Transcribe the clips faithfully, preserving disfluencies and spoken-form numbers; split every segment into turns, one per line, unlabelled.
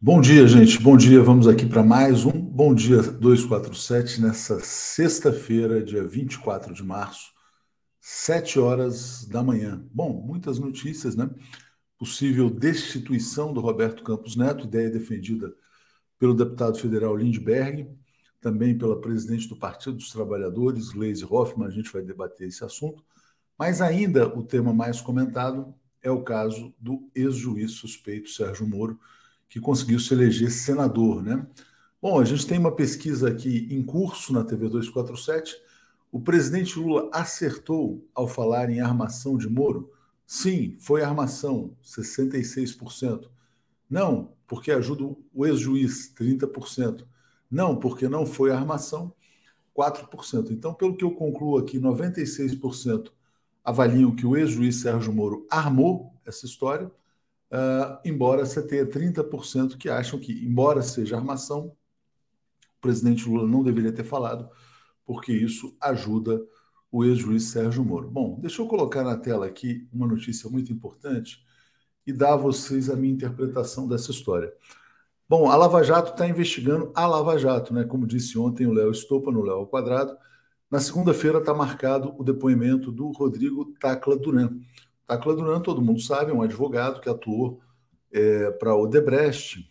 Bom dia, gente. Bom dia. Vamos aqui para mais um Bom Dia duzentos e quarenta e sete nessa sexta-feira, dia vinte e quatro de março, sete horas da manhã. Bom, muitas notícias, né? Possível destituição do Roberto Campos Neto, ideia defendida pelo deputado federal Lindbergh, também pela presidente do Partido dos Trabalhadores, Gleisi Hoffmann. A gente vai debater esse assunto. Mas ainda o tema mais comentado é o caso do ex-juiz suspeito Sérgio Moro, que conseguiu se eleger senador, né? Bom, a gente tem uma pesquisa aqui em curso na T V duzentos e quarenta e sete. O presidente Lula acertou ao falar em armação de Moro? Sim, foi armação, sessenta e seis por cento. Não, porque ajuda o ex-juiz, trinta por cento. Não, porque não foi armação, quatro por cento. Então, pelo que eu concluo aqui, noventa e seis por cento avaliam que o ex-juiz Sérgio Moro armou essa história, uh, embora você tenha trinta por cento que acham que, embora seja armação, o presidente Lula não deveria ter falado, porque isso ajuda o ex-juiz Sérgio Moro. Bom, deixa eu colocar na tela aqui uma notícia muito importante e dar a vocês a minha interpretação dessa história. Bom, a Lava Jato está investigando a Lava Jato, né? Como disse ontem o Léo Stoppa no Léo ao Quadrado. Na segunda-feira está marcado o depoimento do Rodrigo Tacla Duran. Tacla Duran, todo mundo sabe, é um advogado que atuou é, para a Odebrecht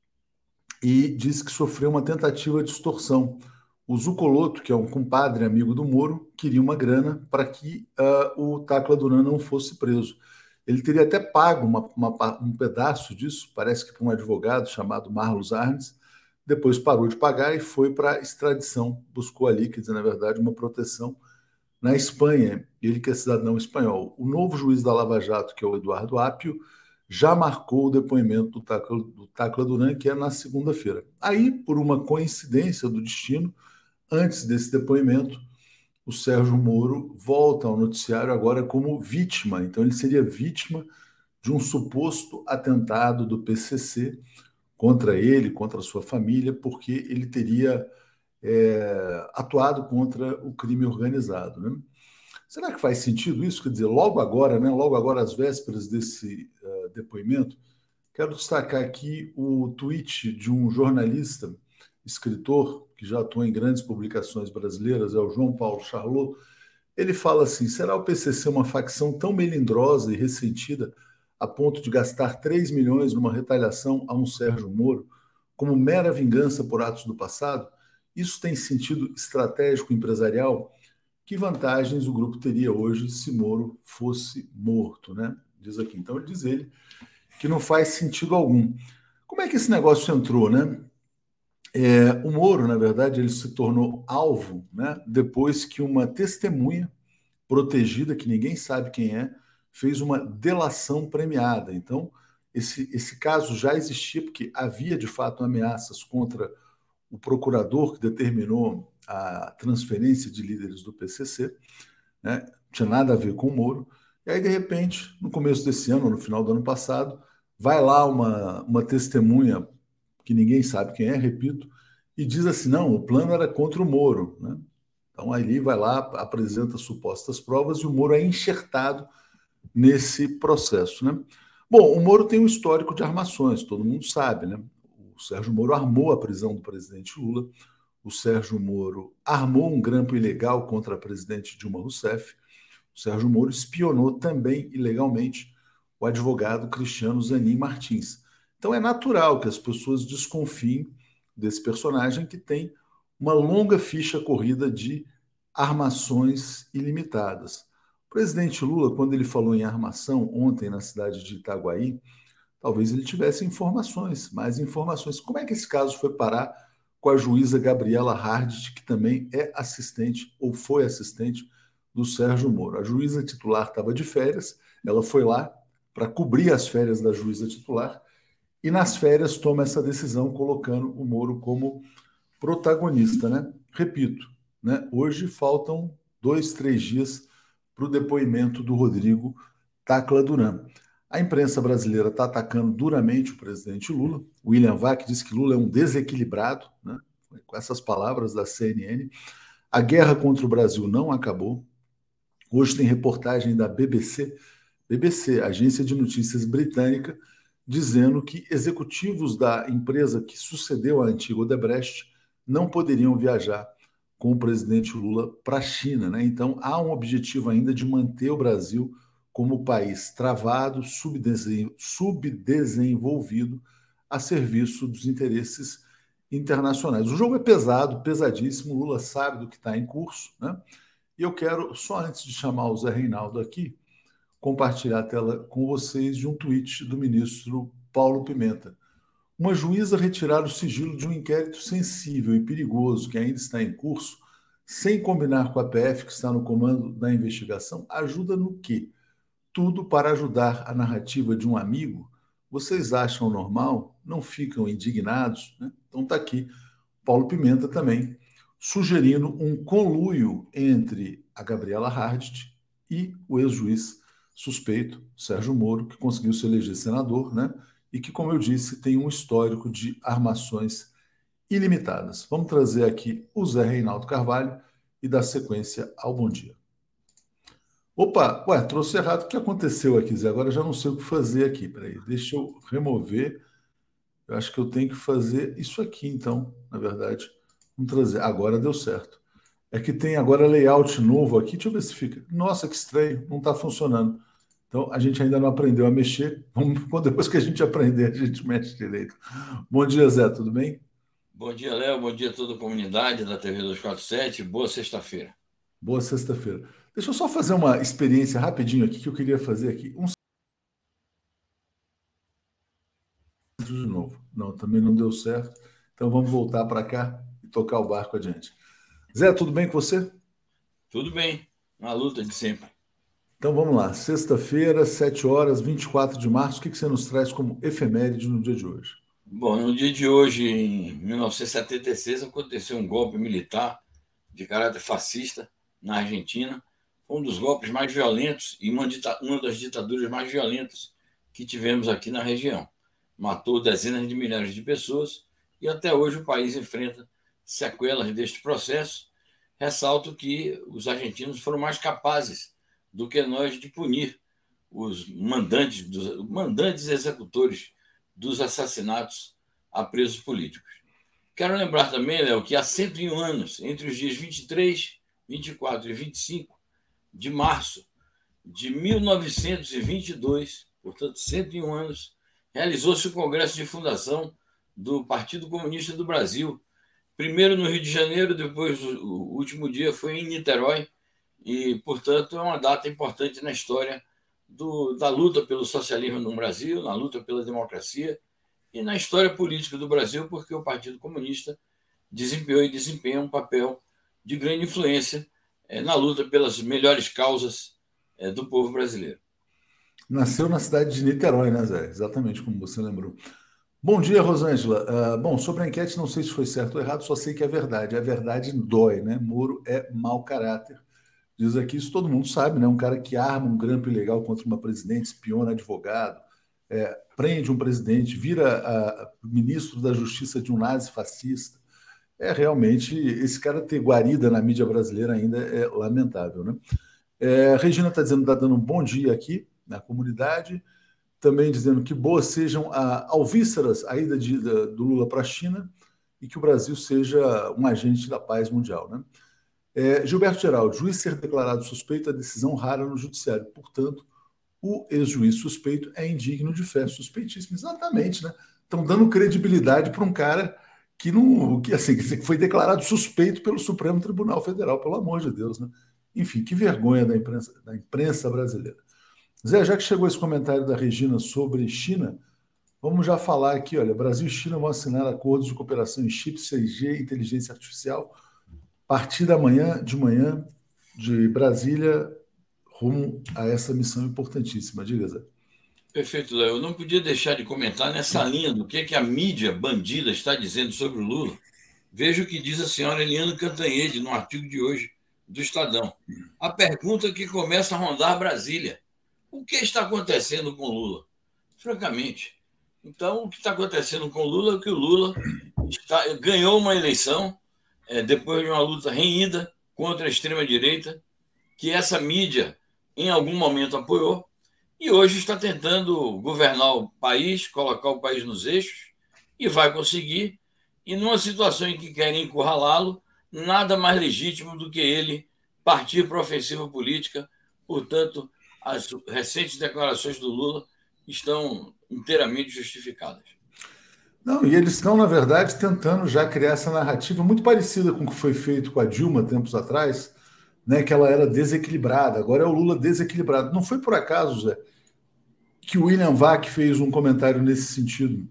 e disse que sofreu uma tentativa de extorsão. O Zucoloto, que é um compadre amigo do Moro, queria uma grana para que uh, o Tacla Duran não fosse preso. Ele teria até pago uma, uma, um pedaço disso, parece que para um advogado chamado Marlos Arnes, depois parou de pagar e foi para a extradição, buscou ali, quer dizer, na verdade, uma proteção na Espanha, ele que é cidadão espanhol. O novo juiz da Lava Jato, que é o Eduardo Apio, já marcou o depoimento do Tacla, do Tacla Duran, que é na segunda-feira. Aí, por uma coincidência do destino, antes desse depoimento, o Sérgio Moro volta ao noticiário agora como vítima. Então, ele seria vítima de um suposto atentado do P C C contra ele, contra a sua família, porque ele teria é, atuado contra o crime organizado, né? Será que faz sentido isso? Quer dizer, logo agora, né, logo agora, às vésperas desse uh, depoimento, quero destacar aqui o tweet de um jornalista, escritor, que já atua em grandes publicações brasileiras, é o João Paulo Charlot. Ele fala assim: será o P C C uma facção tão melindrosa e ressentida a ponto de gastar três milhões numa retaliação a um Sérgio Moro como mera vingança por atos do passado? Isso tem sentido estratégico empresarial? Que vantagens o grupo teria hoje se Moro fosse morto, né? Diz aqui. Então, ele diz ele que não faz sentido algum. Como é que esse negócio entrou, né? É, o Moro, na verdade, ele se tornou alvo, né, depois que uma testemunha protegida, que ninguém sabe quem é, fez uma delação premiada. Então, esse, esse caso já existia, porque havia, de fato, ameaças contra o procurador que determinou a transferência de líderes do P C C, né? Não tinha nada a ver com o Moro. E aí, de repente, no começo desse ano, no final do ano passado, vai lá uma, uma testemunha que ninguém sabe quem é, repito, e diz assim: não, o plano era contra o Moro, né? Então, aí vai lá, apresenta supostas provas e o Moro é enxertado nesse processo, né? Bom, o Moro tem um histórico de armações, todo mundo sabe, né? O Sérgio Moro armou a prisão do presidente Lula, o Sérgio Moro armou um grampo ilegal contra a presidente Dilma Rousseff, o Sérgio Moro espionou também ilegalmente o advogado Cristiano Zanin Martins. Então é natural que as pessoas desconfiem desse personagem que tem uma longa ficha corrida de armações ilimitadas. O presidente Lula, quando ele falou em armação ontem na cidade de Itaguaí, talvez ele tivesse informações, mais informações. Como é que esse caso foi parar com a juíza Gabriela Hardt, que também é assistente ou foi assistente do Sérgio Moro? A juíza titular estava de férias, ela foi lá para cobrir as férias da juíza titular e nas férias toma essa decisão colocando o Moro como protagonista, né? Repito, né? Hoje faltam dois, três dias para o depoimento do Rodrigo Tacla Duran. A imprensa brasileira está atacando duramente o presidente Lula. William Vac diz que Lula é um desequilibrado, né? Com essas palavras da C N N. A guerra contra o Brasil não acabou. Hoje tem reportagem da B B C, B B C, Agência de Notícias Britânica, dizendo que executivos da empresa que sucedeu a antiga Odebrecht não poderiam viajar com o presidente Lula para a China, né? Então, há um objetivo ainda de manter o Brasil como país travado, subdesenvolvido, a serviço dos interesses internacionais. O jogo é pesado, pesadíssimo, o Lula sabe do que está em curso, né? E eu quero, só antes de chamar o Zé Reinaldo aqui, compartilhar a tela com vocês de um tweet do ministro Paulo Pimenta. Uma juíza retirar o sigilo de um inquérito sensível e perigoso que ainda está em curso, sem combinar com a P F, que está no comando da investigação, ajuda no quê? Tudo para ajudar a narrativa de um amigo? Vocês acham normal? Não ficam indignados? Né? Então está aqui Paulo Pimenta também sugerindo um conluio entre a Gabriela Hardt e o ex-juiz suspeito, Sérgio Moro, que conseguiu se eleger senador, né? E que, como eu disse, tem um histórico de armações ilimitadas. Vamos trazer aqui o Zé Reinaldo Carvalho e dar sequência ao Bom Dia. Opa, ué, trouxe errado. O que aconteceu aqui, Zé? Agora eu já não sei o que fazer aqui. Peraí, deixa eu remover. Eu acho que eu tenho que fazer isso aqui, então, na verdade. Vamos trazer. Agora deu certo. É que tem agora layout novo aqui. Deixa eu ver se fica. Nossa, que estranho. Não está funcionando. Então, a gente ainda não aprendeu a mexer. Vamos, depois que a gente aprender, a gente mexe direito. Bom dia, Zé. Tudo bem?
Bom dia, Léo. Bom dia a toda a comunidade da T V duzentos e quarenta e sete. Boa sexta-feira.
Boa sexta-feira. Deixa eu só fazer uma experiência rapidinho aqui que eu queria fazer aqui. Um de novo. Não, também não deu certo. Então vamos voltar para cá e tocar o barco adiante. Zé, tudo bem com você?
Tudo bem, na luta de sempre.
Então vamos lá. Sexta-feira, sete horas, vinte e quatro de março. O que você nos traz como efeméride no dia de hoje?
Bom, no dia de hoje, em mil novecentos e setenta e seis, aconteceu um golpe militar de caráter fascista na Argentina. Foi um dos golpes mais violentos e uma, uma das ditaduras mais violentas que tivemos aqui na região. Matou dezenas de milhares de pessoas e até hoje o país enfrenta sequelas deste processo. Ressalto que os argentinos foram mais capazes do que nós de punir os mandantes, dos, mandantes executores dos assassinatos a presos políticos. Quero lembrar também, Léo, que há cento e um anos, entre os dias vinte e três, vinte e quatro e vinte e cinco de março de mil novecentos e vinte e dois, portanto, cento e um anos, realizou-se o Congresso de Fundação do Partido Comunista do Brasil. Primeiro no Rio de Janeiro, depois o último dia foi em Niterói, e, portanto, é uma data importante na história do, da luta pelo socialismo no Brasil, na luta pela democracia e na história política do Brasil, porque o Partido Comunista desempenhou e desempenha um papel de grande influência é, na luta pelas melhores causas é, do povo brasileiro.
Nasceu na cidade de Niterói, né, Zé? Exatamente como você lembrou. Bom dia, Rosângela. Uh, bom, sobre a enquete, não sei se foi certo ou errado, só sei que é verdade. A verdade dói, né? Moro é mau caráter. Diz aqui, isso todo mundo sabe, né? Um cara que arma um grampo ilegal contra uma presidente, espiona advogado, é, prende um presidente, vira a, ministro da Justiça de um nazi fascista. É realmente, esse cara ter guarida na mídia brasileira ainda é lamentável, né? É, a Regina está dizendo, está dando um bom dia aqui na comunidade, também dizendo que boas sejam a, alvíceras a ida de, da, do Lula para a China e que o Brasil seja um agente da paz mundial, né? É, Gilberto Geraldo, juiz ser declarado suspeito é decisão rara no judiciário. Portanto, o ex-juiz suspeito é indigno de fé. Suspeitíssimo, exatamente, né? Estão dando credibilidade para um cara que não, que assim, que foi declarado suspeito pelo Supremo Tribunal Federal, pelo amor de Deus, né? Enfim, que vergonha da imprensa, da imprensa brasileira. Zé, já que chegou esse comentário da Regina sobre China, vamos já falar aqui, olha, Brasil e China vão assinar acordos de cooperação em chips, seis G e inteligência artificial a partir da manhã, de manhã, de Brasília, rumo a essa missão importantíssima. Diga, Zé.
Perfeito, Léo. Eu não podia deixar de comentar nessa linha do que, que a mídia bandida está dizendo sobre o Lula. Veja o que diz a senhora Eliane Cantanhede no artigo de hoje do Estadão. A pergunta que começa a rondar Brasília. O que está acontecendo com o Lula? Francamente. Então, o que está acontecendo com o Lula é que o Lula está, ganhou uma eleição é, depois de uma luta renhida contra a extrema-direita, que essa mídia, em algum momento, apoiou, e hoje está tentando governar o país, colocar o país nos eixos, e vai conseguir. E numa situação em que querem encurralá-lo, nada mais legítimo do que ele partir para a ofensiva política. Portanto, as recentes declarações do Lula estão inteiramente justificadas.
Não, e eles estão, na verdade, tentando já criar essa narrativa muito parecida com o que foi feito com a Dilma tempos atrás, né, que ela era desequilibrada. Agora é o Lula desequilibrado. Não foi por acaso, Zé, que o William Vac fez um comentário nesse sentido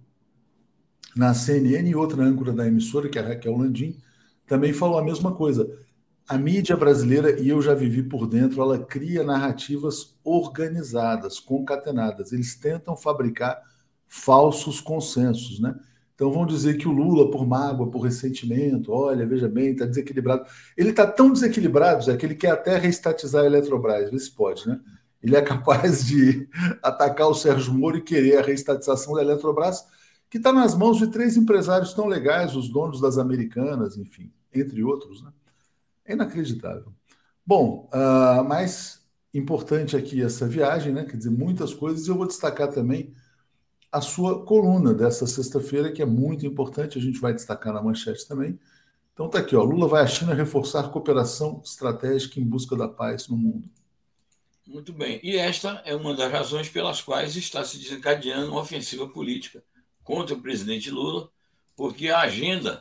na C N N, e outra âncora da emissora, que é a Raquel Landim, também falou a mesma coisa. A mídia brasileira, e eu já vivi por dentro, ela cria narrativas organizadas, concatenadas. Eles tentam fabricar falsos consensos, né? Então vão dizer que o Lula, por mágoa, por ressentimento, olha, veja bem, está desequilibrado. Ele está tão desequilibrado, Zé, que ele quer até reestatizar a Eletrobras, vê se pode, né? Ele é capaz de atacar o Sérgio Moro e querer a reestatização da Eletrobras, que está nas mãos de três empresários tão legais, os donos das Americanas, enfim, entre outros, né? É inacreditável. Bom, uh, mais importante aqui essa viagem, né? Quer dizer, muitas coisas, e eu vou destacar também a sua coluna dessa sexta-feira, que é muito importante, a gente vai destacar na manchete também. Então tá aqui, ó, Lula vai à China reforçar cooperação estratégica em busca da paz no mundo.
Muito bem. E esta é uma das razões pelas quais está se desencadeando uma ofensiva política contra o presidente Lula, porque a agenda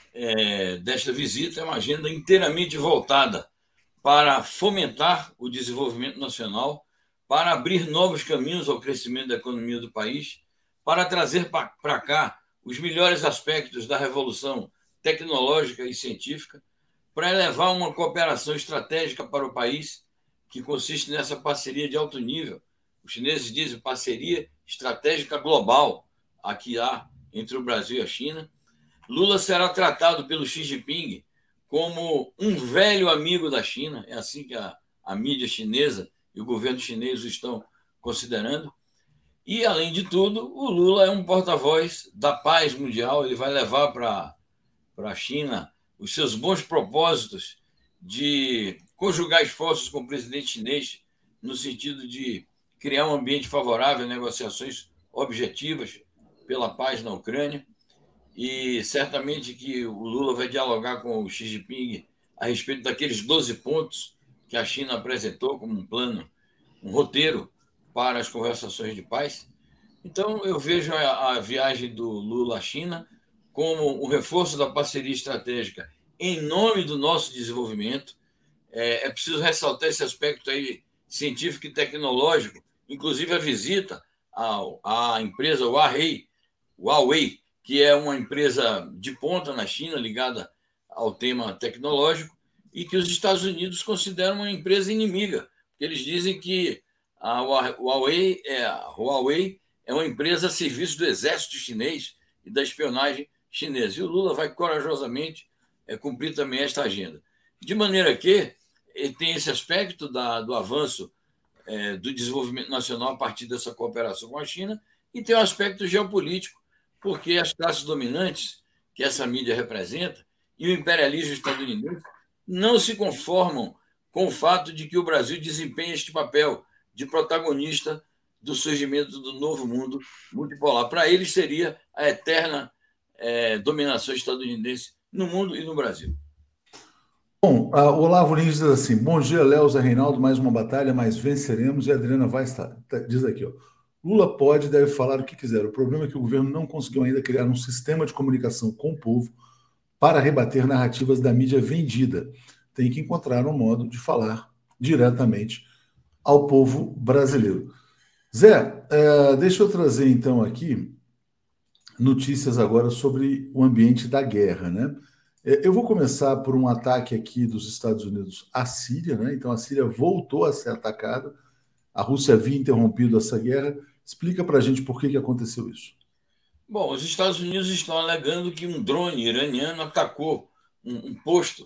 é, desta visita é uma agenda inteiramente voltada para fomentar o desenvolvimento nacional, para abrir novos caminhos ao crescimento da economia do país, para trazer para cá os melhores aspectos da revolução tecnológica e científica, para elevar uma cooperação estratégica para o país, que consiste nessa parceria de alto nível. Os chineses dizem parceria estratégica global, a que há entre o Brasil e a China. Lula será tratado pelo Xi Jinping como um velho amigo da China, é assim que a, a mídia chinesa e o governo chinês o estão considerando. E, além de tudo, o Lula é um porta-voz da paz mundial, ele vai levar para a China os seus bons propósitos de conjugar esforços com o presidente chinês no sentido de criar um ambiente favorável a negociações objetivas pela paz na Ucrânia. E certamente que o Lula vai dialogar com o Xi Jinping a respeito daqueles doze pontos que a China apresentou como um plano, um roteiro para as conversações de paz. Então, eu vejo a, a viagem do Lula à China como um reforço da parceria estratégica em nome do nosso desenvolvimento. É, é preciso ressaltar esse aspecto aí científico e tecnológico, inclusive a visita ao, à empresa Huawei, Huawei, que é uma empresa de ponta na China, ligada ao tema tecnológico, e que os Estados Unidos consideram uma empresa inimiga, porque eles dizem que a Huawei é, a Huawei é uma empresa a serviço do exército chinês e da espionagem chinesa. E o Lula vai corajosamente é, cumprir também esta agenda. De maneira que tem esse aspecto da, do avanço é, do desenvolvimento nacional a partir dessa cooperação com a China, e tem o aspecto geopolítico, porque as classes dominantes que essa mídia representa e o imperialismo estadunidense não se conformam com o fato de que o Brasil desempenha este papel de protagonista do surgimento do novo mundo multipolar. Para eles seria a eterna é, dominação estadunidense no mundo e no Brasil.
Bom, uh, o Olavo Lins diz assim: bom dia, Léo, Zé Reinaldo, mais uma batalha, mas venceremos. E a Adriana vai estar. Diz aqui, ó. Lula pode e deve falar o que quiser. O problema é que o governo não conseguiu ainda criar um sistema de comunicação com o povo para rebater narrativas da mídia vendida. Tem que encontrar um modo de falar diretamente ao povo brasileiro. Zé, é, deixa eu trazer então aqui notícias agora sobre o ambiente da guerra, né? Eu vou começar por um ataque aqui dos Estados Unidos à Síria, né? Então a Síria voltou a ser atacada. A Rússia havia interrompido essa guerra. Explica para a gente por que, que aconteceu isso.
Bom, os Estados Unidos estão alegando que um drone iraniano atacou um, um posto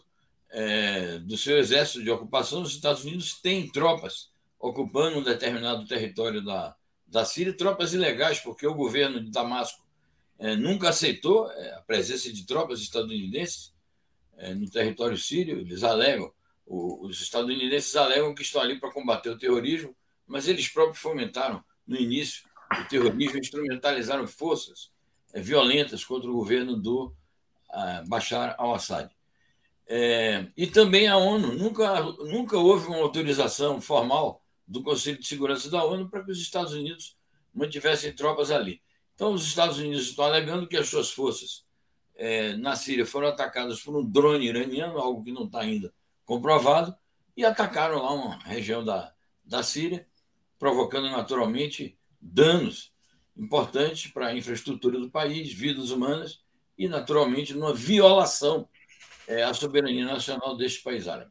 é, do seu exército de ocupação. Os Estados Unidos têm tropas ocupando um determinado território da, da Síria, tropas ilegais, porque o governo de Damasco é, nunca aceitou a presença de tropas estadunidenses é, no território sírio. Eles alegam, o, os estadunidenses alegam que estão ali para combater o terrorismo, mas eles próprios fomentaram, no início, o terrorismo, instrumentalizaram forças violentas contra o governo do uh, Bashar al-Assad. É, e também a ONU, nunca, nunca houve uma autorização formal do Conselho de Segurança da ONU para que os Estados Unidos mantivessem tropas ali. Então, os Estados Unidos estão alegando que as suas forças é, na Síria foram atacadas por um drone iraniano, algo que não está ainda comprovado, e atacaram lá uma região da, da Síria, provocando naturalmente danos importantes para a infraestrutura do país, vidas humanas e, naturalmente, uma violação é, à soberania nacional deste país árabe.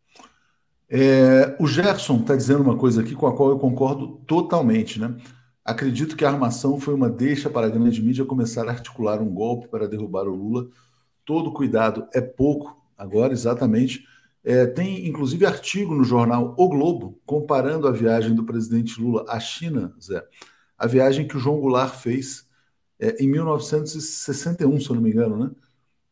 É, o Gerson está dizendo uma coisa aqui com a qual eu concordo totalmente, né? Acredito que a armação foi uma deixa para a grande mídia começar a articular um golpe para derrubar o Lula. Todo cuidado é pouco, agora exatamente. É, tem inclusive artigo no jornal O Globo comparando a viagem do presidente Lula à China, Zé, a viagem que o João Goulart fez é, em mil novecentos e sessenta e um, se eu não me engano, né?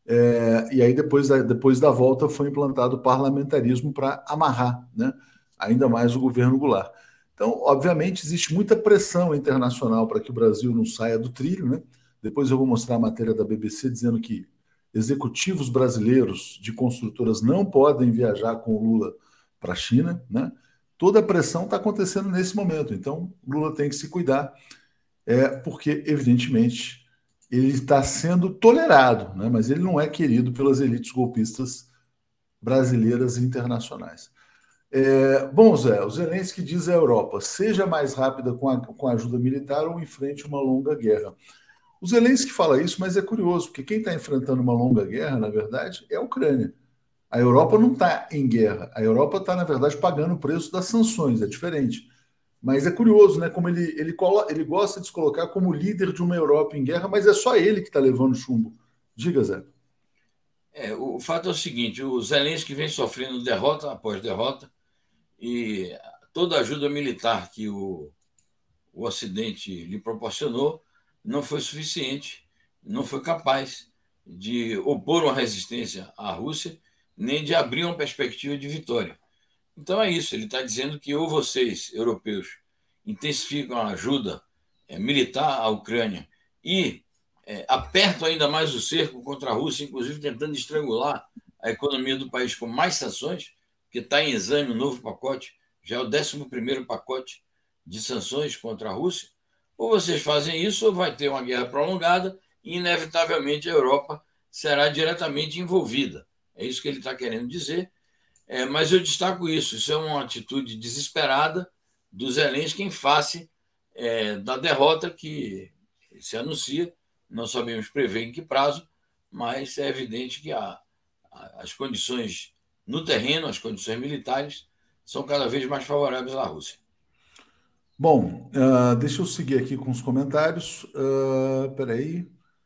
É, e aí, depois da, depois da volta, foi implantado o parlamentarismo para amarrar, né, ainda mais o governo Goulart. Então, obviamente, existe muita pressão internacional para que o Brasil não saia do trilho, né? Depois eu vou mostrar a matéria da B B C dizendo que executivos brasileiros de construtoras não podem viajar com o Lula para a China, né? Toda a pressão está acontecendo nesse momento. Então, Lula tem que se cuidar, é, porque, evidentemente, ele está sendo tolerado, né? Mas ele não é querido pelas elites golpistas brasileiras e internacionais. É, bom, Zé, o Zelensky diz à Europa, seja mais rápida com a, com a ajuda militar ou enfrente uma longa guerra. O Zelensky fala isso, mas é curioso, porque quem está enfrentando uma longa guerra, na verdade, é a Ucrânia. A Europa não está em guerra, a Europa está, na verdade, pagando o preço das sanções, é diferente. Mas é curioso, né? Como ele, ele, colo, ele gosta de se colocar como líder de uma Europa em guerra, mas é só ele que está levando chumbo. Diga, Zé.
É, o fato é o seguinte: o Zelensky vem sofrendo derrota após derrota, e toda a ajuda militar que o, o Ocidente lhe proporcionou não foi suficiente, não foi capaz de opor uma resistência à Rússia, nem de abrir uma perspectiva de vitória. Então é isso, ele está dizendo que ou vocês, europeus, intensificam a ajuda é, militar à Ucrânia e é, apertam ainda mais o cerco contra a Rússia, inclusive tentando estrangular a economia do país com mais sanções, porque está em exame um novo pacote, já é o décimo primeiro pacote de sanções contra a Rússia, ou vocês fazem isso ou vai ter uma guerra prolongada e, inevitavelmente, a Europa será diretamente envolvida. É isso que ele está querendo dizer. É, mas eu destaco isso, isso é uma atitude desesperada do Zelensky em face é, da derrota que se anuncia, não sabemos prever em que prazo, mas é evidente que a, a, as condições no terreno, as condições militares, são cada vez mais favoráveis à Rússia.
Bom, uh, deixa eu seguir aqui com os comentários. Uh, peraí.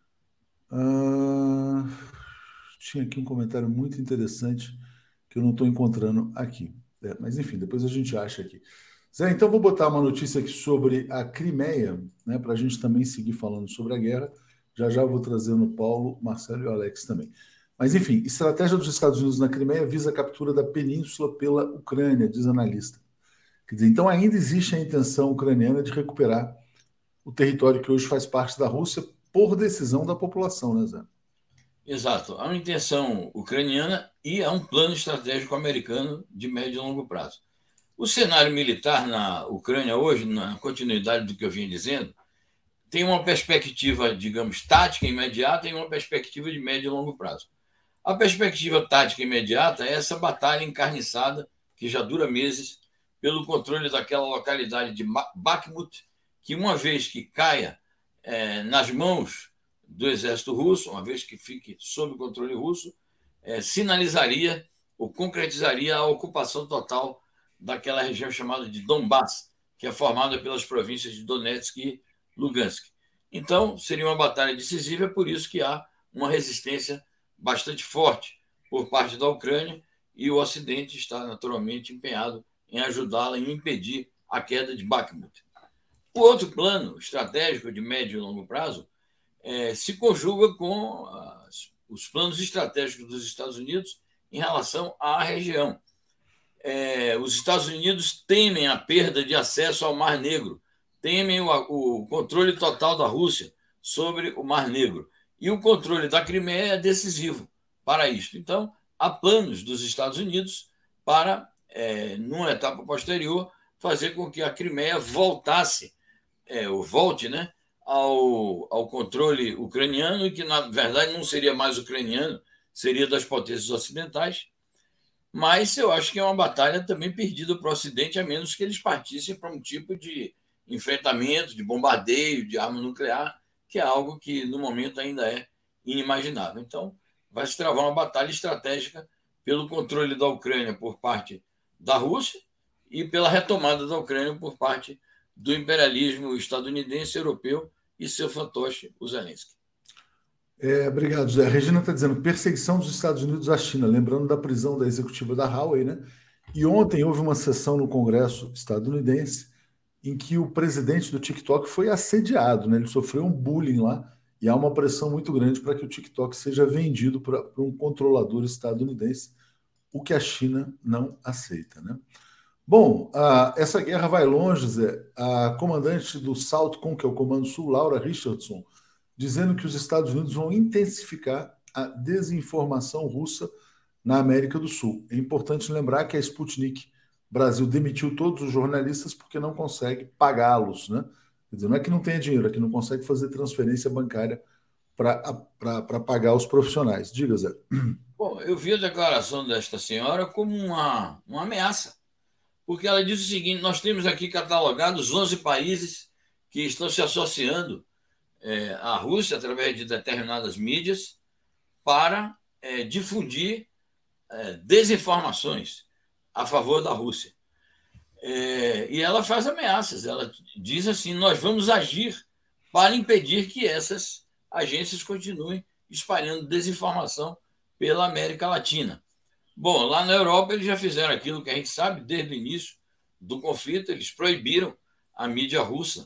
Uh, tinha aqui um comentário muito interessante que eu não estou encontrando aqui. É, mas enfim, depois a gente acha aqui. Zé, então vou botar uma notícia aqui sobre a Crimeia, né, para a gente também seguir falando sobre a guerra. Já já vou trazendo o Paulo, Marcelo e o Alex também. Mas enfim, estratégia dos Estados Unidos na Crimeia visa a captura da península pela Ucrânia, diz analista. Quer dizer, então ainda existe a intenção ucraniana de recuperar o território que hoje faz parte da Rússia por decisão da população, né, Zé?
Exato. Há uma intenção ucraniana e há um plano estratégico americano de médio e longo prazo. O cenário militar na Ucrânia hoje, na continuidade do que eu vinha dizendo, tem uma perspectiva, digamos, tática imediata e uma perspectiva de médio e longo prazo. A perspectiva tática imediata é essa batalha encarniçada, que já dura meses, pelo controle daquela localidade de Bakhmut, que uma vez que caia é, nas mãos do exército russo, uma vez que fique sob controle russo, é, sinalizaria ou concretizaria a ocupação total daquela região chamada de Donbass, que é formada pelas províncias de Donetsk e Lugansk. Então, seria uma batalha decisiva, é por isso que há uma resistência bastante forte por parte da Ucrânia e o Ocidente está naturalmente empenhado em ajudá-la em impedir a queda de Bakhmut. O outro plano estratégico de médio e longo prazo é, se conjuga com as, os planos estratégicos dos Estados Unidos em relação à região. é, os Estados Unidos temem a perda de acesso ao Mar Negro, temem o, o controle total da Rússia sobre o Mar Negro. E o controle da Crimeia é decisivo para isso. Então, há planos dos Estados Unidos para, é, numa etapa posterior, fazer com que a Crimeia voltasse, é, ou volte, né, ao, ao controle ucraniano, e que, na verdade, não seria mais ucraniano, seria das potências ocidentais. Mas eu acho que é uma batalha também perdida para o Ocidente, a menos que eles partissem para um tipo de enfrentamento, de bombardeio, de arma nuclear, que é algo que, no momento, ainda é inimaginável. Então, vai se travar uma batalha estratégica pelo controle da Ucrânia por parte da Rússia e pela retomada da Ucrânia por parte do imperialismo estadunidense, europeu e seu fantoche, o Zelensky.
É, obrigado, Zé. A Regina está dizendo perseguição dos Estados Unidos à China, lembrando da prisão da executiva da Huawei, né? E ontem houve uma sessão no Congresso estadunidense em que o presidente do TikTok foi assediado, né? Ele sofreu um bullying lá e há uma pressão muito grande para que o TikTok seja vendido para um controlador estadunidense, o que a China não aceita, né? Bom, a, essa guerra vai longe, Zé. A comandante do SALTCOM, que é o Comando Sul, Laura Richardson, dizendo que os Estados Unidos vão intensificar a desinformação russa na América do Sul. É importante lembrar que a Sputnik Brasil demitiu todos os jornalistas porque não consegue pagá-los, né? Quer dizer, não é que não tenha dinheiro, é que não consegue fazer transferência bancária para pagar os profissionais. Diga, Zé.
Bom, eu vi a declaração desta senhora como uma, uma ameaça, porque ela diz o seguinte: nós temos aqui catalogados onze países que estão se associando é, à Rússia através de determinadas mídias para é, difundir é, desinformações a favor da Rússia. É, e ela faz ameaças, ela diz assim: nós vamos agir para impedir que essas agências continuem espalhando desinformação pela América Latina. Bom, lá na Europa eles já fizeram aquilo que a gente sabe desde o início do conflito, eles proibiram a mídia russa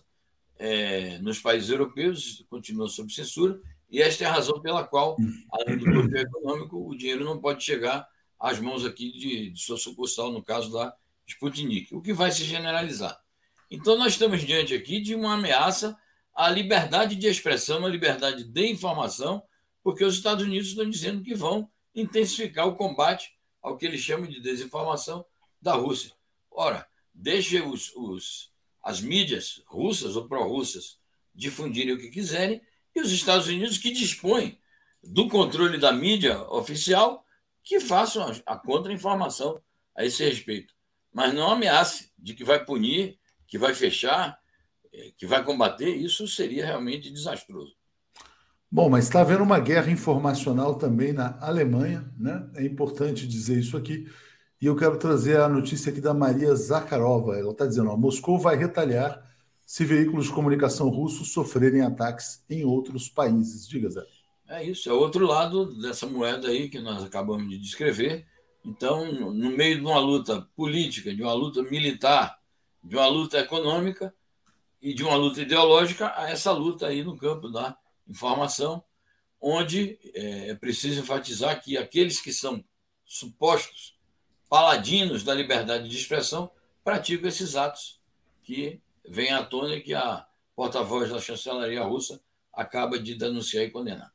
é, nos países europeus, continua sob censura, e esta é a razão pela qual, além do bloqueio econômico, o dinheiro não pode chegar às mãos aqui de, de sua sucursal, no caso da Sputnik, o que vai se generalizar. Então, nós estamos diante aqui de uma ameaça à liberdade de expressão, à liberdade de informação, porque os Estados Unidos estão dizendo que vão intensificar o combate ao que eles chamam de desinformação da Rússia. Ora, deixe os, os, as mídias russas ou pró-russas difundirem o que quiserem, e os Estados Unidos, que dispõem do controle da mídia oficial, que façam a, a contra-informação a esse respeito. Mas não ameace de que vai punir, que vai fechar, que vai combater. Isso seria realmente desastroso.
Bom, mas está havendo uma guerra informacional também na Alemanha, né? É importante dizer isso aqui. E eu quero trazer a notícia aqui da Maria Zakharova. Ela está dizendo: ó, Moscou vai retaliar se veículos de comunicação russos sofrerem ataques em outros países. Diga, Zé.
É isso, é outro lado dessa moeda aí que nós acabamos de descrever. Então, no meio de uma luta política, de uma luta militar, de uma luta econômica e de uma luta ideológica, há essa luta aí no campo da informação, onde é preciso enfatizar que aqueles que são supostos paladinos da liberdade de expressão praticam esses atos que vêm à tona e que a porta-voz da chancelaria russa acaba de denunciar e condenar.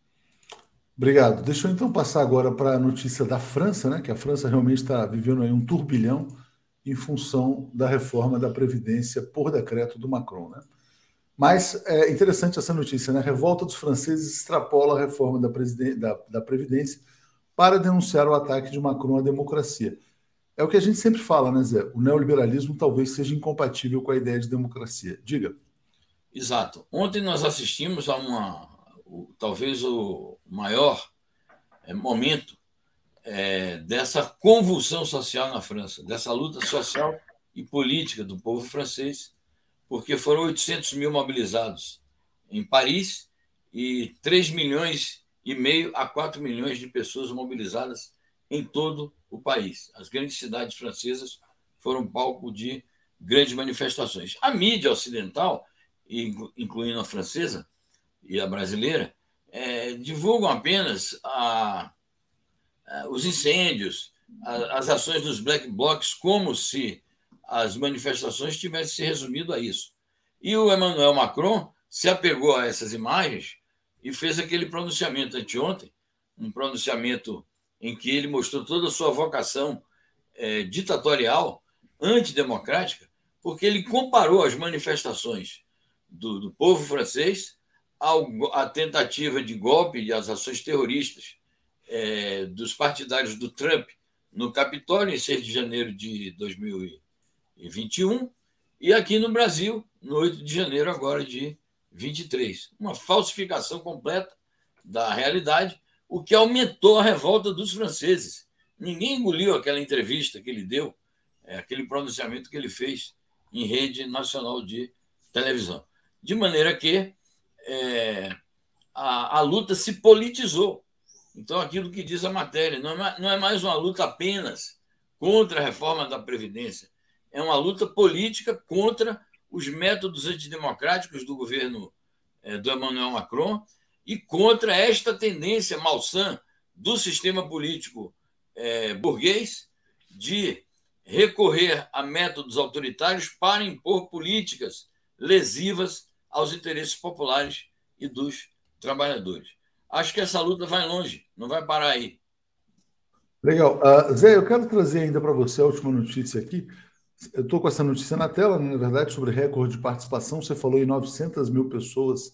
Obrigado. Deixa eu então passar agora para a notícia da França, né? Que a França realmente está vivendo aí um turbilhão em função da reforma da Previdência por decreto do Macron, né? Mas é interessante essa notícia, né? A revolta dos franceses extrapola a reforma da, da, da Previdência para denunciar o ataque de Macron à democracia. É o que a gente sempre fala, né, Zé? O neoliberalismo talvez seja incompatível com a ideia de democracia. Diga.
Exato. Ontem nós assistimos a uma, o, talvez o maior é, momento é, dessa convulsão social na França, dessa luta social e política do povo francês, porque foram oitocentos mil mobilizados em Paris e três milhões e meio a quatro milhões de pessoas mobilizadas em todo o país. As grandes cidades francesas foram palco de grandes manifestações. A mídia ocidental, incluindo a francesa e a brasileira, é, divulgam apenas a, a, os incêndios, as ações dos black blocs como se as manifestações tivessem se resumido a isso. E o Emmanuel Macron se apegou a essas imagens e fez aquele pronunciamento anteontem, um pronunciamento em que ele mostrou toda a sua vocação é, ditatorial, antidemocrática, porque ele comparou as manifestações do, do povo francês ao, à tentativa de golpe e às ações terroristas é, dos partidários do Trump no Capitólio, em seis de janeiro de dois mil e vinte e um, e aqui no Brasil, no oito de janeiro agora de vinte e três. Uma falsificação completa da realidade, o que aumentou a revolta dos franceses. Ninguém engoliu aquela entrevista que ele deu, aquele pronunciamento que ele fez em rede nacional de televisão. De maneira que é, a, a luta se politizou. Então, aquilo que diz a matéria, não é, não é mais uma luta apenas contra a reforma da Previdência, é uma luta política contra os métodos antidemocráticos do governo é, do Emmanuel Macron e contra esta tendência malsã do sistema político é, burguês de recorrer a métodos autoritários para impor políticas lesivas aos interesses populares e dos trabalhadores. Acho que essa luta vai longe, não vai parar aí.
Legal. Uh, Zé, eu quero trazer ainda para você a última notícia aqui. Eu estou com essa notícia na tela, né, na verdade, sobre recorde de participação. Você falou em novecentas mil pessoas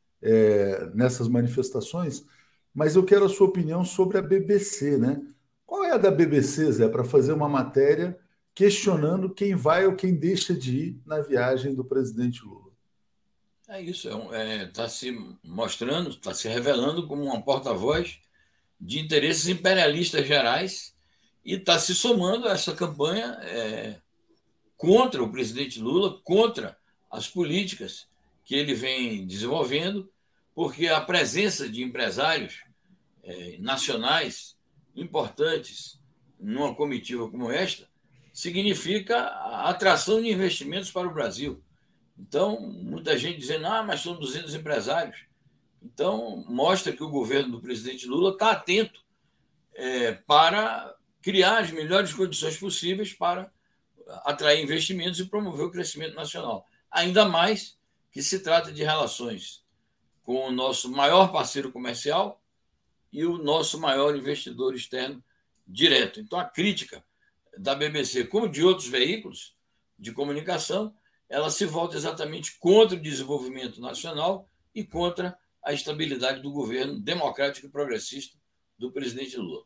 é, nessas manifestações, mas eu quero a sua opinião sobre a B B C, né? Qual é a da B B C, Zé, para fazer uma matéria questionando quem vai ou quem deixa de ir na viagem do presidente Lula?
É isso, está é, tá se mostrando, está se revelando como uma porta-voz de interesses imperialistas gerais e está se somando a essa campanha é, contra o presidente Lula, contra as políticas que ele vem desenvolvendo, porque a presença de empresários é, nacionais importantes numa comitiva como esta significa a atração de investimentos para o Brasil. Então, muita gente dizendo, ah, mas são duzentos empresários. Então, mostra que o governo do presidente Lula está atento é, para criar as melhores condições possíveis para atrair investimentos e promover o crescimento nacional. Ainda mais que se trata de relações com o nosso maior parceiro comercial e o nosso maior investidor externo direto. Então, a crítica da B B C, como de outros veículos de comunicação, ela se volta exatamente contra o desenvolvimento nacional e contra a estabilidade do governo democrático e progressista do presidente Lula.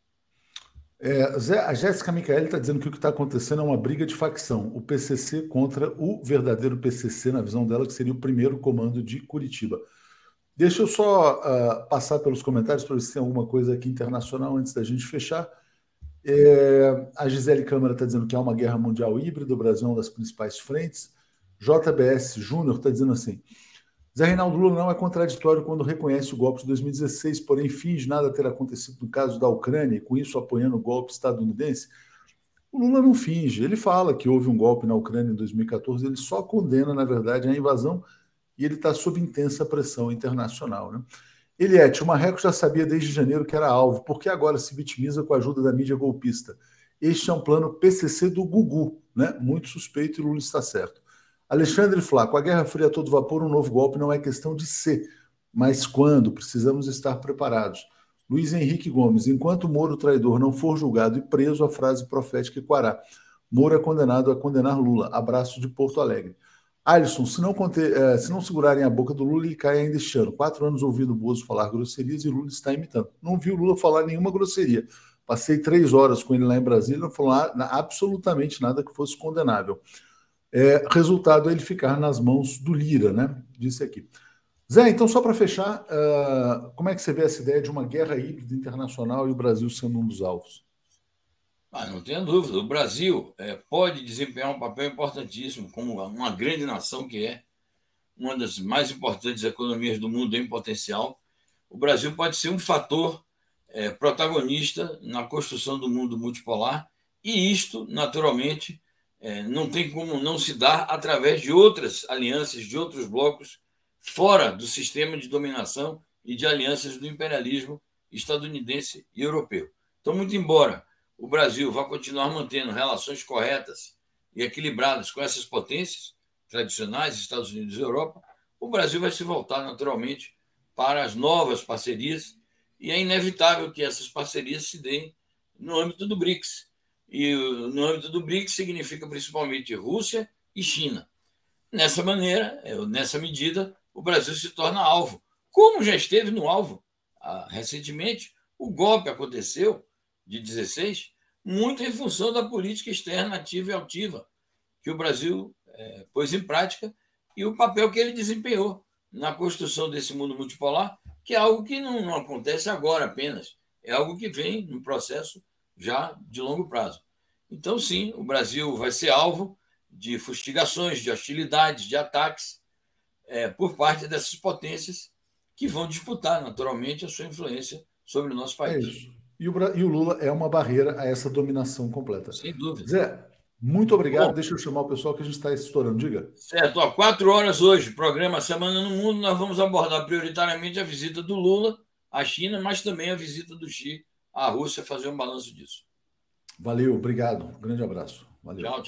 É, Zé, a Jéssica Micaeli está dizendo que o que está acontecendo é uma briga de facção. O P C C contra o verdadeiro P C C, na visão dela, que seria o primeiro comando de Curitiba. Deixa eu só uh, passar pelos comentários para ver se tem alguma coisa aqui internacional antes da gente fechar. É, a Gisele Câmara está dizendo que há uma guerra mundial híbrida, o Brasil é uma das principais frentes. J B S Júnior está dizendo assim: Zé Reinaldo Lula não é contraditório quando reconhece o golpe de dois mil e dezesseis, porém finge nada ter acontecido no caso da Ucrânia e com isso apoiando o golpe estadunidense. O Lula não finge, ele fala que houve um golpe na Ucrânia em dois mil e quatorze, ele só condena, na verdade, a invasão e ele está sob intensa pressão internacional, né? Eliette, o Marreco já sabia desde janeiro que era alvo, por que agora se vitimiza com a ajuda da mídia golpista? Este é um plano P C C do Gugu, né? Muito suspeito e Lula está certo. Alexandre Flaco, a Guerra Fria a todo vapor, um novo golpe não é questão de ser, mas quando, precisamos estar preparados. Luiz Henrique Gomes, enquanto Moro traidor não for julgado e preso, a frase profética ecoará. Moro é condenado a condenar Lula. Abraço de Porto Alegre. Alisson, se não, conter, eh, se não segurarem a boca do Lula, ele cai ainda este ano. Quatro anos ouvindo o Bozo falar grosserias e Lula está imitando. Não vi o Lula falar nenhuma grosseria. Passei três horas com ele lá em Brasília, não falou absolutamente nada que fosse condenável. É, resultado é ele ficar nas mãos do Lira, né? Disse aqui. Zé, então só para fechar, uh, como é que você vê essa ideia de uma guerra híbrida internacional e o Brasil sendo um dos alvos?
Ah, não tenha dúvida. O Brasil é, pode desempenhar um papel importantíssimo como uma grande nação que é, uma das mais importantes economias do mundo em potencial. O Brasil pode ser um fator é, protagonista na construção do mundo multipolar e isto, naturalmente, é, não tem como não se dar através de outras alianças, de outros blocos fora do sistema de dominação e de alianças do imperialismo estadunidense e europeu. Então, muito embora o Brasil vai continuar mantendo relações corretas e equilibradas com essas potências tradicionais, Estados Unidos e Europa, o Brasil vai se voltar naturalmente para as novas parcerias e é inevitável que essas parcerias se deem no âmbito do BRICS. E no âmbito do BRICS significa principalmente Rússia e China. Nessa maneira, nessa medida, o Brasil se torna alvo, como já esteve no alvo recentemente. O golpe aconteceu de dezesseis, muito em função da política externa ativa e altiva que o Brasil é, pôs em prática e o papel que ele desempenhou na construção desse mundo multipolar, que é algo que não, não acontece agora apenas, é algo que vem num processo já de longo prazo. Então, sim, o Brasil vai ser alvo de fustigações, de hostilidades, de ataques é, por parte dessas potências que vão disputar, naturalmente, a sua influência sobre o nosso
É
país.
isso. E o, e o Lula é uma barreira a essa dominação completa.
Sem dúvida.
Zé, muito obrigado.
Bom,
deixa eu chamar o pessoal que a gente está estourando. Diga.
Certo. Ó, quatro horas hoje, programa Semana no Mundo, nós vamos abordar prioritariamente a visita do Lula à China, mas também a visita do Xi à Rússia, fazer um balanço disso.
Valeu, obrigado. Um grande abraço. Valeu.
Tchau, tchau.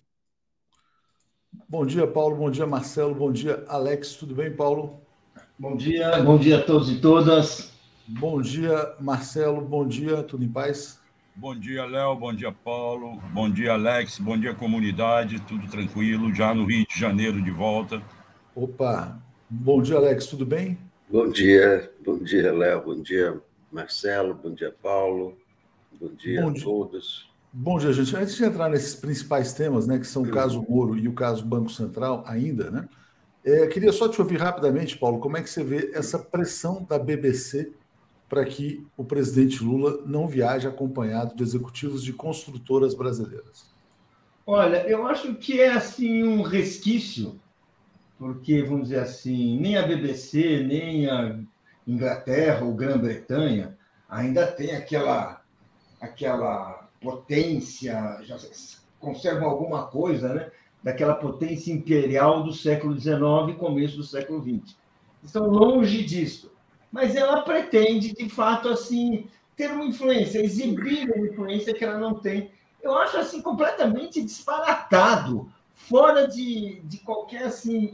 Bom dia, Paulo. Bom dia, Marcelo. Bom dia, Alex. Tudo bem, Paulo?
Bom dia, bom dia a todos e todas.
Bom dia, Marcelo. Bom dia, tudo em paz?
Bom dia, Léo. Bom dia, Paulo. Bom dia, Alex. Bom dia, comunidade. Tudo tranquilo, já no Rio de Janeiro de volta.
Opa. Bom dia, Alex. Tudo bem?
Bom dia. Bom dia, Léo. Bom dia, Marcelo. Bom dia, Paulo. Bom dia bom a dia. todos.
Bom dia, gente. Antes de entrar nesses principais temas, né, que são o caso Moro e o caso Banco Central ainda, né? É, queria só te ouvir rapidamente, Paulo, como é que você vê essa pressão da B B C para que o presidente Lula não viaje acompanhado de executivos de construtoras brasileiras?
Olha, eu acho que é assim um resquício, porque, vamos dizer assim, nem a B B C, nem a Inglaterra ou Grã-Bretanha ainda tem aquela, aquela potência, já conservam alguma coisa, né? Daquela potência imperial do século dezenove e começo do século vinte. Estão longe disso. Mas ela pretende, de fato, assim, ter uma influência, exibir uma influência que ela não tem. Eu acho assim completamente disparatado, fora de, de qualquer assim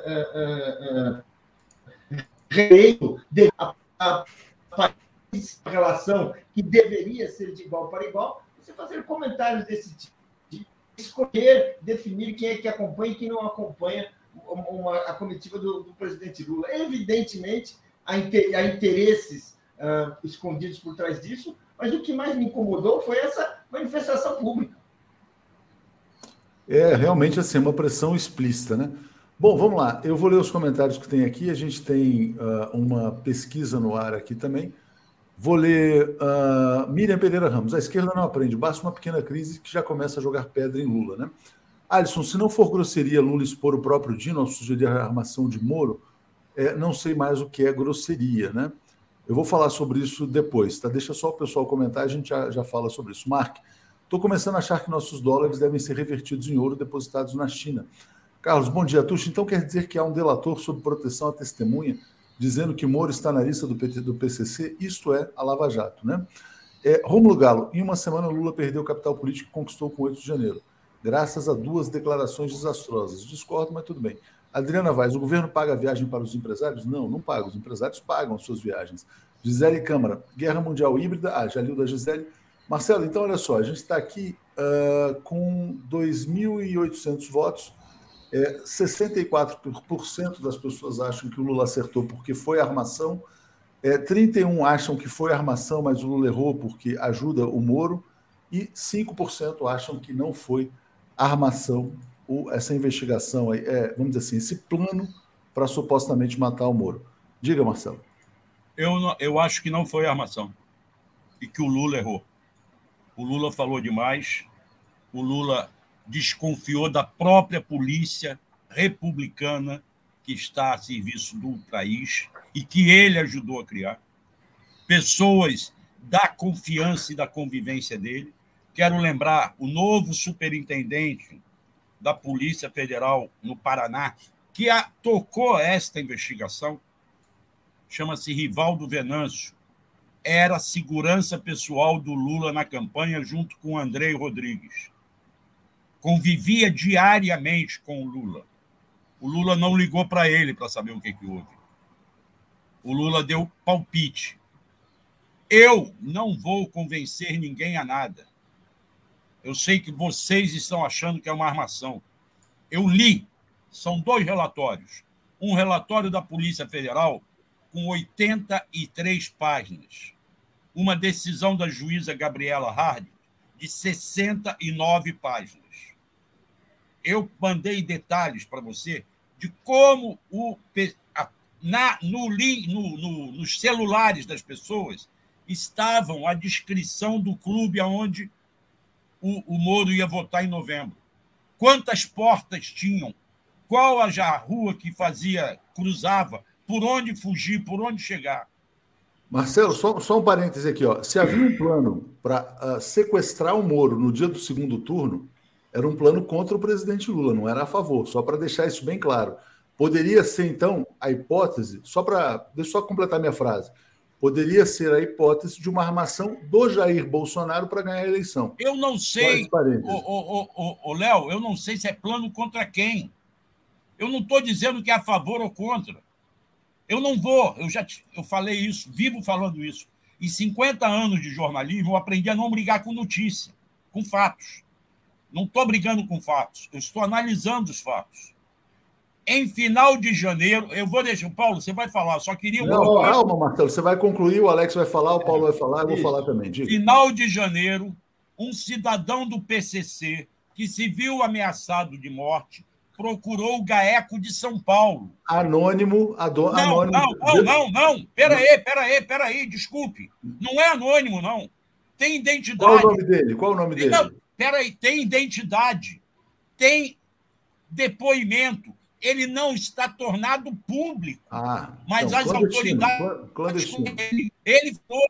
reino de a, a, a relação que deveria ser de igual para igual, você fazer comentários desse tipo, de escolher, definir quem é que acompanha e quem não acompanha uma, a comitiva do, do presidente Lula. Evidentemente, há interesses uh, escondidos por trás disso, mas o que mais me incomodou foi essa manifestação pública.
É realmente assim, uma pressão explícita, né? Bom, vamos lá. Eu vou ler os comentários que tem aqui. A gente tem uh, uma pesquisa no ar aqui também. Vou ler uh, Miriam Pereira Ramos. A esquerda não aprende. Basta uma pequena crise que já começa a jogar pedra em Lula, né? Alisson, se não for grosseria Lula expor o próprio Dino ao sugerir a armação de Moro, é, não sei mais o que é grosseria, né? Eu vou falar sobre isso depois, tá? Deixa só o pessoal comentar, a gente já, já fala sobre isso. Mark, estou começando a achar que nossos dólares devem ser revertidos em ouro depositados na China. Carlos, bom dia, Tuxo. Então quer dizer que há um delator sob proteção à testemunha dizendo que Moro está na lista do, P T, do P C C? Isto é a Lava Jato, né? É, Rômulo Galo, em uma semana Lula perdeu o capital político que conquistou com oito de janeiro, graças a duas declarações desastrosas. Discordo, mas tudo bem. Adriana Vaz, o governo paga a viagem para os empresários? Não, não paga. Os empresários pagam as suas viagens. Gisele Câmara, Guerra Mundial Híbrida. Ah, já li o da Gisele. Marcelo, então olha só, a gente está aqui uh, com dois mil e oitocentos votos. É, sessenta e quatro por cento das pessoas acham que o Lula acertou porque foi armação. É, trinta e um por cento acham que foi armação, mas o Lula errou porque ajuda o Moro. E cinco por cento acham que não foi armação, ou essa investigação aí, é, vamos dizer assim, esse plano para supostamente matar o Moro. Diga, Marcelo.
Eu, não, eu acho que não foi armação e que o Lula errou. O Lula falou demais, o Lula desconfiou da própria polícia republicana que está a serviço do país e que ele ajudou a criar. Pessoas da confiança e da convivência dele. Quero lembrar o novo superintendente da Polícia Federal no Paraná, que a, tocou esta investigação, chama-se Rivaldo Venâncio. era segurança pessoal do Lula na campanha, junto com o Andrei Rodrigues. Convivia diariamente com o Lula. O Lula não ligou para ele para saber o que, que houve. O Lula deu palpite. Eu não vou convencer ninguém a nada. Eu sei que vocês estão achando que é uma armação. Eu li, são dois relatórios. Um relatório da Polícia Federal com oitenta e três páginas. Uma decisão da juíza Gabriela Hardy de sessenta e nove páginas. Eu mandei detalhes para você de como o, na, no, no, no, nos celulares das pessoas estavam a descrição do clube onde o, o Moro ia votar em novembro. Quantas portas tinham, qual a rua que fazia, cruzava, por onde fugir, por onde chegar.
Marcelo, só, só um parêntese aqui. Ó. Se havia um plano para uh, sequestrar o Moro no dia do segundo turno, era um plano contra o presidente Lula, não era a favor, só para deixar isso bem claro. Poderia ser, então, a hipótese, só para. Deixa eu só completar minha frase. Poderia ser a hipótese de uma armação do Jair Bolsonaro para ganhar a eleição.
Eu não sei, o Léo, eu não sei se é plano contra quem. Eu não estou dizendo que é a favor ou contra. Eu não vou, eu já eu falei isso, vivo falando isso. Em cinquenta anos de jornalismo, eu aprendi a não brigar com notícia, com fatos. Não estou brigando com fatos, eu estou analisando os fatos. Em final de janeiro, eu vou deixar... Paulo, você vai falar, só queria...
Não, uma... calma, Marcelo, você vai concluir, o Alex vai falar, o Paulo vai falar, eu vou falar também. Diga.
Final de janeiro, um cidadão do P C C, que se viu ameaçado de morte, procurou o GAECO de São Paulo.
Anônimo... Ado...
Não,
anônimo...
não, não, não, não. Peraí, peraí, peraí, desculpe. Não é anônimo, não. Tem identidade.
Qual o nome dele? Qual o nome dele?
Não, peraí, tem identidade. Tem depoimento. Ele não está tornado público.
Ah,
mas
então,
as
clandestino,
autoridades...
Clandestino.
Ele, ele foi...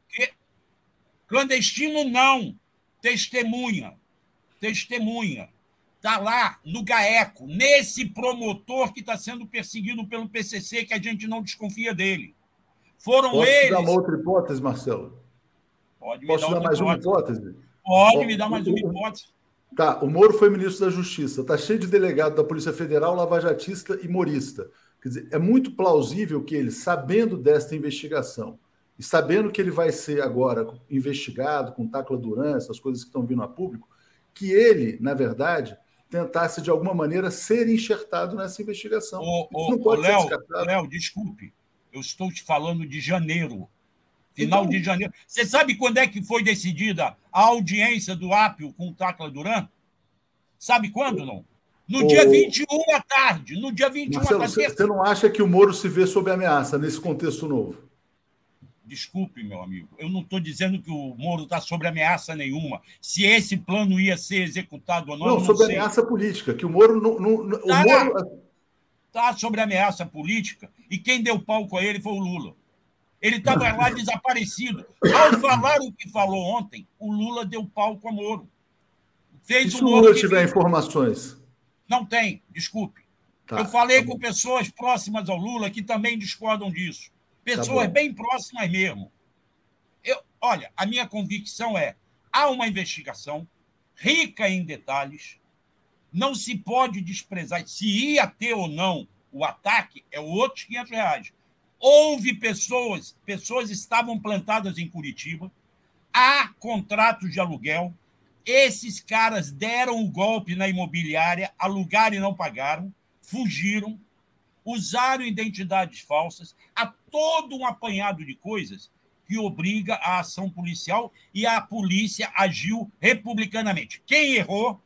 Clandestino, não. Testemunha. Testemunha. Está lá no GAECO, nesse promotor que está sendo perseguido pelo P C C, que a gente não desconfia dele. Foram
Posso
eles...
te dar uma outra hipótese, Marcelo?
Pode me
Posso
dar,
dar mais hipótese. uma hipótese?
Pode Bom, me dar mais uma hipótese.
Tá, o Moro foi ministro da Justiça, está cheio de delegado da Polícia Federal, lavajatista e morista. Quer dizer, é muito plausível que ele, sabendo desta investigação e sabendo que ele vai ser agora investigado com Tacla Duran, essas coisas que estão vindo a público, que ele, na verdade, tentasse de alguma maneira ser enxertado nessa investigação.
Ô, ô, não pode ô, Léo, ser descartado. Léo, desculpe, eu estou te falando de janeiro. Final então, de janeiro. Você sabe quando é que foi decidida a audiência do Apio com o Tacla Duran? Sabe quando, não? No o... dia vinte e um à tarde. No dia vinte e um
Marcelo,
à tarde.
Você não acha que o Moro se vê sob ameaça nesse contexto novo?
Desculpe, meu amigo. Eu não estou dizendo que o Moro está sob ameaça nenhuma. Se esse plano ia ser executado ou não,
não,
não
sob
sei.
ameaça política, que o Moro... Não, não,
tá,
o Moro...
tá sobre ameaça política e quem deu palco a ele foi o Lula. Ele estava lá desaparecido. Ao falar o que falou ontem, o Lula deu palco a Moro. Fez
e se o Lula tiver fez... informações?
Não tem, desculpe. Tá, eu falei tá com pessoas próximas ao Lula que também discordam disso. Pessoas tá bem próximas mesmo. Eu, olha, a minha convicção é, há uma investigação rica em detalhes, não se pode desprezar. Se ia ter ou não o ataque, é outros quinhentos reais. Houve pessoas, pessoas estavam plantadas em Curitiba, há contratos de aluguel, esses caras deram o golpe na imobiliária, alugaram e não pagaram, fugiram, usaram identidades falsas, há todo um apanhado de coisas que obriga a ação policial e a polícia agiu republicanamente. Quem errou,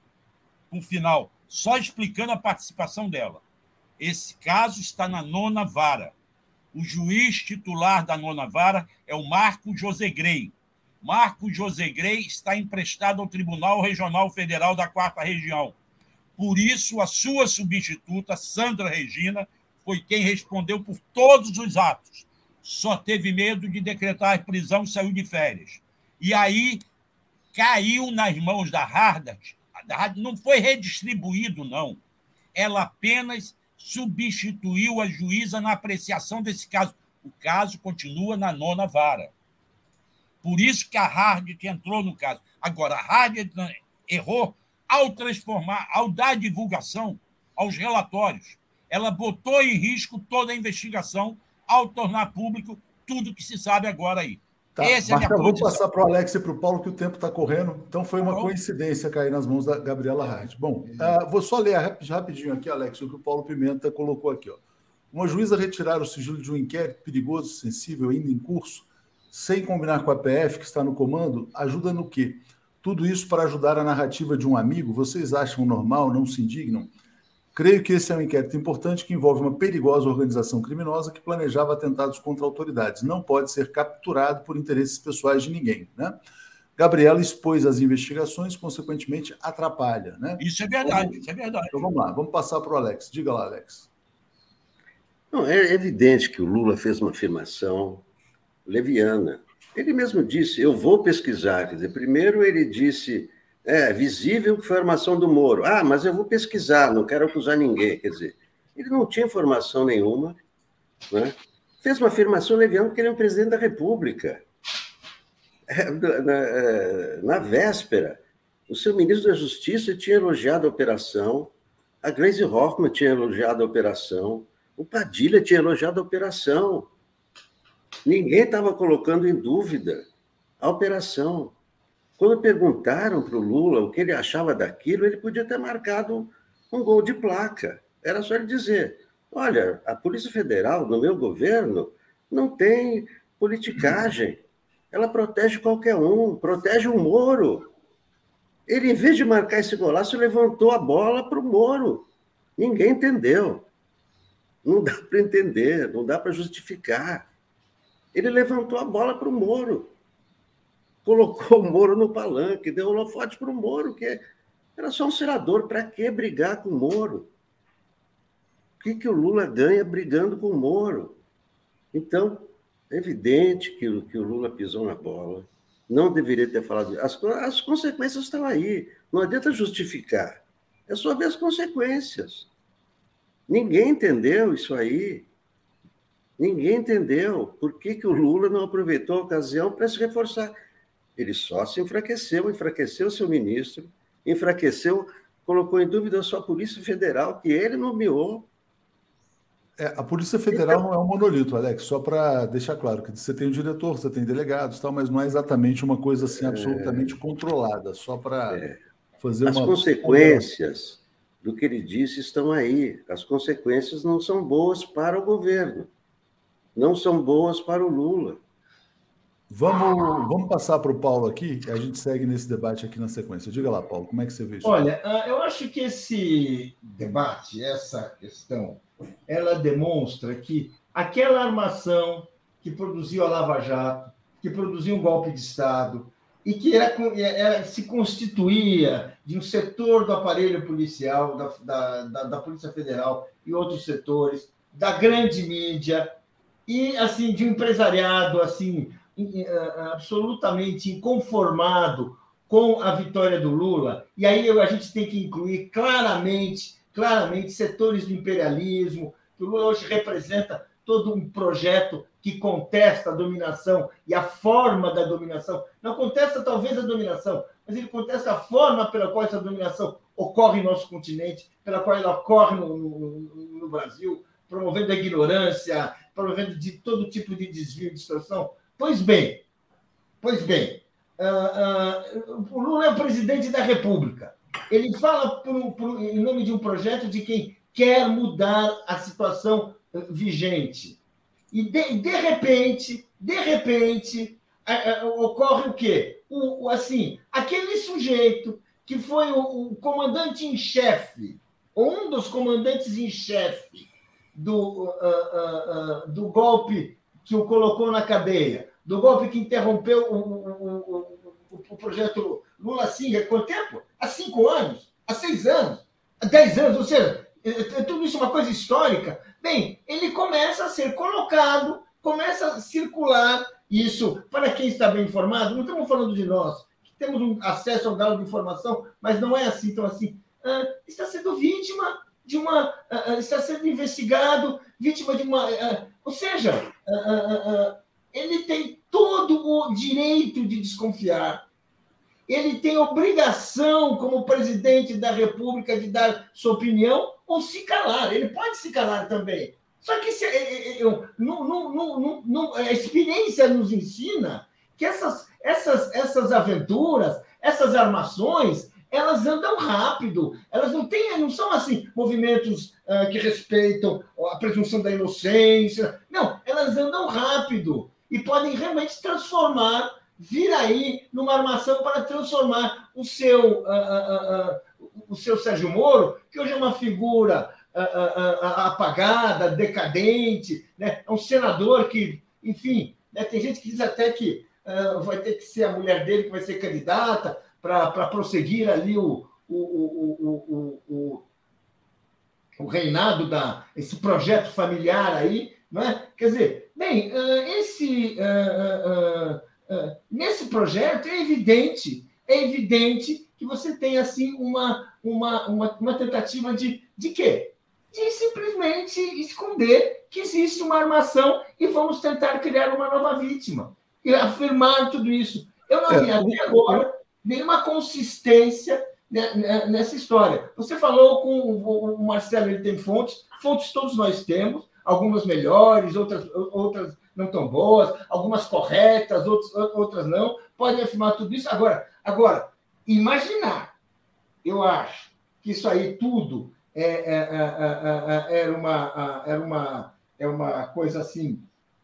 por final, só explicando a participação dela. Esse caso está na nona vara. O juiz titular da nona vara é o Marco José Grey. Marco José Grey está emprestado ao Tribunal Regional Federal da Quarta Região. Por isso, a sua substituta, Sandra Regina, foi quem respondeu por todos os atos. Só teve medo de decretar prisão e saiu de férias. E aí caiu nas mãos da Hardat. Não foi redistribuído, não. Ela apenas substituiu a juíza na apreciação desse caso. O caso continua na nona vara. Por isso que a Hardt entrou no caso. Agora, a Hardt errou ao transformar, ao dar divulgação aos relatórios. Ela botou em risco toda a investigação ao tornar público tudo que se sabe agora aí.
Tá,
Essa é a minha
vou
posição.
passar para o Alex e para o Paulo, que o tempo está correndo. Então, foi uma coincidência cair nas mãos da Gabriela Hardt. Bom, uh, vou só ler rapidinho aqui, Alex, o que o Paulo Pimenta colocou aqui. Ó. Uma juíza retirar o sigilo de um inquérito perigoso, sensível, ainda em curso, sem combinar com a P F, que está no comando, ajuda no quê? Tudo isso para ajudar a narrativa de um amigo? Vocês acham normal? Não se indignam? Creio que esse é um inquérito importante que envolve uma perigosa organização criminosa que planejava atentados contra autoridades. Não pode ser capturado por interesses pessoais de ninguém, né? Gabriela expôs as investigações, consequentemente atrapalha, né?
Isso é verdade, então, isso é verdade.
Então vamos lá, vamos passar para o Alex. Diga lá, Alex.
Não, é evidente que o Lula fez uma afirmação leviana. Ele mesmo disse, eu vou pesquisar. Quer dizer, primeiro ele disse, é visível que foi a armação do Moro. Ah, mas eu vou pesquisar, não quero acusar ninguém. Quer dizer, ele não tinha informação nenhuma, né? Fez uma afirmação leviana porque ele é o presidente da República. Na, na véspera, o seu ministro da Justiça tinha elogiado a operação, a Gleisi Hoffmann tinha elogiado a operação, o Padilha tinha elogiado a operação. Ninguém estava colocando em dúvida a operação. Quando perguntaram para o Lula o que ele achava daquilo, ele podia ter marcado um gol de placa. Era só ele dizer, olha, a Polícia Federal, no meu governo, não tem politicagem. Ela protege qualquer um, protege o Moro. Ele, em vez de marcar esse golaço, levantou a bola para o Moro. Ninguém entendeu. Não dá para entender, não dá para justificar. Ele levantou a bola para o Moro. Colocou o Moro no palanque, deu holofote para o Moro, que era só um senador. Para que brigar com o Moro? O que, que o Lula ganha brigando com o Moro? Então, é evidente que o, que o Lula pisou na bola. Não deveria ter falado. As, as consequências estão aí. Não adianta justificar. É só ver as consequências. Ninguém entendeu isso aí. Ninguém entendeu por que, que o Lula não aproveitou a ocasião para se reforçar. Ele só se enfraqueceu, enfraqueceu seu ministro, enfraqueceu, colocou em dúvida a sua Polícia Federal, que ele nomeou.
É, a Polícia Federal não é um monolito, Alex, só para deixar claro, que você tem o diretor, você tem delegados, tal, mas não é exatamente uma coisa assim absolutamente é... controlada, só para é... fazer
As
uma...
As consequências do que ele disse estão aí. As consequências não são boas para o governo, não são boas para o Lula.
Vamos, vamos passar para o Paulo aqui, e a gente segue nesse debate aqui na sequência. Diga lá, Paulo, como é que você vê isso?
Olha, eu acho que esse debate, essa questão, ela demonstra que aquela armação que produziu a Lava Jato, que produziu um golpe de Estado, e que era, era, se constituía de um setor do aparelho policial, da, da, da, da Polícia Federal e outros setores, da grande mídia, e assim, de um empresariado assim, absolutamente inconformado com a vitória do Lula. E aí a gente tem que incluir claramente, claramente setores do imperialismo, que o Lula hoje representa todo um projeto que contesta a dominação e a forma da dominação. Não contesta talvez a dominação, mas ele contesta a forma pela qual essa dominação ocorre em nosso continente, pela qual ela ocorre no, no, no Brasil, promovendo a ignorância, promovendo de todo tipo de desvio e distorção. Pois bem, pois bem, uh, uh, o Lula é o presidente da República. Ele fala por, por, em nome de um projeto de quem quer mudar a situação vigente. E, de, de repente, de repente, uh, uh, ocorre o quê? O, o, assim, aquele sujeito que foi o, o comandante em chefe, um dos comandantes em chefe do, uh, uh, uh, do golpe que o colocou na cadeia, do golpe que interrompeu o, o, o, o projeto Lula-Silva, quanto tempo? Há cinco anos? Há seis anos? Há dez anos? Ou seja, tudo isso é uma coisa histórica. Bem, ele começa a ser colocado, começa a circular isso, para quem está bem informado, não estamos falando de nós, que temos um acesso ao grau de informação, mas não é assim, então assim, ah, está sendo vítima de uma... Uh, está sendo investigado, vítima de uma... Uh, Ou seja, uh, uh, uh, ele tem todo o direito de desconfiar. Ele tem obrigação, como presidente da República, de dar sua opinião ou se calar. Ele pode se calar também. Só que se, eu, não, não, não, não, a experiência nos ensina que essas, essas, essas aventuras, essas armações, elas andam rápido. Elas não, têm, não são assim movimentos uh, que respeitam a presunção da inocência. Não, elas andam rápido e podem realmente transformar, vir aí numa armação para transformar o seu, uh, uh, uh, o seu Sérgio Moro, que hoje é uma figura uh, uh, uh, apagada, decadente, né? É um senador que, enfim, né? Tem gente que diz até que uh, vai ter que ser a mulher dele que vai ser candidata para prosseguir ali o, o, o, o, o, o reinado, da, esse projeto familiar aí, não é? Quer dizer, bem, uh, esse... Uh, uh, Uh, nesse projeto é evidente, é evidente que você tem assim uma, uma, uma, uma tentativa de, de quê? De simplesmente esconder que existe uma armação e vamos tentar criar uma nova vítima e afirmar tudo isso. Eu não vi é, até agora nenhuma consistência nessa história. Você falou com o Marcelo, ele tem fontes, fontes todos nós temos, algumas melhores, outras, outras não tão boas, algumas corretas, outras, outras não, podem afirmar tudo isso. Agora, agora, imaginar, eu acho que isso aí tudo é, é, é, é, é, uma, é, uma, é uma coisa assim,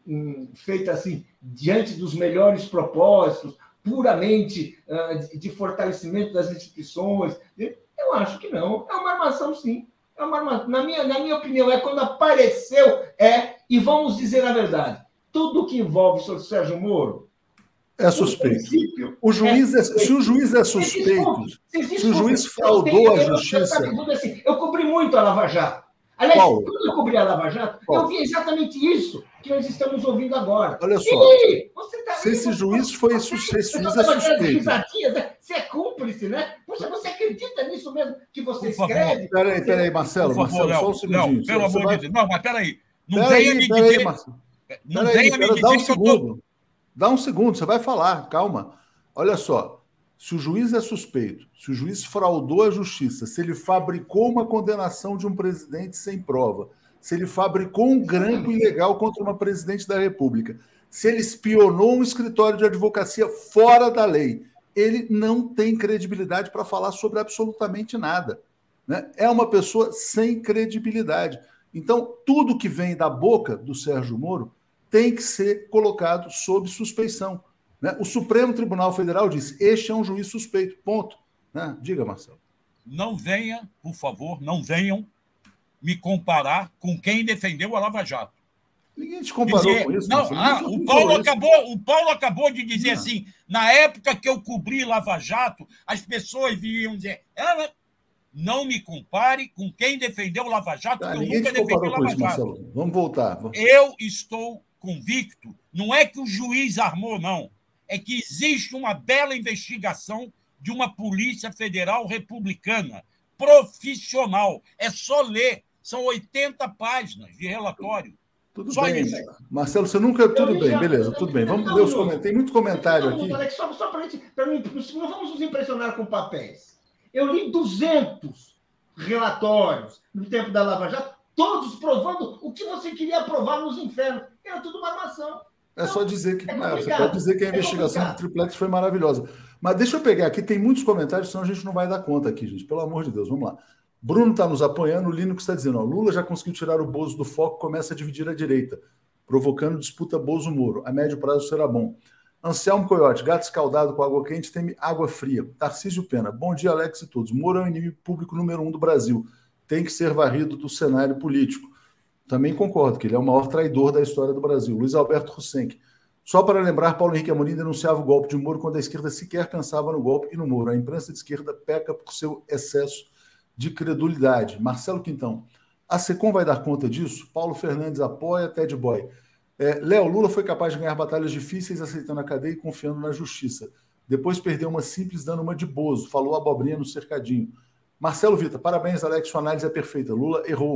feita assim, diante dos melhores propósitos, puramente uh, de fortalecimento das instituições, eu acho que não. É uma armação, sim. É uma armação. Na minha, na minha opinião, é quando apareceu, é, e vamos dizer a verdade, tudo que envolve o senhor Sérgio Moro
é suspeito. O juiz é, se o juiz é suspeito, se o juiz fraudou a justiça...
Eu, eu, assim, eu cobri muito a Lava Jato. Aliás, Qual? quando eu cobri a Lava Jato, Qual? eu vi exatamente isso que nós estamos ouvindo agora.
Olha só, e, você tá, se esse juiz foi você, se esse juiz é suspeito...
Né? Você é cúmplice, né? Poxa, você acredita nisso mesmo que você
Por
escreve?
Peraí, peraí, Marcelo,
Por favor,
Marcelo, só um segundinho.
Não, pelo amor vai... de Deus. Não, mas peraí. Não
pera
venha
aí,
me
pera
dizer...
Aí, Marcelo.
Não
pera
venha
aí,
me
pera,
dizer
dá um
que
segundo.
eu tô...
Dá um segundo, você vai falar, calma. Olha só, se o juiz é suspeito, se o juiz fraudou a justiça, se ele fabricou uma condenação de um presidente sem prova, se ele fabricou um grampo ilegal contra uma presidente da República, se ele espionou um escritório de advocacia fora da lei, ele não tem credibilidade para falar sobre absolutamente nada. Né? É uma pessoa sem credibilidade. Então, tudo que vem da boca do Sérgio Moro tem que ser colocado sob suspeição. Né? O Supremo Tribunal Federal disse, este é um juiz suspeito, ponto. Né? Diga, Marcelo.
Não venha, por favor, não venham me comparar com quem defendeu a Lava Jato.
Ninguém te comparou
dizer,
com isso.
Não, ah, o, Paulo acabou, o Paulo acabou de dizer não. assim, na época que eu cobri Lava Jato, as pessoas iam dizer, ela não me compare com quem defendeu o Lava Jato,
ah,
porque eu nunca defendi o Lava
isso,
Jato.
Marcelo. Vamos voltar. Vamos...
Eu estou convicto, não é que o juiz armou, não, é que existe uma bela investigação de uma Polícia Federal republicana, profissional. É só ler, são oitenta páginas de relatório.
Tudo
só
bem,
isso.
Marcelo, você nunca... Tudo bem, beleza, tudo bem. Vamos ler os comentários. Tem muito comentário aqui.
Alex, só só para gente... Não vamos nos impressionar com papéis. Eu li duzentos relatórios no tempo da Lava Jato, todos provando o que você queria provar nos infernos. Era tudo uma armação.
É só dizer que... É não, você pode dizer que a investigação é do Triplex foi maravilhosa. Mas deixa eu pegar aqui, tem muitos comentários, senão a gente não vai dar conta aqui, gente. Pelo amor de Deus, vamos lá. Bruno está nos apoiando, o Lino que está dizendo, ó, Lula já conseguiu tirar o Bozo do foco, começa a dividir a direita, provocando disputa Bozo-Moro. A médio prazo será bom. Anselmo Coyote, gato escaldado com água quente, teme água fria. Tarcísio Pena, bom dia, Alex e todos. Moro é o inimigo público número um do Brasil. Tem que ser varrido do cenário político. Também concordo que ele é o maior traidor da história do Brasil. Luiz Alberto Rosenck. Só para lembrar, Paulo Henrique Amorim denunciava o golpe de Moro quando a esquerda sequer pensava no golpe e no Moro. A imprensa de esquerda peca por seu excesso de credulidade. Marcelo Quintão. A SECOM vai dar conta disso? Paulo Fernandes apoia, Ted Boy. É, Léo, Lula foi capaz de ganhar batalhas difíceis aceitando a cadeia e confiando na justiça. Depois perdeu uma simples dando uma de Bozo. Falou abobrinha no cercadinho. Marcelo Vita, parabéns, Alex, sua análise é perfeita. Lula errou.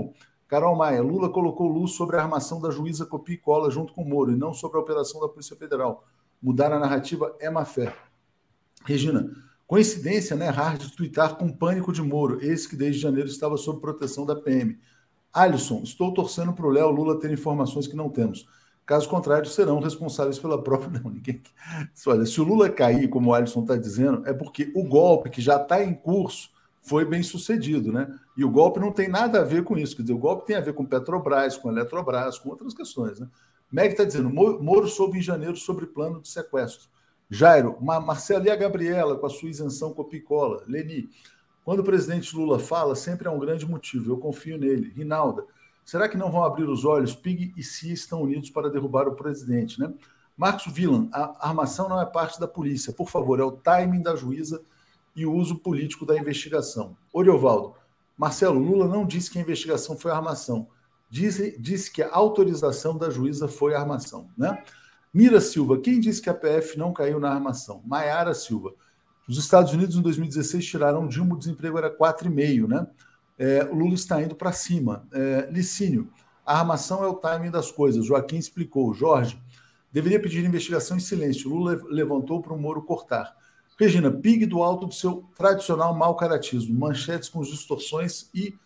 Carol Maia, Lula colocou luz sobre a armação da juíza copia e cola junto com o Moro, e não sobre a operação da Polícia Federal. Mudar a narrativa é má fé. Regina, coincidência, né? Hard twittar com pânico de Moro, esse que desde janeiro estava sob proteção da P M. Alisson, estou torcendo para o Léo Lula ter informações que não temos. Caso contrário, serão responsáveis pela própria... Não, ninguém... Olha, se o Lula cair, como o Alisson está dizendo, é porque o golpe que já está em curso foi bem sucedido, né? E o golpe não tem nada a ver com isso. Quer dizer, o golpe tem a ver com Petrobras, com Eletrobras, com outras questões, né? Meg está dizendo, Moro soube em janeiro sobre plano de sequestro. Jairo, Marcelo e a Gabriela com a sua isenção copicola. Leni, quando o presidente Lula fala, sempre há um grande motivo. Eu confio nele. Rinalda, será que não vão abrir os olhos? Pig e Cia estão unidos para derrubar o presidente, né? Marcos Villan, a armação não é parte da polícia. Por favor, é o timing da juíza e o uso político da investigação. Oriovaldo, Marcelo, Lula não disse que a investigação foi armação. Disse, disse que a autorização da juíza foi armação, né? Mira Silva, quem disse que a P F não caiu na armação? Maiara Silva, os Estados Unidos em dois mil e dezesseis tiraram Dilma, o desemprego era quatro vírgula cinco, né? É, o Lula está indo para cima. É, Licínio, a armação é o timing das coisas. Joaquim explicou. Jorge, deveria pedir investigação em silêncio. Lula levantou para o Moro cortar. Regina, Pig do alto do seu tradicional mau caratismo, manchetes com distorções e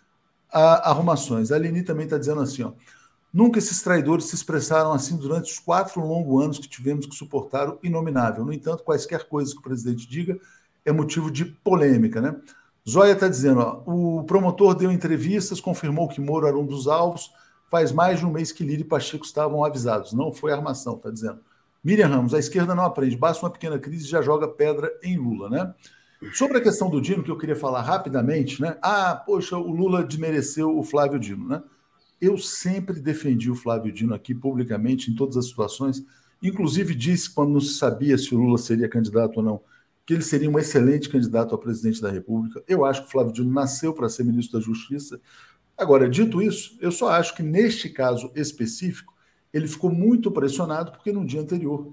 a, arrumações. A Leni também está dizendo assim, ó, nunca esses traidores se expressaram assim durante os quatro longos anos que tivemos que suportar o inominável. No entanto, quaisquer coisas que o presidente diga é motivo de polêmica, né? Zóia está dizendo, ó, o promotor deu entrevistas, confirmou que Moro era um dos alvos, faz mais de um mês que Lira e Pacheco estavam avisados. Não foi armação, está dizendo. Miriam Ramos, a esquerda não aprende, basta uma pequena crise e já joga pedra em Lula, né? Sobre a questão do Dino, que eu queria falar rapidamente, né? Ah, poxa, o Lula desmereceu o Flávio Dino, né? Eu sempre defendi o Flávio Dino aqui publicamente, em todas as situações, inclusive disse, quando não se sabia se o Lula seria candidato ou não, que ele seria um excelente candidato a presidente da República. Eu acho que o Flávio Dino nasceu para ser ministro da Justiça. Agora, dito isso, eu só acho que neste caso específico, ele ficou muito pressionado porque no dia anterior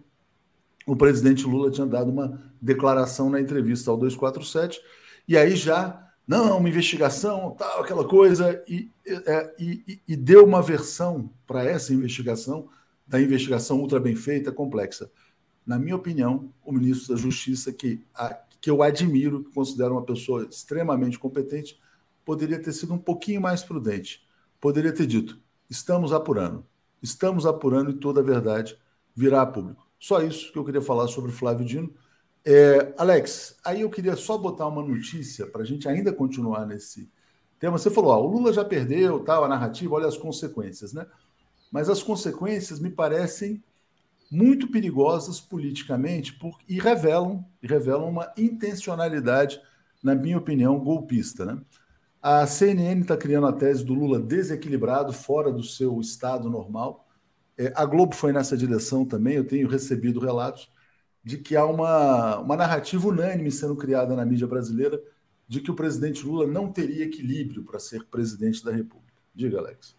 o presidente Lula tinha dado uma declaração na entrevista ao duzentos e quarenta e sete e aí já, não, uma investigação, tal, aquela coisa, e, é, e, e deu uma versão para essa investigação, da investigação ultra bem feita, complexa. Na minha opinião, o ministro da Justiça, que, a, que eu admiro, que considero uma pessoa extremamente competente, poderia ter sido um pouquinho mais prudente. Poderia ter dito, estamos apurando. Estamos apurando e toda a verdade virá a público. Só isso que eu queria falar sobre o Flávio Dino. É, Alex, aí eu queria só botar uma notícia para a gente ainda continuar nesse tema. Você falou, ó, o Lula já perdeu, tal, a narrativa, olha as consequências, né? Mas as consequências me parecem muito perigosas politicamente por, e, revelam, e revelam uma intencionalidade, na minha opinião, golpista, né? A C N N está criando a tese do Lula desequilibrado, fora do seu estado normal. É, a Globo foi nessa direção também. Eu tenho recebido relatos de que há uma, uma narrativa unânime sendo criada na mídia brasileira de que o presidente Lula não teria equilíbrio para ser presidente da República. Diga, Alex.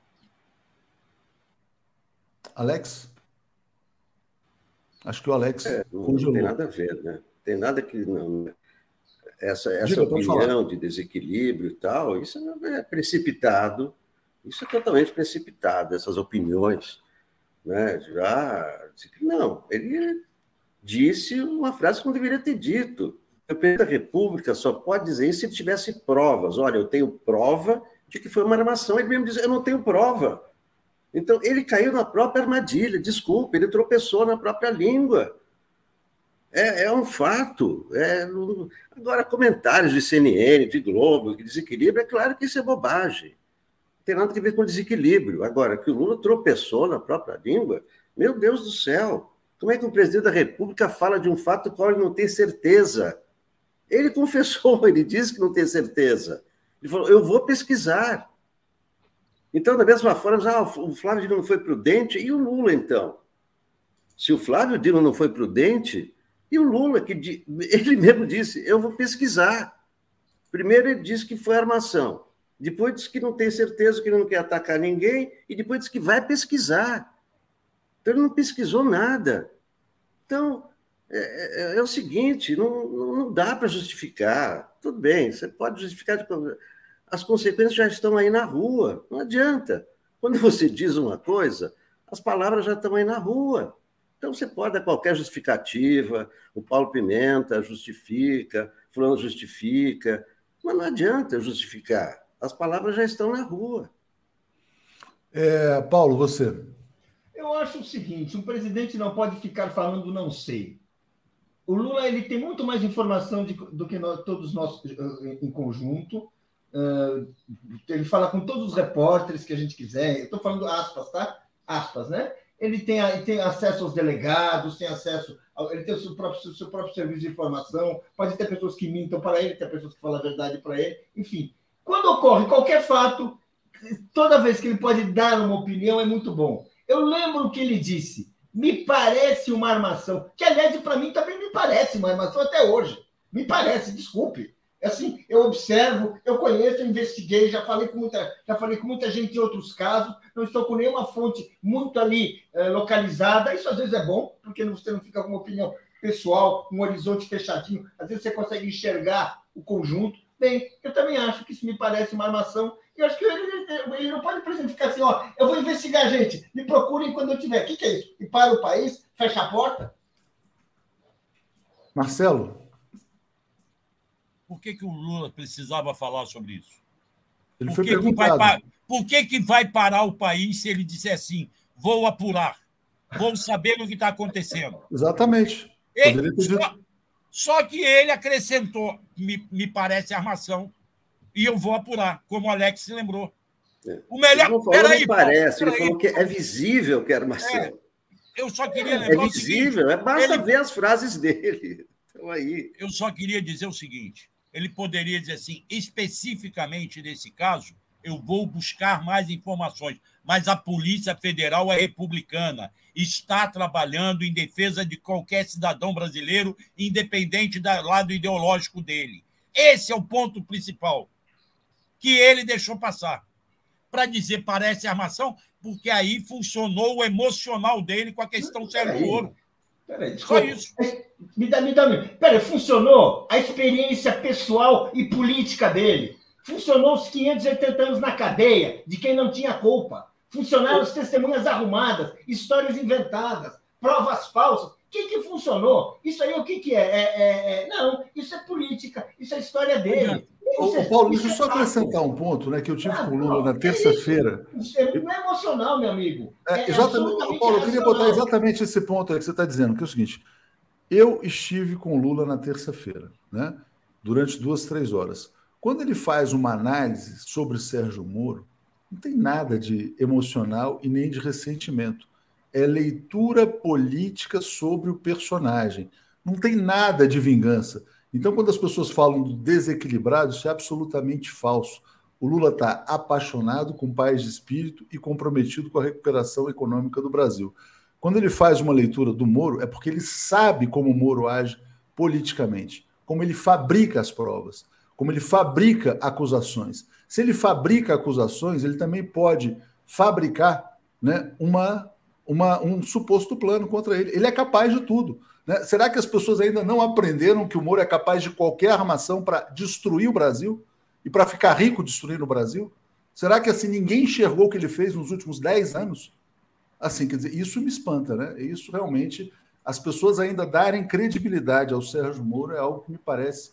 Alex? Acho que o Alex
é, não,
congelou.
Não tem nada a ver, né? Tem nada que... não. Essa, essa
Diga,
opinião de desequilíbrio e tal, isso é precipitado, isso é totalmente precipitado, essas opiniões, né? Já, não, ele disse uma frase que não deveria ter dito. O presidente da República só pode dizer isso se ele tivesse provas. Olha, eu tenho prova de que foi uma armação. Ele mesmo diz, eu não tenho prova. Então, ele caiu na própria armadilha, desculpa, ele tropeçou na própria língua. É, é um fato. É, não... Agora, comentários de C N N, de Globo, de desequilíbrio, é claro que isso é bobagem. Não tem nada a ver com desequilíbrio. Agora, que o Lula tropeçou na própria língua, meu Deus do céu, como é que o presidente da República fala de um fato do qual ele não tem certeza? Ele confessou, ele disse que não tem certeza. Ele falou, eu vou pesquisar. Então, da mesma forma, ah, o Flávio Dino não foi prudente, e o Lula, então? Se o Flávio Dino não foi prudente... E o Lula, que ele mesmo disse, eu vou pesquisar. Primeiro ele disse que foi armação, depois disse que não tem certeza, que ele não quer atacar ninguém, e depois disse que vai pesquisar. Então ele não pesquisou nada. Então, é, é, é o seguinte, não, não dá para justificar. Tudo bem, você pode justificar, de... As consequências já estão aí na rua. Não adianta. Quando você diz uma coisa, as palavras já estão aí na rua. Então, você pode dar qualquer justificativa, o Paulo Pimenta justifica, fulano justifica, mas não adianta justificar. As palavras já estão na rua.
É, Paulo, você?
Eu acho o seguinte, o presidente não pode ficar falando não sei. O Lula ele tem muito mais informação de, do que nós, todos nós em conjunto. Uh, ele fala com todos os repórteres que a gente quiser. Eu estou falando aspas, tá? Aspas, né? Ele tem, tem acesso aos delegados, tem acesso... Ao, ele tem o seu próprio, seu próprio serviço de informação. Pode ter pessoas que mintam para ele, tem pessoas que falam a verdade para ele. Enfim, quando ocorre qualquer fato, toda vez que ele pode dar uma opinião, é muito bom. Eu lembro o que ele disse. Me parece uma armação. Que, aliás, para mim também me parece uma armação até hoje. Me parece, desculpe. Assim, eu observo, eu conheço, eu investiguei, já falei com muita, já falei com muita gente em outros casos, não estou com nenhuma fonte muito ali eh, localizada. Isso às vezes é bom, porque você não fica com uma opinião pessoal, um horizonte fechadinho. Às vezes você consegue enxergar o conjunto. Bem, eu também acho que isso me parece uma armação. E acho que ele, ele não pode, por exemplo, ficar assim, ó, eu vou investigar, gente, me procurem quando eu tiver. O que, que é isso? E para o país, fecha a porta?
Marcelo?
Por que, que o Lula precisava falar sobre isso?
Ele
por
foi
que
perguntado.
Que vai, por que, que vai parar o país se ele disser assim, vou apurar, vou saber o que está acontecendo?
Exatamente.
Ele, só, só que ele acrescentou, me, me parece, armação, e eu vou apurar, como o Alex se lembrou.
É.
O melhor...
Ele não falou,
peraí,
não parece,
peraí.
ele falou que é visível que era armação. É,
eu só queria lembrar
é visível,
o seguinte,
é basta
ele...
ver as frases dele. Então, aí...
Eu só queria dizer o seguinte, ele poderia dizer assim, especificamente nesse caso, eu vou buscar mais informações, mas a Polícia Federal é republicana, está trabalhando em defesa de qualquer cidadão brasileiro, independente do lado ideológico dele. Esse é o ponto principal que ele deixou passar. Para dizer parece armação, porque aí funcionou o emocional dele com a questão Sérgio Moro.
Peraí, desculpa. Só isso. Me dá, me dá. Peraí, funcionou a experiência pessoal e política dele. Funcionou os quinhentos e oitenta anos na cadeia, de quem não tinha culpa. Funcionaram as testemunhas arrumadas, histórias inventadas, provas falsas. O que, que funcionou? Isso aí o que, que é? É, é, é? Não, isso é política, isso é história dele.
Ô,
é,
Paulo, deixa eu só acrescentar um ponto, né, que eu tive ah, com o Lula na terça-feira.
Isso, isso não é emocional, meu amigo.
É, é exatamente, Paulo, eu queria botar exatamente esse ponto aí que você está dizendo, que é o seguinte: eu estive com o Lula na terça-feira, né, durante duas, três horas. Quando ele faz uma análise sobre Sérgio Moro, não tem nada de emocional e nem de ressentimento. É leitura política sobre o personagem. Não tem nada de vingança. Então, quando as pessoas falam do desequilibrado, isso é absolutamente falso. O Lula está apaixonado, com paz de espírito e comprometido com a recuperação econômica do Brasil. Quando ele faz uma leitura do Moro, é porque ele sabe como o Moro age politicamente, como ele fabrica as provas, como ele fabrica acusações. Se ele fabrica acusações, ele também pode fabricar, né, uma, uma, um suposto plano contra ele. Ele é capaz de tudo. Né? Será que as pessoas ainda não aprenderam que o Moro é capaz de qualquer armação para destruir o Brasil e para ficar rico destruindo o Brasil? Será que assim ninguém enxergou o que ele fez nos últimos dez anos? Assim, quer dizer, isso me espanta, né? Isso realmente, as pessoas ainda darem credibilidade ao Sérgio Moro é algo que me parece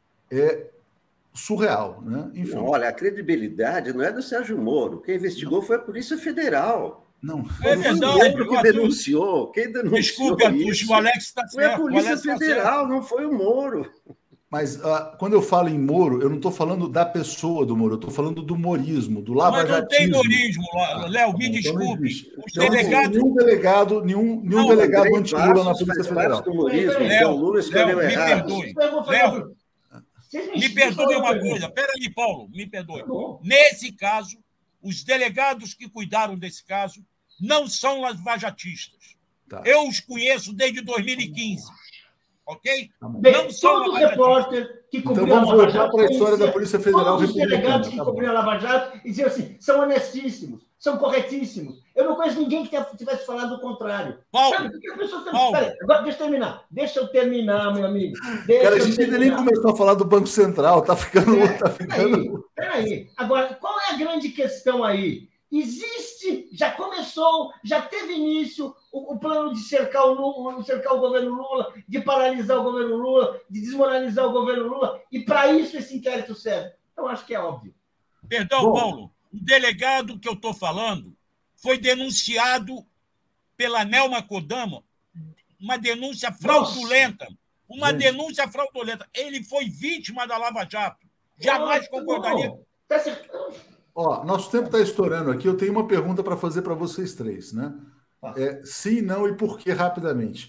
é surreal, né? Enfim.
Não, olha, a credibilidade não é do Sérgio Moro. Quem investigou foi a Polícia Federal.
Não,
é verdade.
O que denunciou. Quem denunciou
Desculpe, Arthur, o Alex está certo.
Foi a Polícia Federal, tá, não foi o Moro.
Mas uh, quando eu falo em Moro, eu não estou falando da pessoa do Moro, eu estou falando do morismo, do lava-jatismo.
Mas não tem morismo, Léo, me desculpe. Os
então,
delegados...
Nenhum delegado, nenhum, nenhum não, delegado anti-Lula na Polícia Federal.
Do morismo,
Léo,
então, Lula escolheu
Léo,
errado.
Me perdoe. Léo, me perdoe uma coisa. Peraí, Paulo, me perdoe. Nesse caso, os delegados que cuidaram desse caso não são lavajatistas. Tá. Eu os conheço desde dois mil e quinze. Ok?
Bem, não são todo repórter que cobriu
então,
a Lava Jato...
para a história da Polícia Federal
todos os delegados que tá cobriram a Lava Jato e diziam assim, são honestíssimos, são corretíssimos. Eu não conheço ninguém que tivesse falado o contrário.
Paulo,
Sabe, porque as pessoas têm...
Paulo.
Peraí, agora deixa eu terminar. Deixa eu terminar, meu amigo. Deixa
Cara, a gente ainda nem começou a falar do Banco Central. Tá ficando...
É,
tá ficando...
Peraí, peraí. Agora, qual é a grande questão aí? Existe, já começou, já teve início o, o plano de cercar o, Lula, cercar o governo Lula, de paralisar o governo Lula, de desmoralizar o governo Lula, e para isso esse inquérito serve. Então, acho que é óbvio.
Perdão, Bom, Paulo, o delegado que eu estou falando foi denunciado pela Nelma Kodama, uma denúncia fraudulenta, Nossa. uma Gente. denúncia fraudulenta. Ele foi vítima da Lava Jato. Jamais Nossa, concordaria.
Tá certo.
Ó, nosso tempo está estourando aqui. Eu tenho uma pergunta para fazer para vocês três, né? É, sim, não e por que, rapidamente.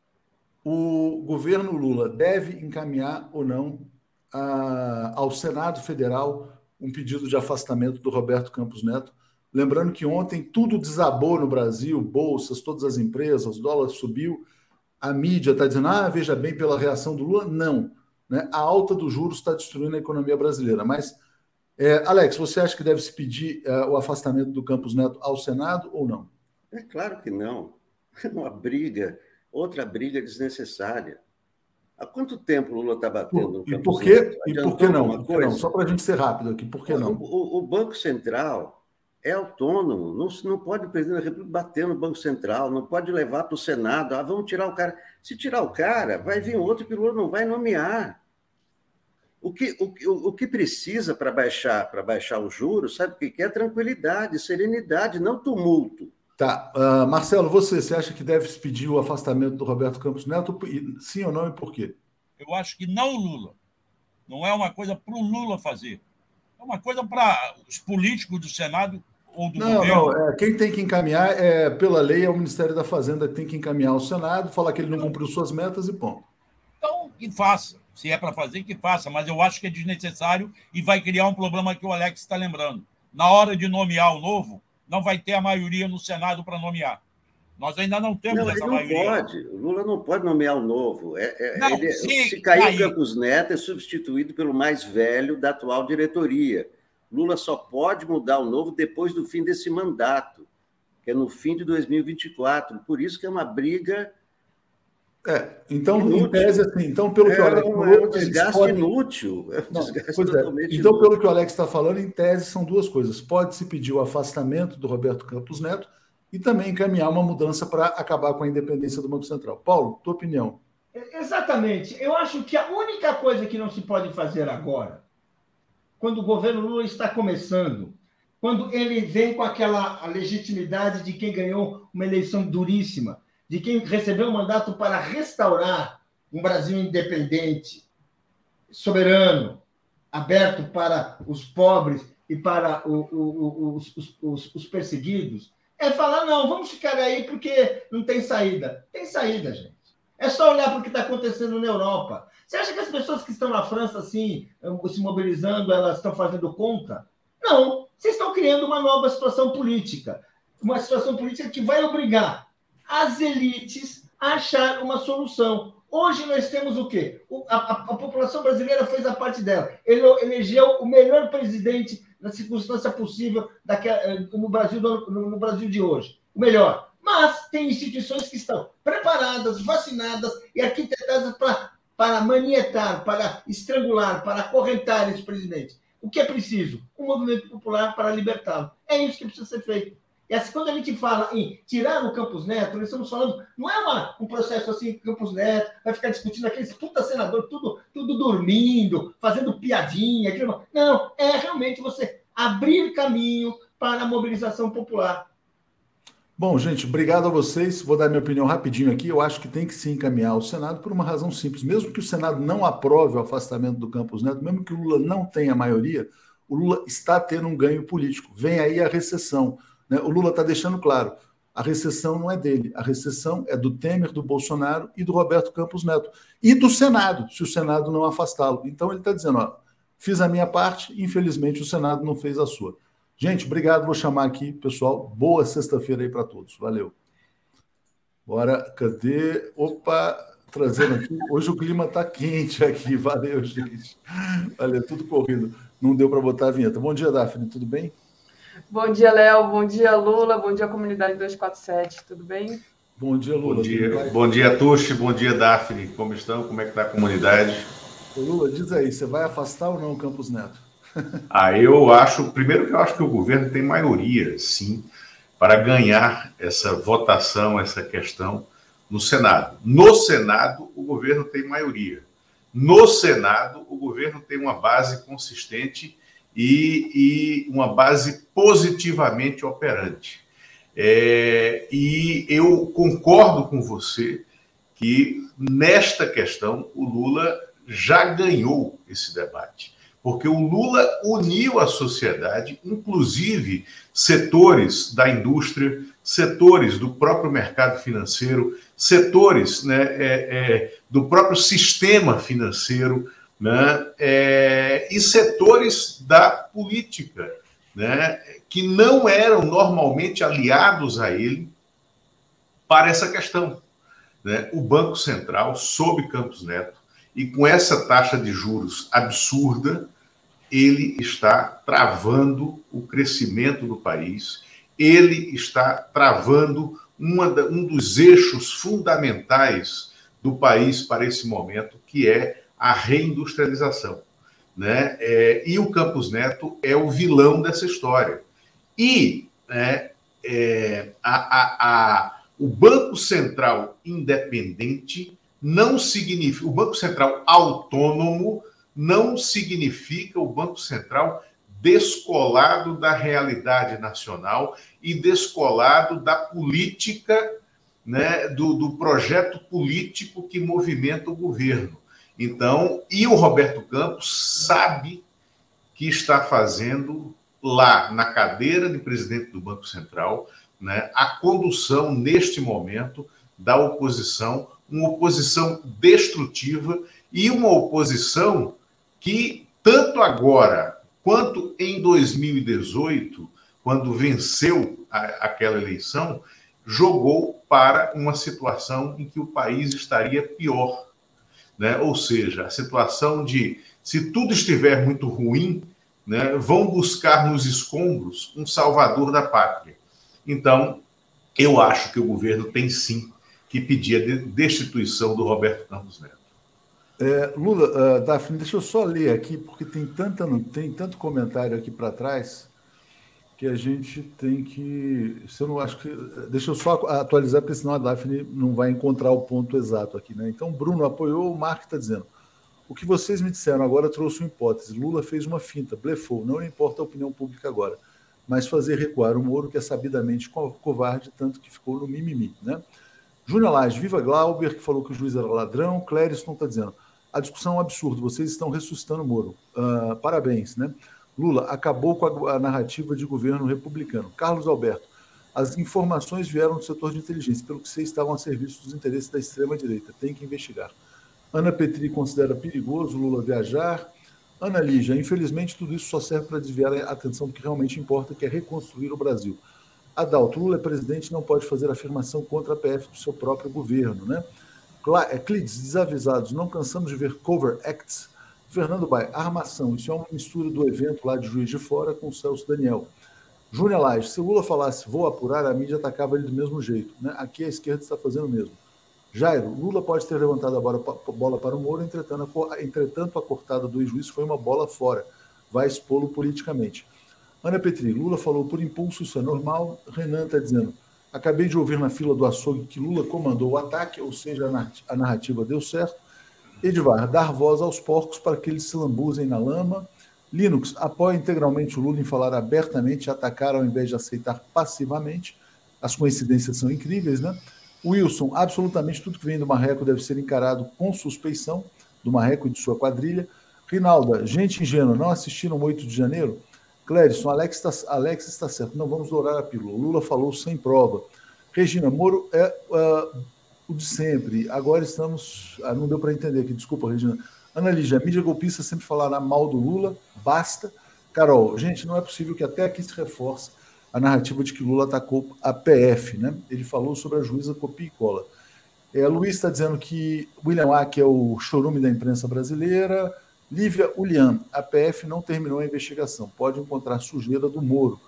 O governo Lula deve encaminhar ou não a, ao Senado Federal um pedido de afastamento do Roberto Campos Neto? Lembrando que ontem tudo desabou no Brasil, bolsas, todas as empresas, o dólar subiu, a mídia está dizendo, ah, veja bem, pela reação do Lula. Não, né? A alta dos juros está destruindo a economia brasileira, mas... É, Alex, você acha que deve se pedir uh, o afastamento do Campos Neto ao Senado ou não?
É claro que não. Uma briga, outra briga desnecessária. Há quanto tempo o Lula está batendo no
e
Campos
por que,
Neto?
E por que não? Por não? Só para a gente ser rápido aqui, por que não?
O, o Banco Central é autônomo, não, não pode o presidente da República bater no Banco Central, não pode levar para o Senado, ah, vamos tirar o cara. Se tirar o cara, vai vir outro que o Lula não vai nomear. O que, o, o que precisa para baixar, para baixar os juros, sabe o que é? Tranquilidade, serenidade, não tumulto.
Tá. Uh, Marcelo, você, você acha que deve se pedir o afastamento do Roberto Campos Neto? Sim ou não e por quê?
Eu acho que não o Lula. Não é uma coisa para o Lula fazer. É uma coisa para os políticos do Senado ou do
não,
governo.
Não, é, quem tem que encaminhar, é, pela lei, é o Ministério da Fazenda que tem que encaminhar ao Senado, falar que ele não cumpriu suas metas e ponto.
Então, que faça. Se é para fazer, que faça, mas eu acho que é desnecessário e vai criar um problema que o Alex está lembrando. Na hora de nomear o novo, não vai ter a maioria no Senado para nomear. Nós ainda não temos
não,
essa
não
maioria.
Pode. O Lula não pode nomear o novo. É, é,
não,
ele,
se,
se cair
cair
o Campos Neto, é substituído pelo mais velho da atual diretoria. Lula só pode mudar o novo depois do fim desse mandato, que é no fim de dois mil e vinte e quatro. Por isso que é uma briga...
É, então, inútil. Em tese, assim, então, pelo
é,
que o Alex
falou, é um desgaste podem... inútil. É um
Não,
desgaste
pois
totalmente
é. Então,
inútil.
pelo que o Alex está falando, em tese, são duas coisas. Pode-se pedir o afastamento do Roberto Campos Neto e também encaminhar uma mudança para acabar com a independência do Banco Central. Paulo, tua opinião?
Exatamente. Eu acho que a única coisa que não se pode fazer agora, quando o governo Lula está começando, quando ele vem com aquela legitimidade de quem ganhou uma eleição duríssima, de quem recebeu o mandato para restaurar um Brasil independente, soberano, aberto para os pobres e para o, o, os, os, os perseguidos, é falar, não, vamos ficar aí porque não tem saída. Tem saída, gente. É só olhar para o que está acontecendo na Europa. Você acha que as pessoas que estão na França, assim, se mobilizando, elas estão fazendo conta? Não. Vocês estão criando uma nova situação política. Uma situação política que vai obrigar as elites a achar uma solução. Hoje nós temos o quê? A, a, a população brasileira fez a parte dela. Ele elegeu o melhor presidente na circunstância possível daquela, no, Brasil, no, no Brasil de hoje. O melhor. Mas tem instituições que estão preparadas, vacinadas e arquitetadas para, para manietar, para estrangular, para acorrentar esse presidente. O que é preciso? Um movimento popular para libertá-lo. É isso que precisa ser feito. E assim, quando a gente fala em tirar o Campos Neto, nós estamos falando, não é uma, um processo assim, Campos Neto vai ficar discutindo aqueles puta senador, tudo, tudo dormindo, fazendo piadinha. Aquilo. Não, é realmente você abrir caminho para a mobilização popular.
Bom, gente, obrigado a vocês. Vou dar minha opinião rapidinho aqui. Eu acho que tem que se encaminhar ao Senado por uma razão simples. Mesmo que o Senado não aprove o afastamento do Campos Neto, mesmo que o Lula não tenha maioria, o Lula está tendo um ganho político. Vem aí a recessão. O Lula está deixando claro, a recessão não é dele, a recessão é do Temer, do Bolsonaro e do Roberto Campos Neto. E do Senado, se o Senado não afastá-lo. Então ele está dizendo, ó, fiz a minha parte, infelizmente o Senado não fez a sua. Gente, obrigado, vou chamar aqui, pessoal. Boa sexta-feira aí para todos. Valeu. Bora, cadê? Opa, trazendo aqui. Hoje o clima está quente aqui. Valeu, gente. Valeu, tudo corrido. Não deu para botar a vinheta. Bom dia, Daphne, tudo bem?
Bom dia, Léo. Bom dia, Lula. Bom dia, comunidade duzentos e quarenta e sete. Tudo bem?
Bom dia, Lula.
Bom dia, bom dia, Tuxi. Bom dia, Daphne. Como estão? Como é que está a comunidade?
Ô, Lula, diz aí, você vai afastar ou não o Campos Neto?
Ah, eu acho... Primeiro que eu acho que o governo tem maioria, sim, para ganhar essa votação, essa questão no Senado. No Senado, o governo tem maioria. No Senado, o governo tem uma base consistente e, e uma base positivamente operante. É, e eu concordo com você que, nesta questão, o Lula já ganhou esse debate. Porque o Lula uniu a sociedade, inclusive setores da indústria, setores do próprio mercado financeiro, setores, né, é, é, do próprio sistema financeiro, né, é, e setores da política, né, que não eram normalmente aliados a ele para essa questão. Né? O Banco Central, sob Campos Neto, e com essa taxa de juros absurda, ele está travando o crescimento do país, ele está travando uma da, um dos eixos fundamentais do país para esse momento, que é a reindustrialização. Né? É, e o Campos Neto é o vilão dessa história. E é, é, a, a, a, o Banco Central independente não significa... O Banco Central autônomo não significa o Banco Central descolado da realidade nacional e descolado da política, né, do, do projeto político que movimenta o governo. Então, e o Roberto Campos sabe que está fazendo lá na cadeira de presidente do Banco Central, né, a condução, neste momento, da oposição, uma oposição destrutiva e uma oposição que, tanto agora quanto em dois mil e dezoito, quando venceu a, aquela eleição, jogou para uma situação em que o país estaria pior. Né? Ou seja, a situação de, se tudo estiver muito ruim, né, vão buscar nos escombros um salvador da pátria. Então, eu acho que o governo tem sim que pedir a destituição do Roberto Campos Neto.
É, Lula, uh, Daphne, deixa eu só ler aqui, porque tem, tanta, tem tanto comentário aqui para trás que a gente tem que... Se eu não acho que... Deixa eu só atualizar, porque senão a Daphne não vai encontrar o ponto exato aqui. Né? Então, Bruno apoiou, o Marco está dizendo: o que vocês me disseram agora trouxe uma hipótese. Lula fez uma finta, blefou, não importa a opinião pública agora, mas fazer recuar o Moro, que é sabidamente covarde, tanto que ficou no mimimi. Né? Júnior Lage, viva Glauber, que falou que o juiz era ladrão. Clériston está dizendo: a discussão é um absurdo, vocês estão ressuscitando o Moro. Uh, parabéns, né? Lula acabou com a, a narrativa de governo republicano. Carlos Alberto, as informações vieram do setor de inteligência, pelo que vocês estavam a serviço dos interesses da extrema-direita. Tem que investigar. Ana Petri considera perigoso Lula viajar. Ana Lígia, infelizmente tudo isso só serve para desviar a atenção do que realmente importa, que é reconstruir o Brasil. Adalto, Lula é presidente e não pode fazer afirmação contra a P F do seu próprio governo, né? Clides, desavisados, não cansamos de ver cover acts. Fernando Bai, armação, isso é uma mistura do evento lá de Juiz de Fora com o Celso Daniel. Júnior Lage, se o Lula falasse vou apurar, a mídia atacava ele do mesmo jeito. Né? Aqui a esquerda está fazendo o mesmo. Jairo, Lula pode ter levantado a bola para o Moro, entretanto a, entretanto, a cortada do juiz foi uma bola fora. Vai expô-lo politicamente. Ana Petri, Lula falou por impulso, isso é normal. Renan está dizendo: acabei de ouvir na fila do açougue que Lula comandou o ataque, ou seja, a narrativa deu certo. Edvar, dar voz aos porcos para que eles se lambuzem na lama. Linux, apoia integralmente o Lula em falar abertamente e atacar ao invés de aceitar passivamente. As coincidências são incríveis, né? Wilson, absolutamente tudo que vem do Marreco deve ser encarado com suspeição, do Marreco e de sua quadrilha. Rinalda, gente ingênua, não assistiram o oito de janeiro? Clériston, Alex está, Alex está certo, não vamos dourar a pílula. Lula falou sem prova. Regina, Moro é uh, o de sempre. Agora estamos... Ah, não deu para entender aqui, desculpa, Regina. Ana Lígia, a mídia golpista sempre falará mal do Lula, basta. Carol, gente, não é possível que até aqui se reforce a narrativa de que Lula atacou a P F, né? Ele falou sobre a juíza copia e cola. É, Luiz está dizendo que William Wack é o chorume da imprensa brasileira. Lívia Ulian, a P F não terminou a investigação, pode encontrar sujeira do Moro.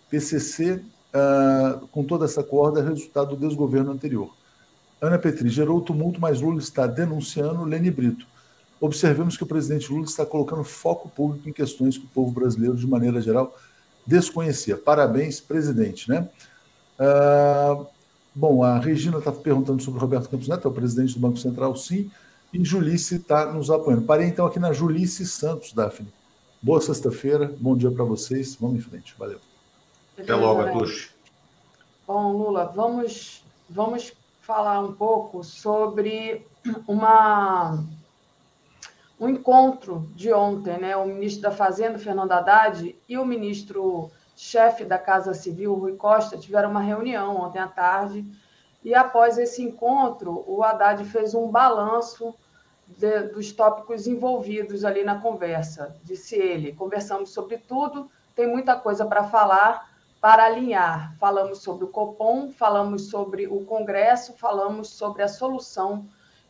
P C C, uh, com toda essa corda, é resultado do desgoverno anterior. Ana Petri, gerou tumulto, mas Lula está denunciando. Leni Brito, observemos que o presidente Lula está colocando foco público em questões que o povo brasileiro, de maneira geral, desconhecia. Parabéns, presidente, né? Uh, bom, a Regina está perguntando sobre o Roberto Campos Neto, é o presidente do Banco Central, sim, e Julice está nos apoiando. Parei então aqui na Julice Santos, Daphne. Boa sexta-feira, bom dia para vocês, vamos em frente, valeu.
Até logo, Atush.
Bom, Lula, vamos, vamos falar um pouco sobre uma, um encontro de ontem, né? O ministro da Fazenda, Fernando Haddad, e o ministro-chefe da Casa Civil, Rui Costa, tiveram uma reunião ontem à tarde, e após esse encontro, o Haddad fez um balanço de, dos tópicos envolvidos ali na conversa. Disse ele, conversamos sobre tudo, tem muita coisa para falar, para alinhar. Falamos sobre o Copom, falamos sobre o Congresso, falamos sobre a solução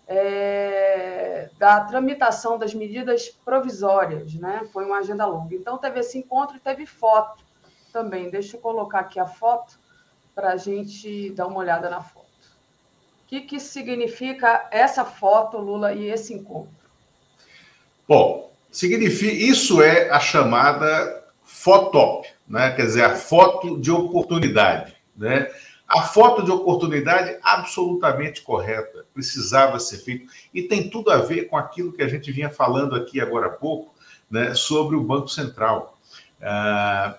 é, da tramitação das medidas provisórias, né? Foi uma agenda longa. Então, teve esse encontro e teve foto também. Deixa eu colocar aqui a foto para a gente dar uma olhada na foto. O que, que significa essa foto, Lula, e esse encontro?
Bom, significa, isso é a chamada fotop, né? Quer dizer, a foto de oportunidade, né? A foto de oportunidade absolutamente correta, precisava ser feito, e tem tudo a ver com aquilo que a gente vinha falando aqui agora há pouco, né, sobre o Banco Central. Ah,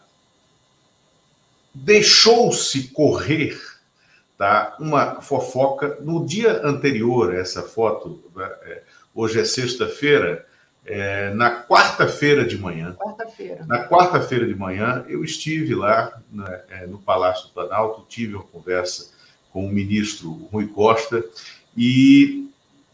deixou-se correr, tá, uma fofoca no dia anterior, essa foto, hoje é sexta-feira, é, na quarta-feira de manhã.
Quarta-feira.
Na quarta-feira de manhã, eu estive lá, né, no Palácio do Planalto, tive uma conversa com o ministro Rui Costa, e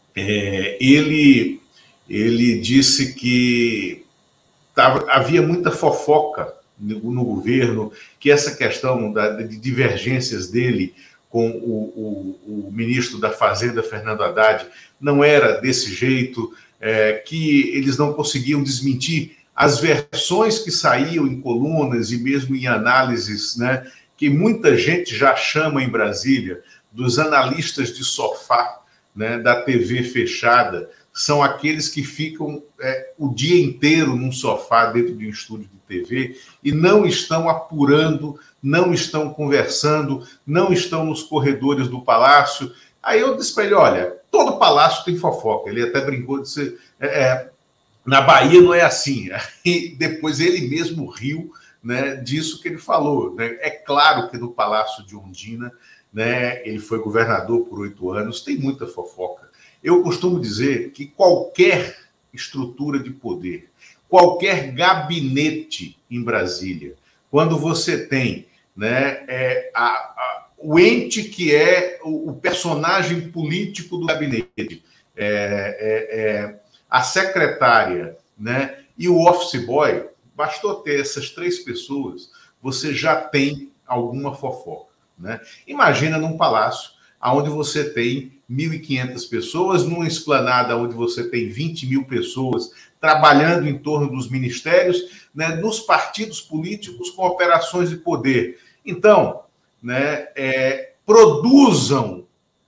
é, ele, ele disse que tava, havia muita fofoca no, no governo, que essa questão da, de divergências dele com o, o, o ministro da Fazenda, Fernando Haddad, não era desse jeito, é, que eles não conseguiam desmentir as versões que saíam em colunas e mesmo em análises, né, que muita gente já chama em Brasília, dos analistas de sofá, né, da T V fechada, são aqueles que ficam é, o dia inteiro num sofá dentro de um estúdio de T V e não estão apurando, não estão conversando, não estão nos corredores do palácio. Aí eu disse para ele, olha, todo palácio tem fofoca. Ele até brincou de ser... É, é, na Bahia não é assim. E depois ele mesmo riu, né, disso que ele falou, né? É claro que no Palácio de Ondina, né, ele foi governador por oito anos, tem muita fofoca. Eu costumo dizer que qualquer estrutura de poder, qualquer gabinete em Brasília, quando você tem, né, é, a, a, o ente que é o, o personagem político do gabinete, é, é, é, a secretária, né, e o office boy, bastou ter essas três pessoas, você já tem alguma fofoca, né? Imagina num palácio onde você tem mil e quinhentas pessoas, numa esplanada onde você tem vinte mil pessoas trabalhando em torno dos ministérios, né, nos partidos políticos com operações de poder. Então, né, é, produzam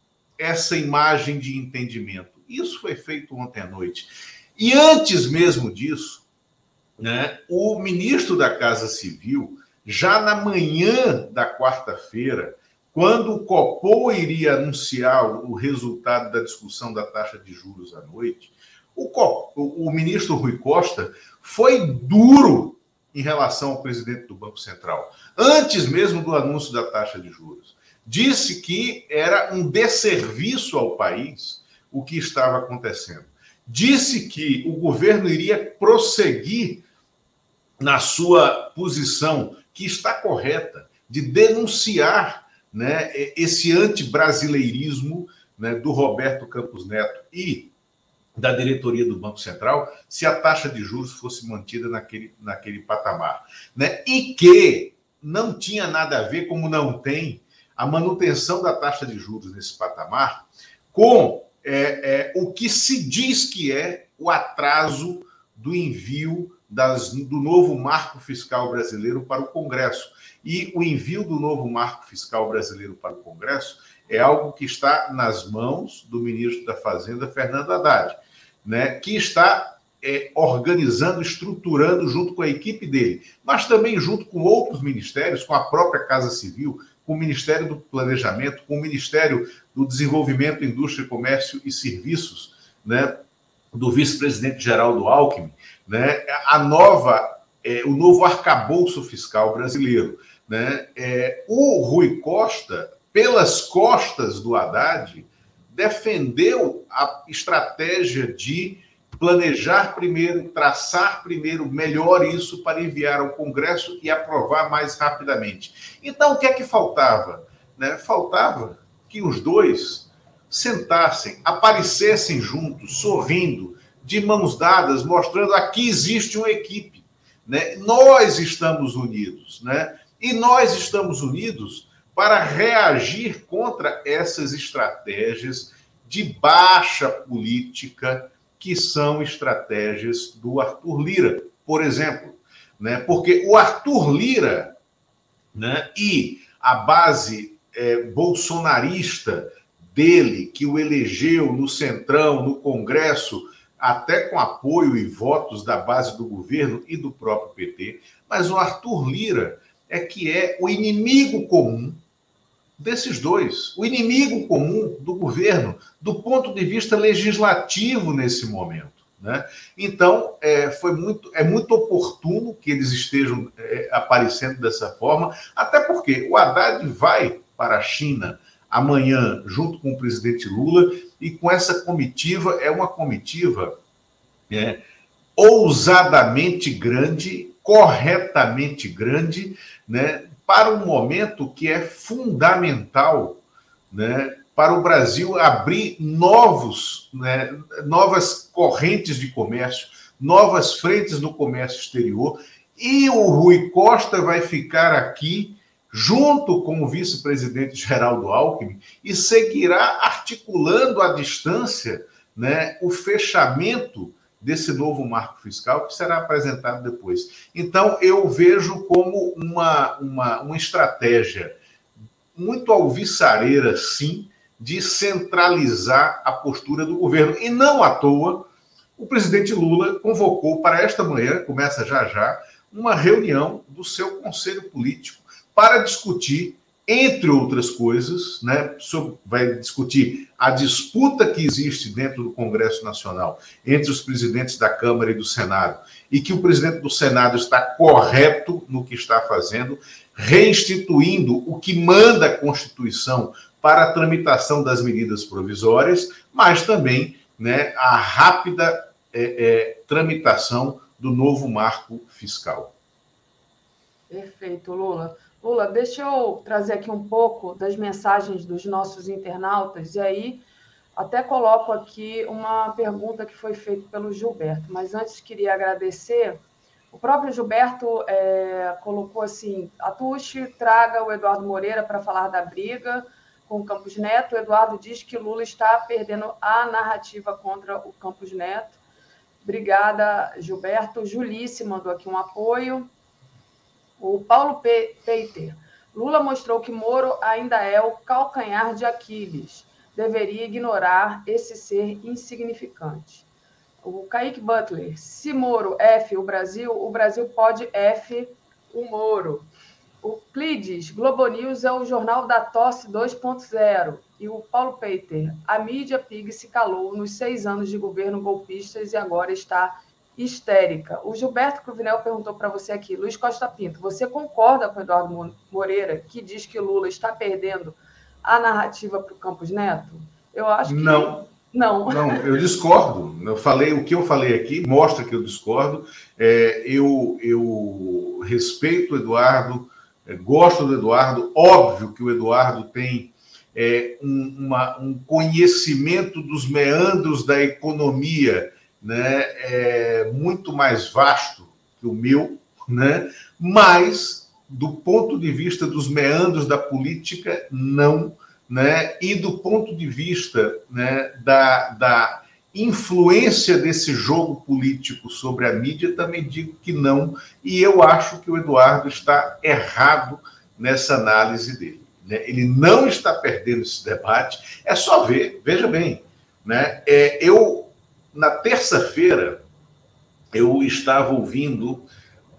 essa imagem de entendimento. Isso foi feito ontem à noite. E antes mesmo disso, né, o ministro da Casa Civil, já na manhã da quarta-feira, quando o Copom iria anunciar o resultado da discussão da taxa de juros à noite, o, Copom, o ministro Rui Costa foi duro em relação ao presidente do Banco Central, antes mesmo do anúncio da taxa de juros. Disse que era um desserviço ao país o que estava acontecendo. Disse que o governo iria prosseguir na sua posição, que está correta, de denunciar, né, esse antibrasileirismo, né, do Roberto Campos Neto e da diretoria do Banco Central, se a taxa de juros fosse mantida naquele, naquele patamar, né? E que não tinha nada a ver, como não tem, a manutenção da taxa de juros nesse patamar com é, é, o que se diz que é o atraso do envio das, do novo marco fiscal brasileiro para o Congresso. E o envio do novo marco fiscal brasileiro para o Congresso é algo que está nas mãos do ministro da Fazenda, Fernando Haddad, né, que está é, organizando, estruturando junto com a equipe dele, mas também junto com outros ministérios, com a própria Casa Civil, com o Ministério do Planejamento, com o Ministério do Desenvolvimento, Indústria, Comércio e Serviços, né, do vice-presidente Geraldo Alckmin, né, a nova, é, o novo arcabouço fiscal brasileiro. Né? É, o Rui Costa, pelas costas do Haddad, defendeu a estratégia de planejar primeiro, traçar primeiro melhor isso para enviar ao Congresso e aprovar mais rapidamente. Então, o que é que faltava? Né? Faltava que os dois sentassem, aparecessem juntos, sorrindo, de mãos dadas, mostrando que aqui existe uma equipe. Né? Nós estamos unidos, né? E nós estamos unidos para reagir contra essas estratégias de baixa política, que são estratégias do Arthur Lira, por exemplo. Né? Porque o Arthur Lira, né, e a base é, bolsonarista dele, que o elegeu no Centrão, no Congresso, até com apoio e votos da base do governo e do próprio P T, mas o Arthur Lira é que é o inimigo comum desses dois, o inimigo comum do governo, do ponto de vista legislativo nesse momento. Né? Então, é, foi muito, é muito oportuno que eles estejam é, aparecendo dessa forma, até porque o Haddad vai para a China amanhã, junto com o presidente Lula, e com essa comitiva, é uma comitiva é, ousadamente grande, corretamente grande, né, para um momento que é fundamental, né, para o Brasil abrir novos, né, novas correntes de comércio, novas frentes no comércio exterior, e o Rui Costa vai ficar aqui junto com o vice-presidente Geraldo Alckmin e seguirá articulando à distância, né, o fechamento desse novo marco fiscal que será apresentado depois. Então, eu vejo como uma, uma, uma estratégia muito alvissareira, sim, de centralizar a postura do governo. E não à toa, o presidente Lula convocou para esta manhã, começa já já, uma reunião do seu conselho político para discutir, entre outras coisas, né, sobre, vai discutir a disputa que existe dentro do Congresso Nacional entre os presidentes da Câmara e do Senado, e que o presidente do Senado está correto no que está fazendo, reinstituindo o que manda a Constituição para a tramitação das medidas provisórias, mas também, né, a rápida é, é, tramitação do novo marco fiscal.
Perfeito, Lula. Lula, deixa eu trazer aqui um pouco das mensagens dos nossos internautas, e aí até coloco aqui uma pergunta que foi feita pelo Gilberto, mas antes queria agradecer. O próprio Gilberto é, colocou assim: Atushi, traga o Eduardo Moreira para falar da briga com o Campos Neto. O Eduardo diz que Lula está perdendo a narrativa contra o Campos Neto. Obrigada, Gilberto. Julice mandou aqui um apoio. O Paulo Peiter. Lula mostrou que Moro ainda é o calcanhar de Aquiles. Deveria ignorar esse ser insignificante. O Kaique Butler. Se Moro F o Brasil, o Brasil pode F o Moro. O Clides. Globo News é o jornal da tosse dois ponto zero. E o Paulo Peiter. A mídia Pig se calou nos seis anos de governo golpistas e agora está histérica. O Gilberto Cruvinel perguntou para você aqui: Luiz Costa Pinto, você concorda com o Eduardo Moreira, que diz que Lula está perdendo a narrativa para o Campos Neto? Eu acho que...
Não.
Não.
Não, eu discordo. Eu falei, o que eu falei aqui mostra que eu discordo. É, eu, eu respeito o Eduardo, é, gosto do Eduardo. Óbvio que o Eduardo tem é, um, uma, um conhecimento dos meandros da economia, né, é muito mais vasto que o meu, né, mas, do ponto de vista dos meandros da política, não, né, e do ponto de vista, né, da, da influência desse jogo político sobre a mídia, também digo que não, e eu acho que o Eduardo está errado nessa análise dele. Né? Ele não está perdendo esse debate, é só ver, veja bem, né? É, eu, na terça-feira, eu estava ouvindo uh,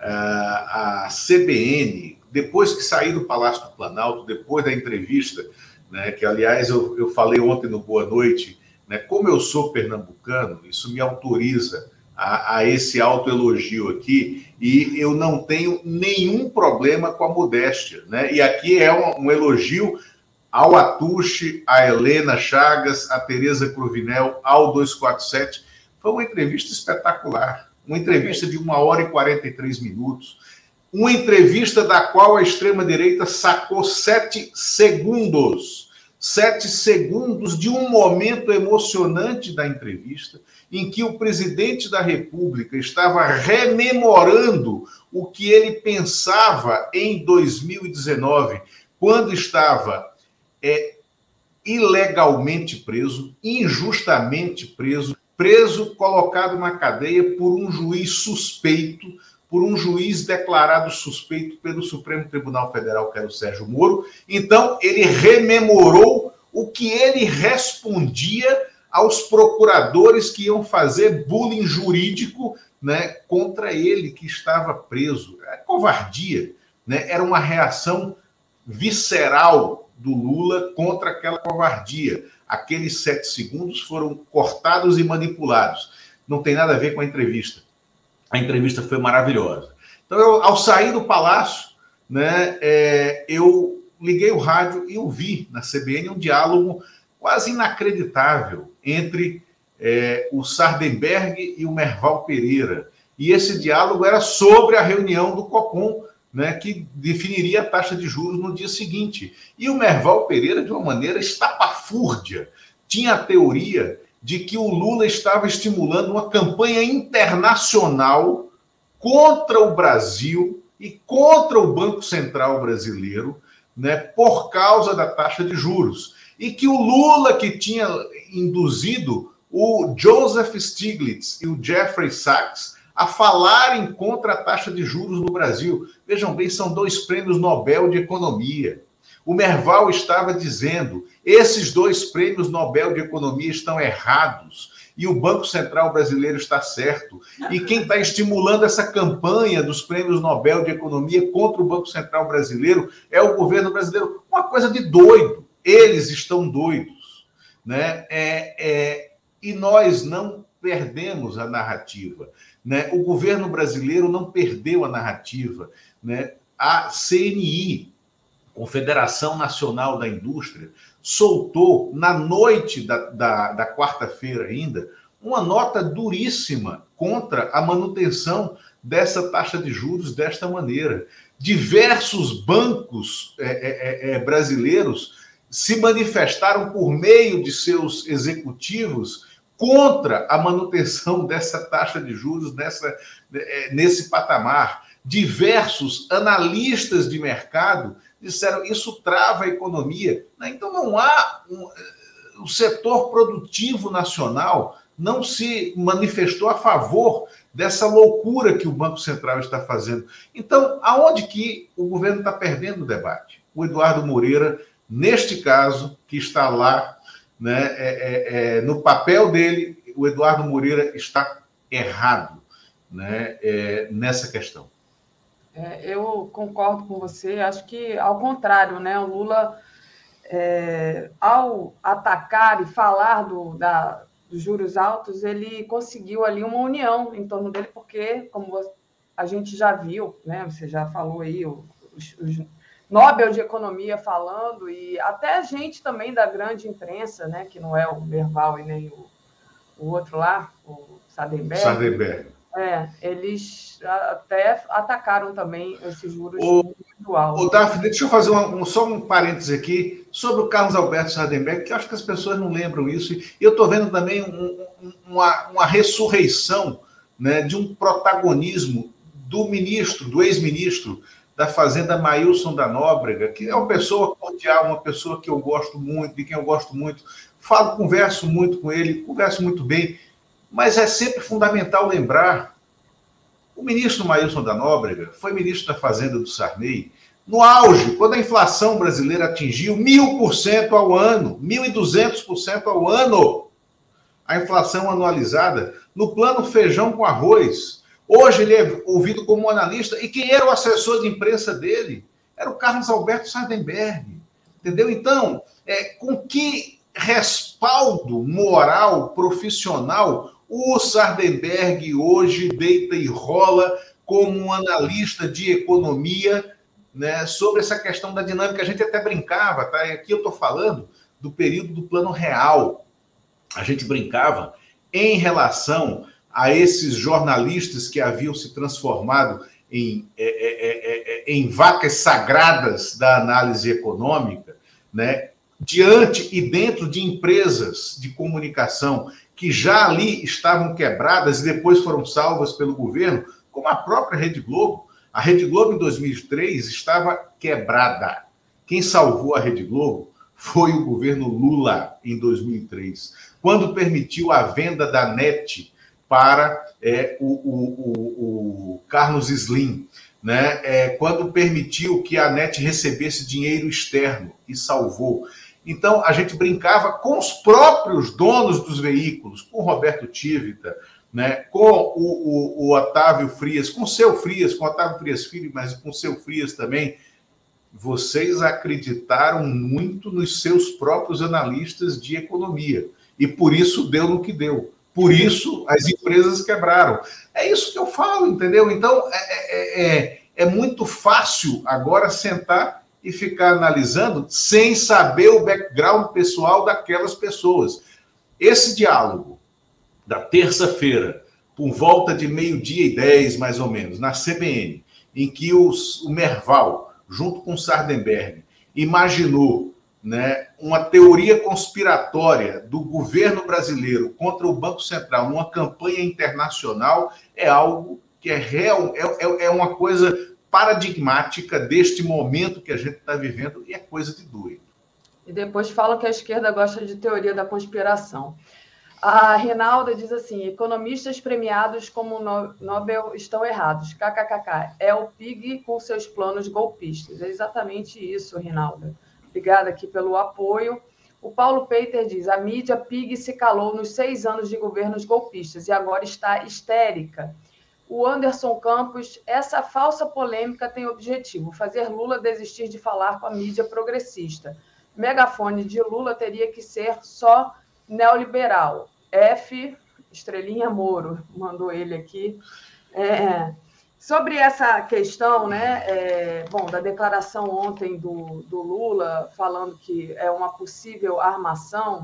a C B N, depois que saí do Palácio do Planalto, depois da entrevista, né, que, aliás, eu, eu falei ontem no Boa Noite, né, como eu sou pernambucano, isso me autoriza a, a esse autoelogio aqui, e eu não tenho nenhum problema com a modéstia. Né? E aqui é um, um elogio ao Atuche, a Helena Chagas, a Tereza Cruvinel, ao duzentos e quarenta e sete. Foi uma entrevista espetacular, uma entrevista de uma hora e quarenta e três minutos, uma entrevista da qual a extrema-direita sacou sete segundos. Sete segundos de um momento emocionante da entrevista, em que o presidente da República estava rememorando o que ele pensava em dois mil e dezenove, quando estava é, ilegalmente preso, injustamente preso, preso, colocado na cadeia por um juiz suspeito, por um juiz declarado suspeito pelo Supremo Tribunal Federal, que era o Sérgio Moro. Então, ele rememorou o que ele respondia aos procuradores que iam fazer bullying jurídico, né, contra ele, que estava preso. É covardia, né? Era uma reação visceral do Lula contra aquela covardia. Aqueles sete segundos foram cortados e manipulados. Não tem nada a ver com a entrevista. A entrevista foi maravilhosa. Então, eu, ao sair do Palácio, né, é, eu liguei o rádio e ouvi na C B N um diálogo quase inacreditável entre é, o Sardenberg e o Merval Pereira. E esse diálogo era sobre a reunião do Copom, né, que definiria a taxa de juros no dia seguinte. E o Merval Pereira, de uma maneira estapafúrdia, tinha a teoria de que o Lula estava estimulando uma campanha internacional contra o Brasil e contra o Banco Central brasileiro, né, por causa da taxa de juros. E que o Lula que tinha induzido o Joseph Stiglitz e o Jeffrey Sachs a falarem contra a taxa de juros no Brasil. Vejam bem, são dois prêmios Nobel de Economia. O Merval estava dizendo, esses dois prêmios Nobel de Economia estão errados e o Banco Central brasileiro está certo. E quem está estimulando essa campanha dos prêmios Nobel de Economia contra o Banco Central brasileiro é o governo brasileiro. Uma coisa de doido. Eles estão doidos. Né? É, é, e nós não perdemos a narrativa. Né? O governo brasileiro não perdeu a narrativa. Né? A C N I, Confederação Nacional da Indústria, soltou, na noite da, da, da quarta-feira ainda, uma nota duríssima contra a manutenção dessa taxa de juros desta maneira. Diversos bancos é, é, é, brasileiros se manifestaram por meio de seus executivos contra a manutenção dessa taxa de juros nessa, nesse patamar. Diversos analistas de mercado disseram que isso trava a economia. Então, não há... Um, o setor produtivo nacional não se manifestou a favor dessa loucura que o Banco Central está fazendo. Então, aonde que o governo está perdendo o debate? O Eduardo Moreira, neste caso, que está lá, né, é, é, é, no papel dele, o Eduardo Moreira está errado, né, é, nessa questão.
É, eu concordo com você, acho que ao contrário, né? O Lula, é, ao atacar e falar do, da, dos juros altos, ele conseguiu ali uma união em torno dele, porque, como a gente já viu, né? Você já falou aí, os, os Nobel de Economia falando, e até a gente também da grande imprensa, né? Que não é o Merval e nem o, o outro lá, o Sardenberg.
Sardenberg.
É, eles até atacaram também esses juros
o,
muito altos.
O Daphne, deixa eu fazer uma, um, só um parêntese aqui sobre o Carlos Alberto Sardenberg, que eu acho que as pessoas não lembram isso. E eu estou vendo também um, um, uma, uma ressurreição, né, de um protagonismo do ministro, do ex-ministro da Fazenda, Maílson da Nóbrega, que é uma pessoa cordial, uma pessoa que eu gosto muito, de quem eu gosto muito, falo, converso muito com ele, converso muito bem, mas é sempre fundamental lembrar, o ministro Maílson da Nóbrega foi ministro da Fazenda do Sarney, no auge, quando a inflação brasileira atingiu mil por cento ao ano, mil e duzentos por cento ao ano, a inflação anualizada, no plano feijão com arroz. Hoje ele é ouvido como um analista, e quem era o assessor de imprensa dele? Era o Carlos Alberto Sardenberg, entendeu? Então, é, com que respaldo moral, profissional, o Sardenberg hoje deita e rola como um analista de economia, né, sobre essa questão da dinâmica? A gente até brincava, tá? Aqui eu estou falando do período do Plano Real. A gente brincava em relação a esses jornalistas que haviam se transformado em, é, é, é, em vacas sagradas da análise econômica, né, diante e dentro de empresas de comunicação que já ali estavam quebradas e depois foram salvas pelo governo, como a própria Rede Globo. A Rede Globo, em dois mil e três, estava quebrada. Quem salvou a Rede Globo foi o governo Lula, em dois mil e três, quando permitiu a venda da NET para é, o, o, o, o Carlos Slim, né? É, quando permitiu que a NET recebesse dinheiro externo e salvou. Então, a gente brincava com os próprios donos dos veículos, com o Roberto Tivita, né, com o, o, o Otávio Frias, com o seu Frias, com o Otávio Frias Filho, mas com o seu Frias também. Vocês acreditaram muito nos seus próprios analistas de economia. E por isso deu no que deu. Por isso as empresas quebraram. É isso que eu falo, entendeu? Então, é, é, é, é muito fácil agora sentar e ficar analisando sem saber o background pessoal daquelas pessoas. Esse diálogo da terça-feira, por volta de meio-dia e dez, mais ou menos, na C B N, em que os, o Merval, junto com o Sardenberg, imaginou, né, uma teoria conspiratória do governo brasileiro contra o Banco Central numa campanha internacional, é algo que é real, é, é, é uma coisa paradigmática deste momento que a gente está vivendo, e é coisa de doido.
E depois falam que a esquerda gosta de teoria da conspiração. A Rinalda diz assim: economistas premiados como Nobel estão errados. Kkkk. É o P I G com seus planos golpistas. É exatamente isso, Rinalda. Obrigada aqui pelo apoio. O Paulo Peiter diz: a mídia P I G se calou nos seis anos de governos golpistas e agora está histérica. O Anderson Campos: essa falsa polêmica tem objetivo, fazer Lula desistir de falar com a mídia progressista. Megafone de Lula teria que ser só neoliberal. F, estrelinha Moro, mandou ele aqui. É, sobre essa questão, né, é, bom, da declaração ontem do, do Lula, falando que é uma possível armação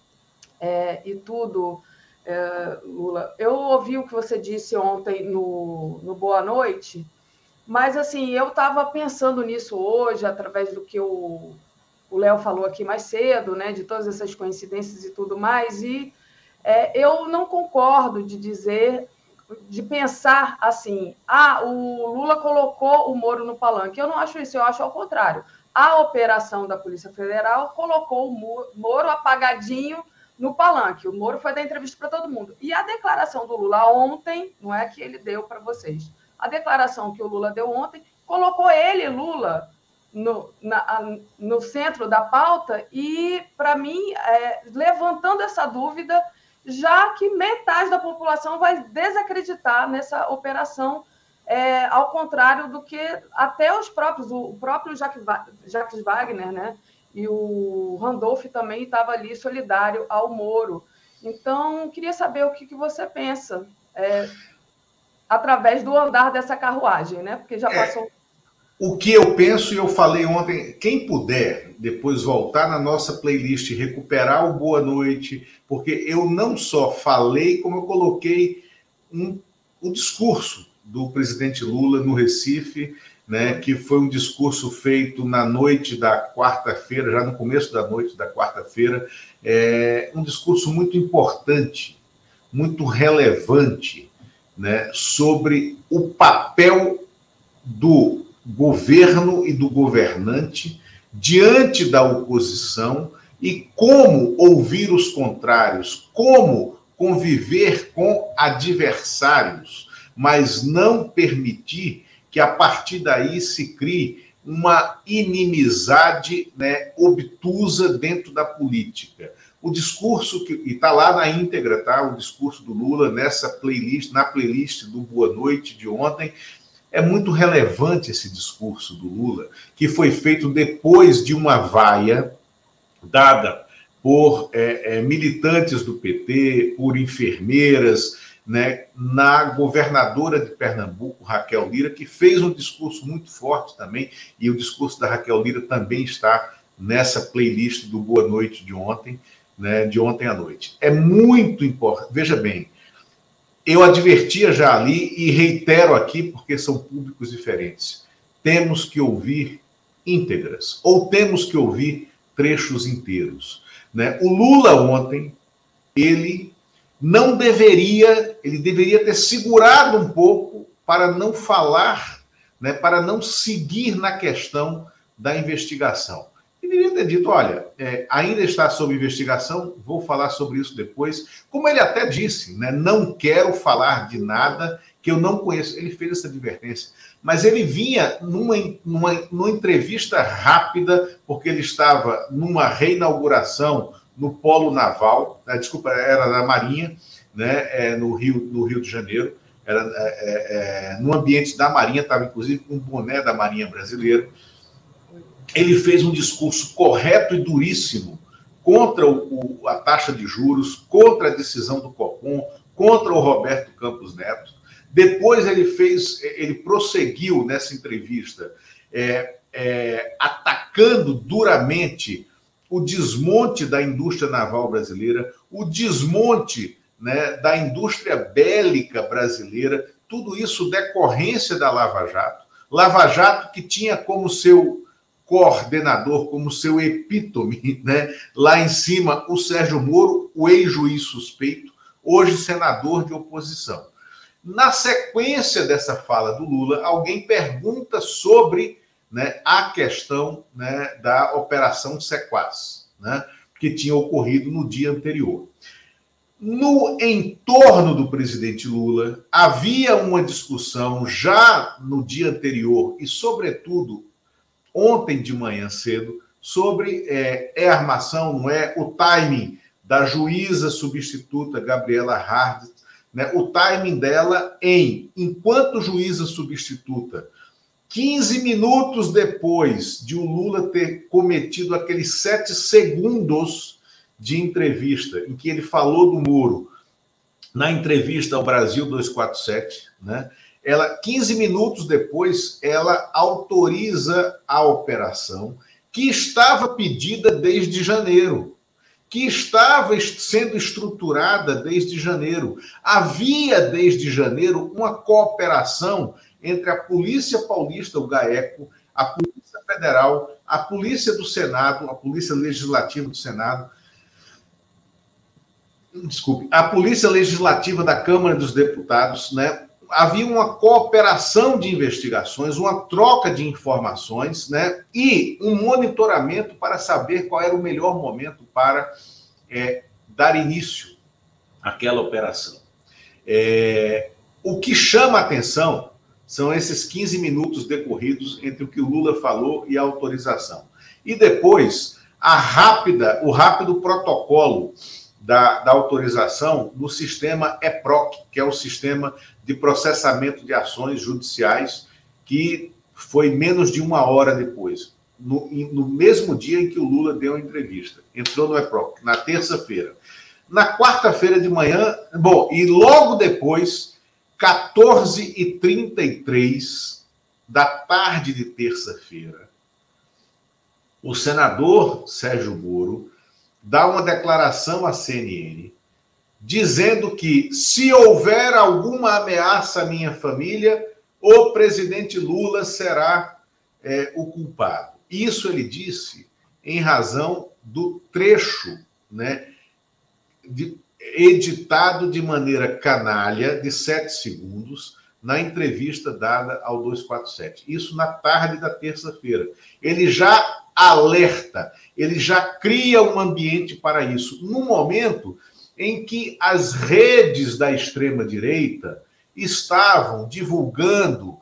é, e tudo, é, Lula, eu ouvi o que você disse ontem no, no Boa Noite, mas, assim, eu estava pensando nisso hoje, através do que o o Léo falou aqui mais cedo, né, de todas essas coincidências e tudo mais, e é, eu não concordo de dizer, de pensar assim, ah, o Lula colocou o Moro no palanque. Eu não acho isso, eu acho ao contrário. A operação da Polícia Federal colocou o Moro apagadinho no palanque. O Moro foi dar entrevista para todo mundo. E a declaração do Lula ontem, não é que ele deu para vocês, a declaração que o Lula deu ontem colocou ele, Lula, No, na, no centro da pauta e, para mim, é, levantando essa dúvida, já que metade da população vai desacreditar nessa operação, é, ao contrário do que até os próprios, o próprio Jacques, Jacques Wagner, né, e o Randolph também estava ali solidário ao Moro. Então, queria saber o que, que você pensa, é, através do andar dessa carruagem, né, porque já passou... É.
O que eu penso, e eu falei ontem, quem puder depois voltar na nossa playlist e recuperar o Boa Noite, porque eu não só falei, como eu coloquei um, um discurso do presidente Lula no Recife, né, que foi um discurso feito na noite da quarta-feira, já no começo da noite da quarta-feira, é, um discurso muito importante, muito relevante, né, sobre o papel do governo e do governante diante da oposição e como ouvir os contrários, como conviver com adversários, mas não permitir que a partir daí se crie uma inimizade, né, obtusa dentro da política. O discurso, que está lá na íntegra, tá? O discurso do Lula nessa playlist, na playlist do Boa Noite de ontem, é muito relevante esse discurso do Lula, que foi feito depois de uma vaia dada por é, é, militantes do P T, por enfermeiras, né, na governadora de Pernambuco, Raquel Lira, que fez um discurso muito forte também, e o discurso da Raquel Lira também está nessa playlist do Boa Noite de ontem, né, de ontem à noite. É muito importante. Veja bem, eu advertia já ali e reitero aqui, porque são públicos diferentes. Temos que ouvir íntegras, ou temos que ouvir trechos inteiros, né? O Lula ontem, ele não deveria, ele deveria ter segurado um pouco para não falar, né, para não seguir na questão da investigação. Ele deveria ter dito, olha, é, ainda está sob investigação, vou falar sobre isso depois. Como ele até disse, né, não quero falar de nada que eu não conheço. Ele fez essa advertência. Mas ele vinha numa, numa, numa entrevista rápida, porque ele estava numa reinauguração no Polo Naval, né, desculpa, era da Marinha, né, é, no, Rio, no Rio de Janeiro, era é, é, no ambiente da Marinha, estava inclusive com um boné da Marinha brasileira. Ele fez um discurso correto e duríssimo contra o, o, a taxa de juros, contra a decisão do Copom, contra o Roberto Campos Neto. Depois ele fez, ele prosseguiu nessa entrevista, é, é, atacando duramente o desmonte da indústria naval brasileira, o desmonte, né, da indústria bélica brasileira, tudo isso decorrência da Lava Jato. Lava Jato que tinha como seu coordenador, como seu epítome, né, lá em cima, o Sérgio Moro, o ex-juiz suspeito, hoje senador de oposição. Na sequência dessa fala do Lula, alguém pergunta sobre, né, a questão, né, da Operação Sequaz, né, que tinha ocorrido no dia anterior. No entorno do presidente Lula, havia uma discussão já no dia anterior e, sobretudo, ontem de manhã cedo, sobre é, é armação, não é? O timing da juíza substituta Gabriela Hard, né? O timing dela em, enquanto juíza substituta, quinze minutos depois de o Lula ter cometido aqueles sete segundos de entrevista, em que ele falou do Moro, na entrevista ao Brasil duzentos e quarenta e sete, né? Ela, quinze minutos depois, ela autoriza a operação que estava pedida desde janeiro, que estava sendo estruturada desde janeiro. Havia, desde janeiro, uma cooperação entre a Polícia Paulista, o GAECO, a Polícia Federal, a Polícia do Senado, a Polícia Legislativa do Senado, desculpe, a Polícia Legislativa da Câmara dos Deputados, né? Havia uma cooperação de investigações, uma troca de informações, né, e um monitoramento para saber qual era o melhor momento para é, dar início àquela operação. É, o que chama a atenção são esses quinze minutos decorridos entre o que o Lula falou e a autorização. E depois, a rápida, o rápido protocolo Da, da autorização no sistema E P R O C, que é o sistema de processamento de ações judiciais, que foi menos de uma hora depois, no, no mesmo dia em que o Lula deu a entrevista. Entrou no E P R O C, na terça-feira. Na quarta-feira de manhã, bom, e logo depois, quatorze e trinta e três da tarde de terça-feira, o senador Sérgio Moro dá uma declaração à C N N dizendo que, se houver alguma ameaça à minha família, o presidente Lula será é, o culpado. Isso ele disse em razão do trecho, né, de, editado de maneira canalha, de sete segundos, na entrevista dada ao duzentos e quarenta e sete. Isso na tarde da terça-feira. Ele já alerta, ele já cria um ambiente para isso, no momento em que as redes da extrema-direita estavam divulgando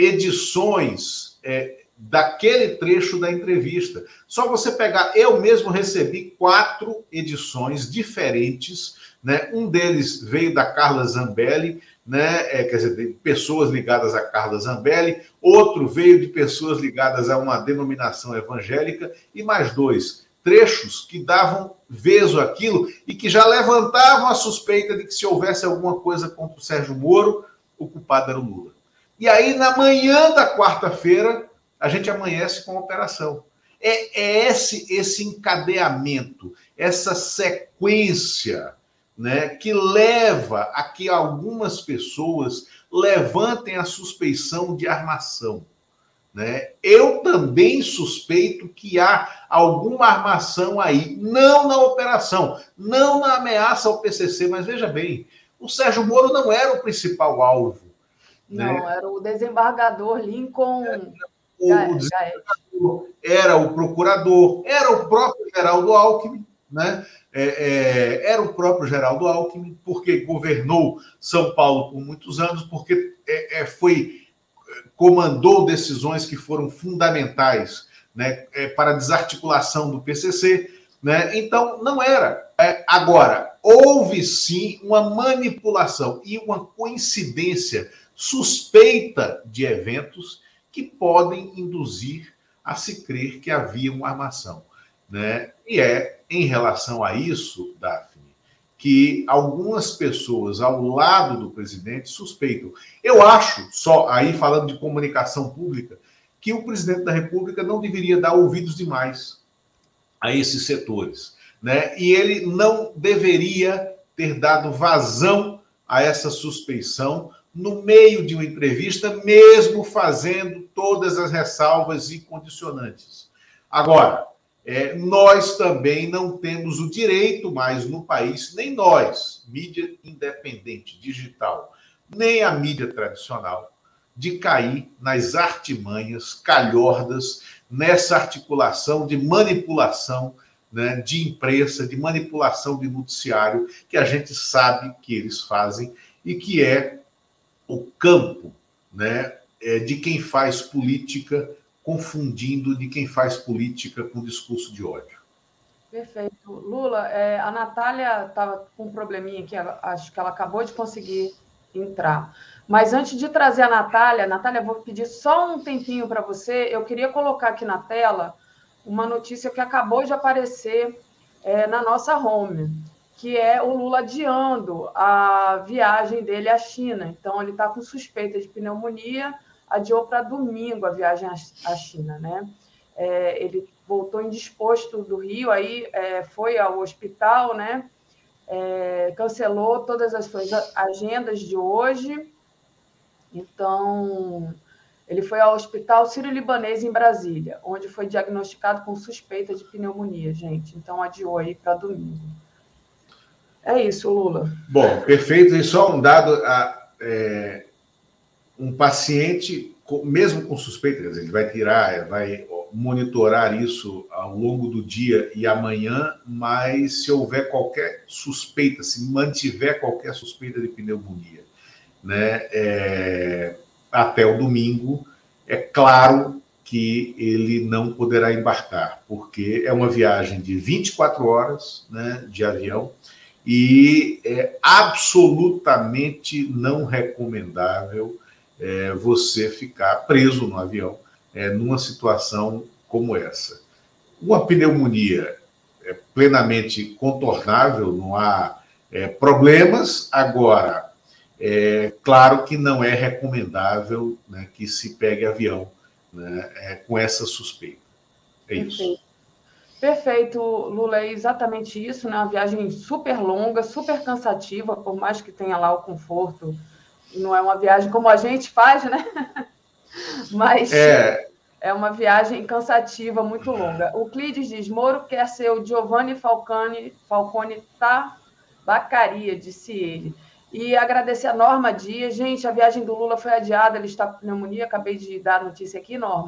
edições é, daquele trecho da entrevista. Só você pegar, eu mesmo recebi quatro edições diferentes, né? Um deles veio da Carla Zambelli, né? É, quer dizer, de pessoas ligadas a Carla Zambelli, outro veio de pessoas ligadas a uma denominação evangélica, e mais dois trechos que davam veso àquilo e que já levantavam a suspeita de que se houvesse alguma coisa contra o Sérgio Moro, o culpado era o Lula. E aí, na manhã da quarta-feira, a gente amanhece com a operação. É, é esse, esse encadeamento, essa sequência, né, que leva a que algumas pessoas levantem a suspeição de armação. Né? Eu também suspeito que há alguma armação aí, não na operação, não na ameaça ao P C C, mas veja bem, o Sérgio Moro não era o principal alvo.
Não,
né?
Era o desembargador Lincoln.
É, o, o desembargador era o procurador, era o próprio Geraldo Alckmin, né? É, é, era o próprio Geraldo Alckmin, porque governou São Paulo por muitos anos, porque é, é, foi... comandou decisões que foram fundamentais, né, para a desarticulação do P C C. Né? Então, não era. É, agora, houve sim uma manipulação e uma coincidência suspeita de eventos que podem induzir a se crer que havia uma armação. Né? E é em relação a isso, Daphne, que algumas pessoas ao lado do presidente suspeitam. Eu acho, só aí falando de comunicação pública, que o presidente da República não deveria dar ouvidos demais a esses setores, né? E ele não deveria ter dado vazão a essa suspeição no meio de uma entrevista, mesmo fazendo todas as ressalvas e condicionantes. Agora, É, nós também não temos o direito mais no país, nem nós, mídia independente, digital, nem a mídia tradicional, de cair nas artimanhas calhordas, nessa articulação de manipulação, né, de imprensa, de manipulação de noticiário, que a gente sabe que eles fazem e que é o campo, né, é, de quem faz política, confundindo de quem faz política com discurso de ódio.
Perfeito. Lula, é, a Natália estava com um probleminha aqui, acho que ela acabou de conseguir entrar. Mas antes de trazer a Natália, Natália, vou pedir só um tempinho para você. Eu queria colocar aqui na tela uma notícia que acabou de aparecer é, na nossa home, que é o Lula adiando a viagem dele à China. Então, ele está com suspeita de pneumonia, adiou para domingo a viagem à China, né? É, ele voltou indisposto do Rio, aí é, foi ao hospital, né? É, cancelou todas as suas agendas de hoje. Então, ele foi ao Hospital Sírio-Libanês em Brasília, onde foi diagnosticado com suspeita de pneumonia, gente. Então, adiou aí para domingo. É isso, Lula.
Bom, perfeito. E só um dado... A, é... um paciente, mesmo com suspeita, quer dizer, ele vai tirar, vai monitorar isso ao longo do dia e amanhã, mas se houver qualquer suspeita, se mantiver qualquer suspeita de pneumonia, né, é, até o domingo, é claro que ele não poderá embarcar, porque é uma viagem de vinte e quatro horas, né, de avião, e é absolutamente não recomendável É, você ficar preso no avião é, numa situação como essa. Uma pneumonia é plenamente contornável, não há é, problemas. Agora, é claro que não é recomendável, né, que se pegue avião, né, é, com essa suspeita. É isso.
Perfeito. Perfeito, Lula, é exatamente isso, né? Uma viagem super longa, super cansativa, por mais que tenha lá o conforto. Não é uma viagem como a gente faz, né? Mas é, é uma viagem cansativa, muito longa. O Clides diz, Moro quer ser o Giovanni Falcone, Falcone Tabacaria, disse ele. E agradecer a Norma Dias. Gente, a viagem do Lula foi adiada, ele está com pneumonia, acabei de dar a notícia aqui, Norma.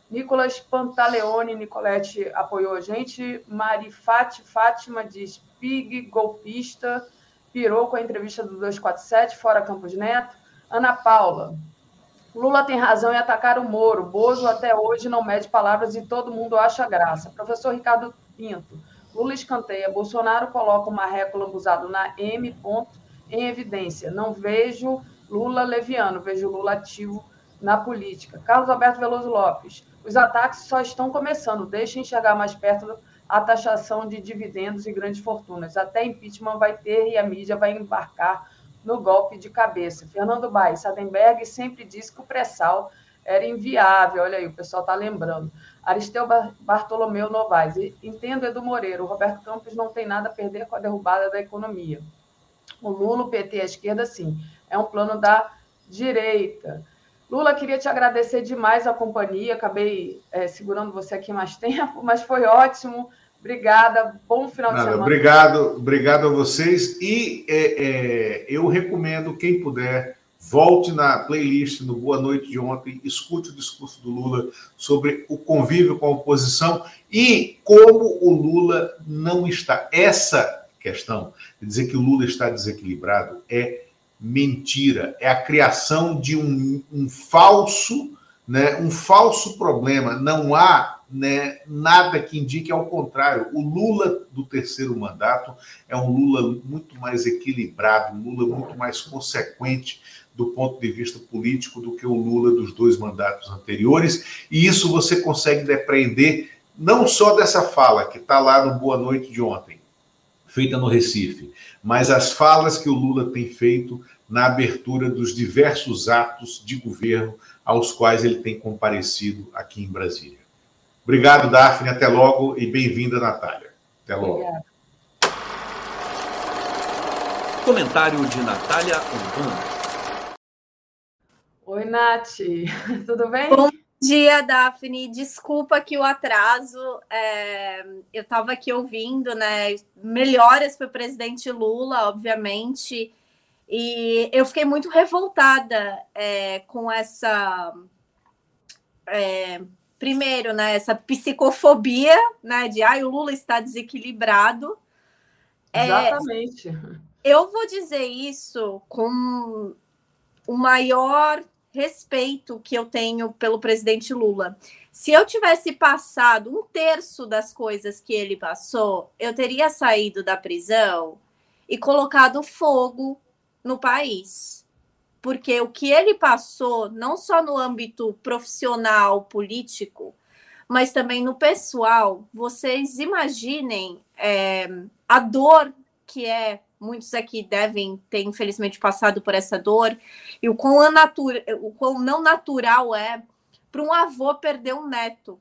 Nicolas Pantaleone, Nicolete apoiou a gente. Marifate Fátima diz: Pig, golpista, pirou com a entrevista do duzentos e quarenta e sete, fora Campos Neto. Ana Paula: Lula tem razão em atacar o Moro. Bozo até hoje não mede palavras e todo mundo acha graça. Professor Ricardo Pinto: Lula escanteia. Bolsonaro coloca o marreco lambuzado na M. Ponto, em evidência. Não vejo Lula leviano, vejo Lula ativo na política. Carlos Alberto Veloso Lopes: os ataques só estão começando. Deixem enxergar mais perto a taxação de dividendos e grandes fortunas. Até impeachment vai ter e a mídia vai embarcar no golpe de cabeça. Fernando Baez: Sardenberg sempre disse que o pré-sal era inviável. Olha aí, o pessoal está lembrando. Aristeu Bartolomeu Novaes: entendo Edu Moreira, o Roberto Campos não tem nada a perder com a derrubada da economia. O Lula, o P T, a esquerda, sim. É um plano da direita. Lula, queria te agradecer demais a companhia. Acabei é, segurando você aqui mais tempo, mas foi ótimo. Obrigada. Bom final Nada, de semana.
Obrigado, obrigado a vocês. E é, é, eu recomendo, quem puder, volte na playlist no Boa Noite de ontem, escute o discurso do Lula sobre o convívio com a oposição e como o Lula não está. Essa questão de dizer que o Lula está desequilibrado é mentira, é a criação de um, um falso, né, um falso problema. Não há, né, nada que indique ao contrário. O Lula do terceiro mandato é um Lula muito mais equilibrado, um Lula muito mais consequente do ponto de vista político do que o Lula dos dois mandatos anteriores, e isso você consegue depreender não só dessa fala que está lá no Boa Noite de ontem, feita no Recife, mas as falas que o Lula tem feito na abertura dos diversos atos de governo aos quais ele tem comparecido aqui em Brasília. Obrigado, Daphne, até logo, e bem-vinda, Natália. Até logo. Obrigada.
Comentário de Natália Urbano.
Oi, Nath, tudo bem?
Bom dia, Daphne. Desculpa que o atraso, é... eu estava aqui ouvindo, né? Melhoras para o presidente Lula, obviamente, e eu fiquei muito revoltada é, com essa, é, primeiro, né? Essa psicofobia, né? De ai, o Lula está desequilibrado.
Exatamente.
É, eu vou dizer isso com o maior respeito que eu tenho pelo presidente Lula. Se eu tivesse passado um terço das coisas que ele passou, eu teria saído da prisão e colocado fogo no país. Porque o que ele passou, não só no âmbito profissional, político, mas também no pessoal, vocês imaginem é, a dor que é. Muitos aqui devem ter, infelizmente, passado por essa dor, e o quão, natura, o quão não natural é para um avô perder um neto.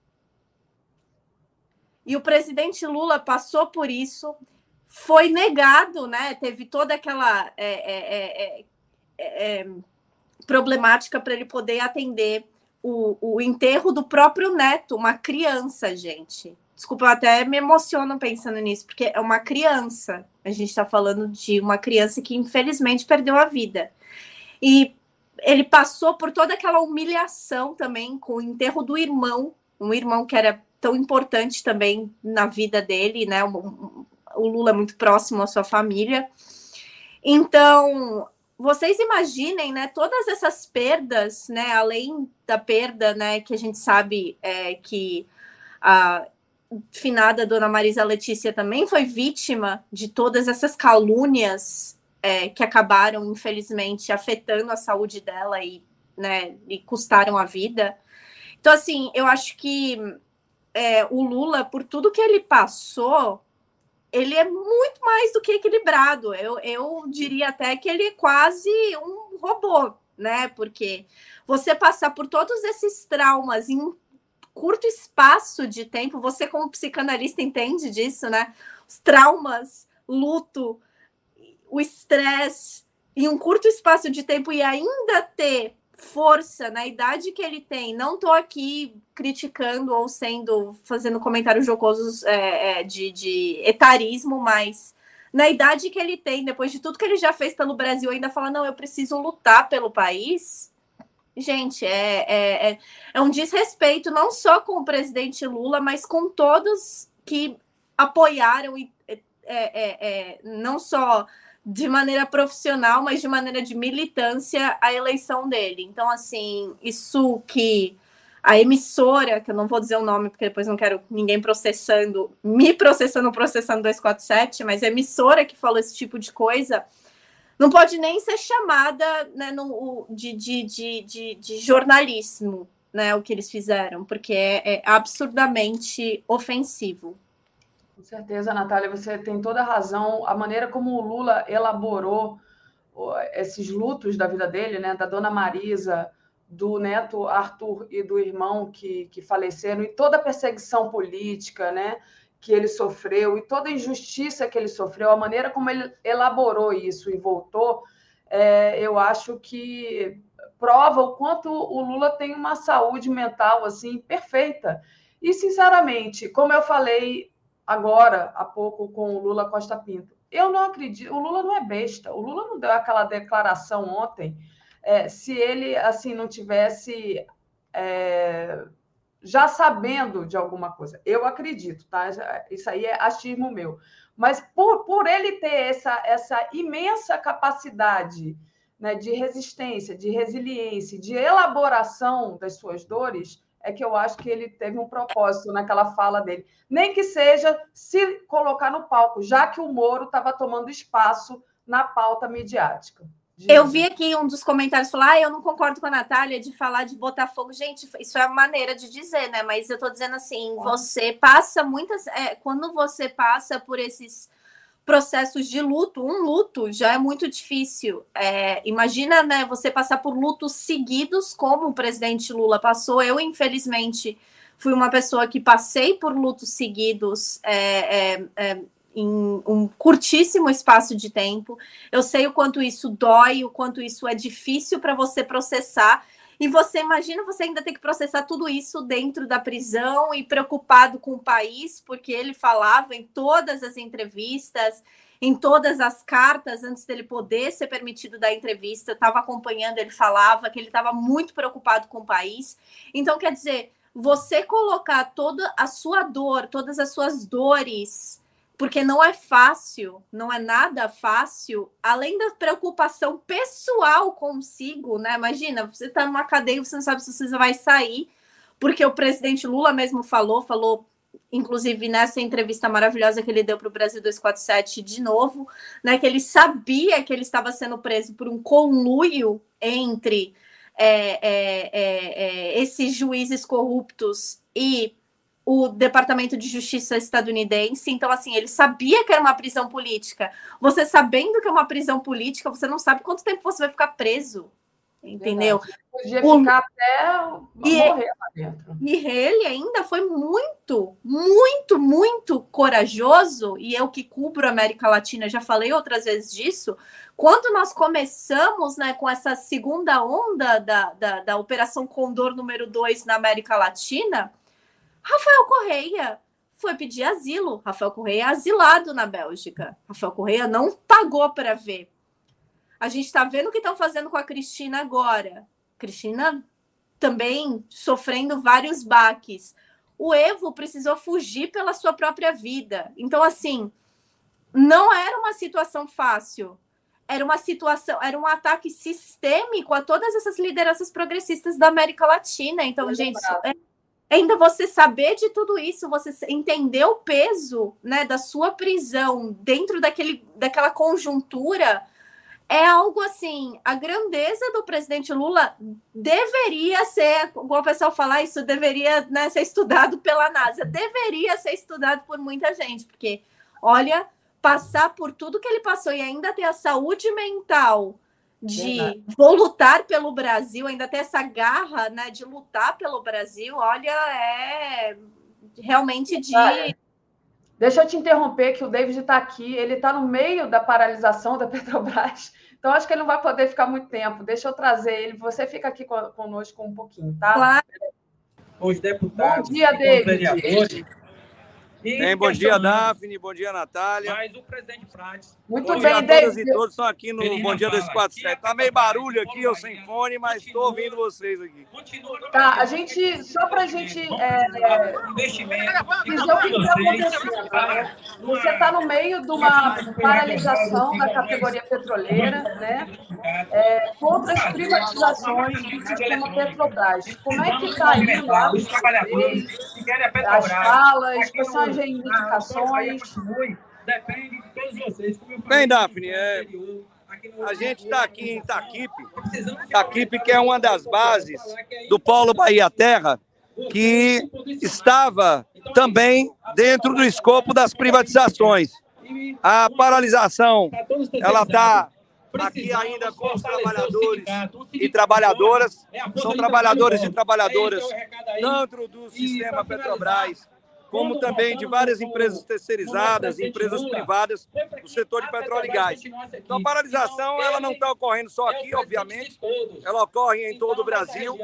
E o presidente Lula passou por isso, foi negado, né? Teve toda aquela é, é, é, é, problemática para ele poder atender o, o enterro do próprio neto, uma criança, gente. Desculpa, eu até me emociono pensando nisso, porque é uma criança. A gente está falando de uma criança que, infelizmente, perdeu a vida. E ele passou por toda aquela humilhação também com o enterro do irmão, um irmão que era tão importante também na vida dele, né? O, o Lula é muito próximo à sua família. Então, vocês imaginem, né? Todas essas perdas, né? Além da perda, né? Que a gente sabe é, que a finada dona Marisa Letícia também foi vítima de todas essas calúnias é, que acabaram, infelizmente, afetando a saúde dela e, né, e custaram a vida. Então, assim, eu acho que é, o Lula, por tudo que ele passou, ele é muito mais do que equilibrado. Eu, eu diria até que ele é quase um robô, né? Porque você passar por todos esses traumas em curto espaço de tempo, você como psicanalista entende disso, né? Os traumas, luto, o estresse, em um curto espaço de tempo e ainda ter força na idade que ele tem. Não estou aqui criticando ou sendo, fazendo comentários jocosos é, é, de, de etarismo, mas na idade que ele tem, depois de tudo que ele já fez pelo Brasil, ainda fala, não, eu preciso lutar pelo país. Gente, é, é, é, é um desrespeito não só com o presidente Lula, mas com todos que apoiaram, e, é, é, é, não só de maneira profissional, mas de maneira de militância, a eleição dele. Então, assim, isso que a emissora, que eu não vou dizer o nome, porque depois não quero ninguém processando, me processando, processando duzentos e quarenta e sete, mas a emissora que falou esse tipo de coisa não pode nem ser chamada, né, no, de, de, de, de, de jornalismo, né, o que eles fizeram, porque é, é absurdamente ofensivo.
Com certeza, Natália, você tem toda a razão. A maneira como o Lula elaborou esses lutos da vida dele, né, da dona Marisa, do neto Arthur e do irmão que, que faleceram, e toda a perseguição política, né, que ele sofreu, e toda a injustiça que ele sofreu, a maneira como ele elaborou isso e voltou, é, eu acho que prova o quanto o Lula tem uma saúde mental assim perfeita. E, sinceramente, como eu falei agora, há pouco, com o Lula Costa Pinto, eu não acredito, o Lula não é besta, o Lula não deu aquela declaração ontem, é, se ele assim não tivesse... É, já sabendo de alguma coisa. Eu acredito, tá? Isso aí é achismo meu. Mas por, por ele ter essa, essa imensa capacidade, né, de resistência, de resiliência, de elaboração das suas dores, é que eu acho que ele teve um propósito naquela fala dele. Nem que seja se colocar no palco, já que o Moro estava tomando espaço na pauta midiática.
Eu vi aqui um dos comentários falar, ah, eu não concordo com a Natália de falar de Botafogo. Gente, isso é a maneira de dizer, né? Mas eu tô dizendo assim, você passa muitas... É, quando você passa por esses processos de luto, um luto já é muito difícil. É, imagina, né, você passar por lutos seguidos, como o presidente Lula passou. Eu, infelizmente, fui uma pessoa que passei por lutos seguidos, é, é, é, em um curtíssimo espaço de tempo. Eu sei o quanto isso dói, o quanto isso é difícil para você processar. E você imagina você ainda ter que processar tudo isso dentro da prisão e preocupado com o país, porque ele falava em todas as entrevistas, em todas as cartas, antes dele poder ser permitido dar entrevista, eu estava acompanhando, ele falava que ele estava muito preocupado com o país. Então, quer dizer, você colocar toda a sua dor, todas as suas dores, porque não é fácil, não é nada fácil, além da preocupação pessoal consigo, né? Imagina, você está numa cadeia, você não sabe se você vai sair, porque o presidente Lula mesmo falou, falou, inclusive nessa entrevista maravilhosa que ele deu para o Brasil duzentos e quarenta e sete de novo, né? Que ele sabia que ele estava sendo preso por um conluio entre é, é, é, é, esses juízes corruptos e o Departamento de Justiça estadunidense. Então, assim, ele sabia que era uma prisão política. Você sabendo que é uma prisão política, você não sabe quanto tempo você vai ficar preso. Entendeu?
Verdade. Podia o... ficar até
e
morrer lá dentro.
E ele ainda foi muito, muito, muito corajoso, e eu que cubro a América Latina, já falei outras vezes disso, quando nós começamos, né, com essa segunda onda da, da, da Operação Condor número dois na América Latina, Rafael Correia foi pedir asilo. Rafael Correia é asilado na Bélgica. Rafael Correia não pagou para ver. A gente está vendo o que estão fazendo com a Cristina agora. Cristina também sofrendo vários baques. O Evo precisou fugir pela sua própria vida. Então, assim, não era uma situação fácil. Era uma situação, era um ataque sistêmico a todas essas lideranças progressistas da América Latina. Então, Muito gente, é, ainda você saber de tudo isso, você entender o peso, né, da sua prisão dentro daquele, daquela conjuntura, é algo assim, a grandeza do presidente Lula deveria ser, como o pessoal fala, isso deveria, né, ser estudado pela NASA, deveria ser estudado por muita gente, porque, olha, passar por tudo que ele passou e ainda ter a saúde mental de Verdade. Vou lutar pelo Brasil, ainda ter essa garra, né, de lutar pelo Brasil, olha, é realmente de...
Deixa eu te interromper, que o David está aqui, ele está no meio da paralisação da Petrobras, então acho que ele não vai poder ficar muito tempo. Deixa eu trazer ele, você fica aqui conosco um pouquinho, tá?
Claro.
Os deputados
Bom dia,
e os vereadores, Tem, bom dia, Daphne, bom dia, Natália.
Mas o presidente Prates...
Muito
bom
bem,
dia a
David.
todas e todos estão aqui no Bom Dia dois quatro sete. Tá meio barulho aqui, eu sem fone, mas estou ouvindo vocês aqui.
Tá, a gente, só para a gente é, dizer o que está acontecendo, né? Você está no meio de uma paralisação da categoria petroleira, né? É, contra as privatizações do sistema Petrobras. Como é que está indo lá os trabalhadores, as falas, quais são as reivindicações?
Depende de todos vocês.
Bem, Daphne, é, a gente está aqui em Itaquipe, Itaquipe que é uma das bases do Polo Bahia Terra, que estava também dentro do escopo das privatizações. A paralisação, ela está aqui ainda com os trabalhadores e trabalhadoras, são trabalhadores e trabalhadoras tanto do sistema Petrobras, como também de várias empresas terceirizadas, empresas privadas do setor de petróleo e gás. Então, a paralisação ela não está ocorrendo só aqui, obviamente, ela ocorre em todo o Brasil,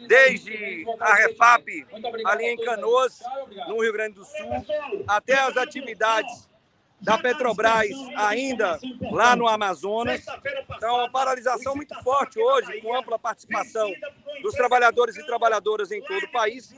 desde a Refap, ali em Canoas, no Rio Grande do Sul, até as atividades da Petrobras ainda lá no Amazonas. Então, uma paralisação muito forte hoje, com ampla participação dos trabalhadores e trabalhadoras em todo o país,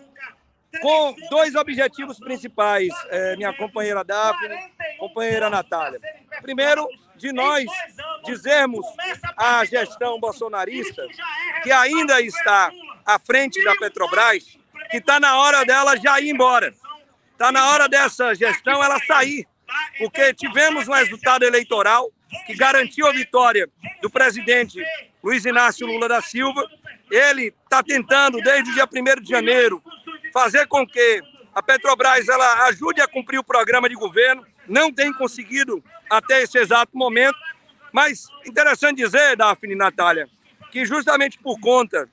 com dois objetivos principais, é, minha companheira Daphne, companheira Natália. Primeiro, de nós dizermos à gestão bolsonarista, que ainda está à frente da Petrobras, que está na hora dela já ir embora. Está na hora dessa gestão ela sair, porque tivemos um resultado eleitoral que garantiu a vitória do presidente Luiz Inácio Lula da Silva. Ele está tentando, desde o dia primeiro de janeiro, fazer com que a Petrobras ela ajude a cumprir o programa de governo. Não tem conseguido até esse exato momento. Mas interessante dizer, Daphne e Natália, que justamente por conta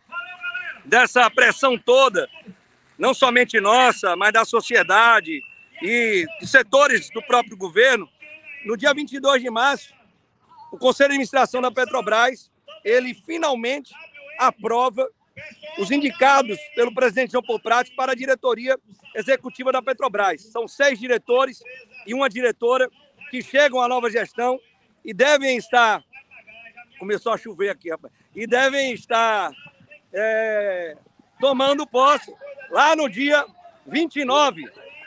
dessa pressão toda, não somente nossa, mas da sociedade e de setores do próprio governo, no dia vinte e dois de março, o Conselho de Administração da Petrobras, ele finalmente aprova os indicados pelo presidente João Paulo Prates para a diretoria executiva da Petrobras. São seis diretores e uma diretora que chegam à nova gestão e devem estar... Começou a chover aqui, rapaz. E devem estar é, tomando posse lá no dia vinte e nove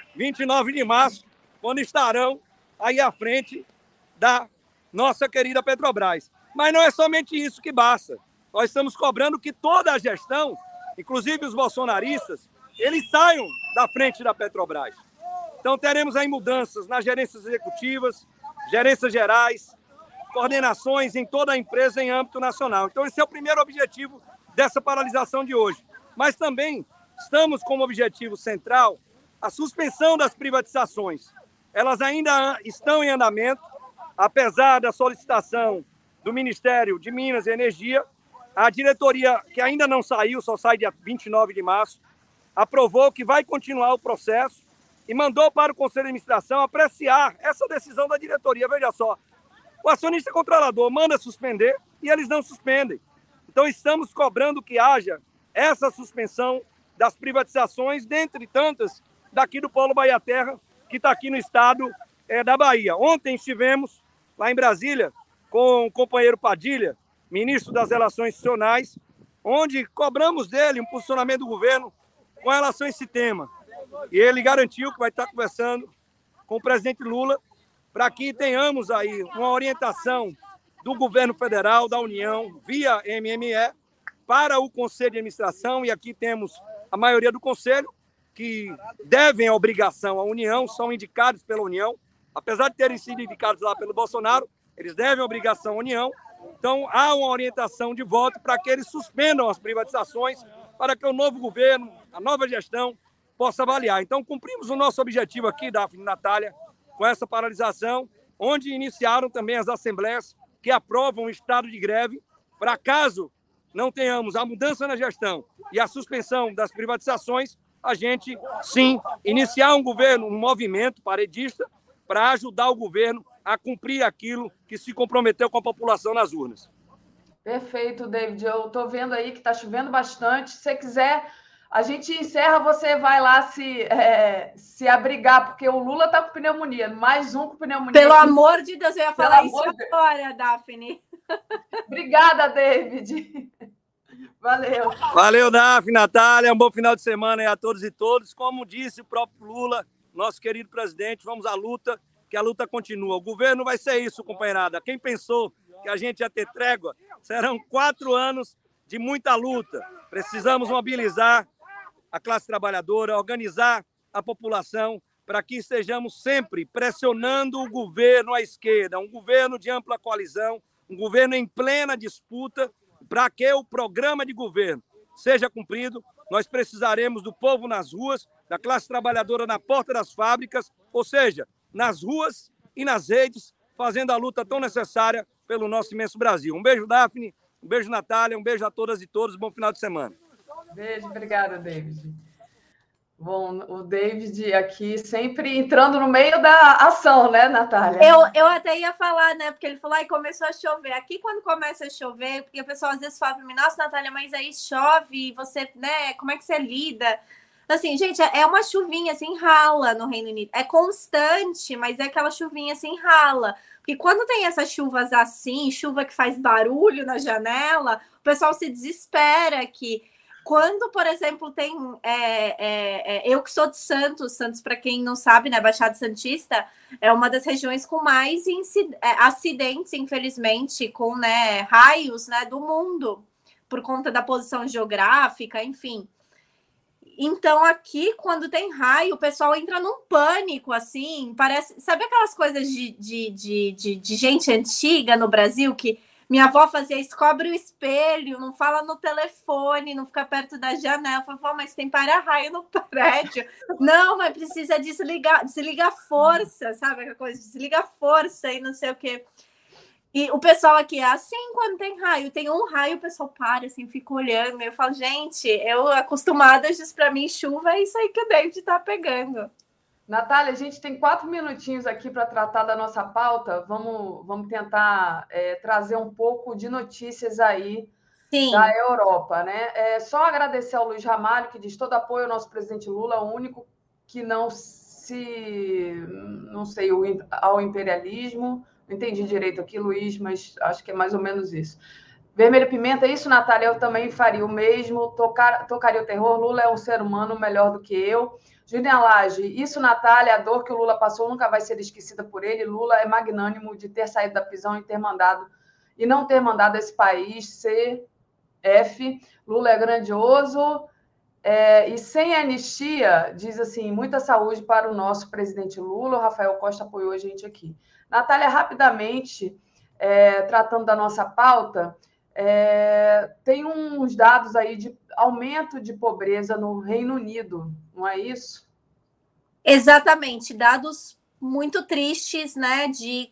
de março, quando estarão aí à frente da nossa querida Petrobras. Mas não é somente isso que basta. Nós estamos cobrando que toda a gestão, inclusive os bolsonaristas, eles saiam da frente da Petrobras. Então teremos aí mudanças nas gerências executivas, gerências gerais, coordenações em toda a empresa em âmbito nacional. Então esse é o primeiro objetivo dessa paralisação de hoje. Mas também estamos como objetivo central a suspensão das privatizações. Elas ainda estão em andamento, apesar da solicitação do Ministério de Minas e Energia. A diretoria, que ainda não saiu, só sai dia vinte e nove de março, aprovou que vai continuar o processo e mandou para o Conselho de Administração apreciar essa decisão da diretoria. Veja só, o acionista controlador manda suspender e eles não suspendem. Então, estamos cobrando que haja essa suspensão das privatizações, dentre tantas, daqui do Polo Bahia Terra, que está aqui no estado é, da Bahia. Ontem estivemos lá em Brasília com o companheiro Padilha, ministro das Relações Institucionais, onde cobramos dele um posicionamento do governo com relação a esse tema. E ele garantiu que vai estar conversando com o presidente Lula para que tenhamos aí uma orientação do governo federal, da União, via M M E, para o Conselho de Administração, e aqui temos a maioria do Conselho, que devem a obrigação à União, são indicados pela União, apesar de terem sido indicados lá pelo Bolsonaro, eles devem a obrigação à União. Então, há uma orientação de voto para que eles suspendam as privatizações, para que o novo governo, a nova gestão, possa avaliar. Então, cumprimos o nosso objetivo aqui, Daphne e Natália, com essa paralisação, onde iniciaram também as assembleias que aprovam o estado de greve, para caso não tenhamos a mudança na gestão e a suspensão das privatizações, a gente, sim, iniciar um governo, um movimento paredista, para ajudar o governo a cumprir aquilo que se comprometeu com a população nas urnas.
Perfeito, David. Eu estou vendo aí que está chovendo bastante. Se você quiser A gente encerra, você vai lá se, é, se abrigar, porque o Lula está com pneumonia, mais um com pneumonia.
Pelo amor de Deus, eu ia falar
Pelo
isso
amor de
agora, Daphne.
Obrigada, David. Valeu.
Valeu, Daphne, Natália. Um bom final de semana aí a todos e todas. Como disse o próprio Lula, nosso querido presidente, vamos à luta, que a luta continua. O governo vai ser isso, companheirada. Quem pensou que a gente ia ter trégua, serão quatro anos de muita luta. Precisamos mobilizar a classe trabalhadora, organizar a população para que estejamos sempre pressionando o governo à esquerda, um governo de ampla coalizão, um governo em plena disputa, para que o programa de governo seja cumprido. Nós precisaremos do povo nas ruas, da classe trabalhadora na porta das fábricas, ou seja, nas ruas e nas redes, fazendo a luta tão necessária pelo nosso imenso Brasil. Um beijo, Daphne, um beijo, Natália, um beijo a todas e todos, bom final de semana.
Beijo, obrigada, David. Bom, o David aqui sempre entrando no meio da ação, né, Natália?
Eu, eu até ia falar, né, porque ele falou, e começou a chover. Aqui, quando começa a chover, porque o pessoal às vezes fala para mim, nossa, Natália, mas aí chove, você, né, como é que você lida? Assim, gente, é uma chuvinha, assim, rala no Reino Unido. É constante, mas é aquela chuvinha, assim, rala. Porque quando tem essas chuvas assim, chuva que faz barulho na janela, o pessoal se desespera que... Quando, por exemplo, tem... É, é, é, eu que sou de Santos, Santos, para quem não sabe, né, Baixada Santista, é uma das regiões com mais incid- acidentes, infelizmente, com, né, raios, né, do mundo, por conta da posição geográfica, enfim. Então, aqui, quando tem raio, o pessoal entra num pânico, assim, parece... Sabe aquelas coisas de, de, de, de, de gente antiga no Brasil, que minha avó fazia isso, cobre o espelho, não fala no telefone, não fica perto da janela. Eu falava, mas tem para-raio no prédio. Não, mas precisa desligar, desligar a força, sabe? Aquela coisa, desliga a força e não sei o quê. E o pessoal aqui é assim quando tem raio. Tem um raio, o pessoal para, assim, fica olhando. Eu falo, gente, eu acostumada, diz para mim, chuva, é isso aí que o David tá pegando.
Natália, a gente tem quatro minutinhos aqui para tratar da nossa pauta. Vamos, vamos tentar é, trazer um pouco de notícias aí Sim. da Europa, né? É só agradecer ao Luiz Ramalho, que diz todo apoio ao nosso presidente Lula, o único que não se... não sei, ao imperialismo. Não entendi direito aqui, Luiz, mas acho que é mais ou menos isso. Vermelho Pimenta, isso, Natália, eu também faria o mesmo. Tocar, tocaria o terror. Lula é um ser humano melhor do que eu. Juliana Lage, isso, Natália, a dor que o Lula passou nunca vai ser esquecida por ele. Lula é magnânimo de ter saído da prisão e ter mandado e não ter mandado esse país C F. Lula é grandioso. É, e sem anistia, diz assim, muita saúde para o nosso presidente Lula. O Rafael Costa apoiou a gente aqui. Natália, rapidamente, é, tratando da nossa pauta, é, tem uns dados aí de aumento de pobreza no Reino Unido, não é isso?
Exatamente, dados muito tristes, né? De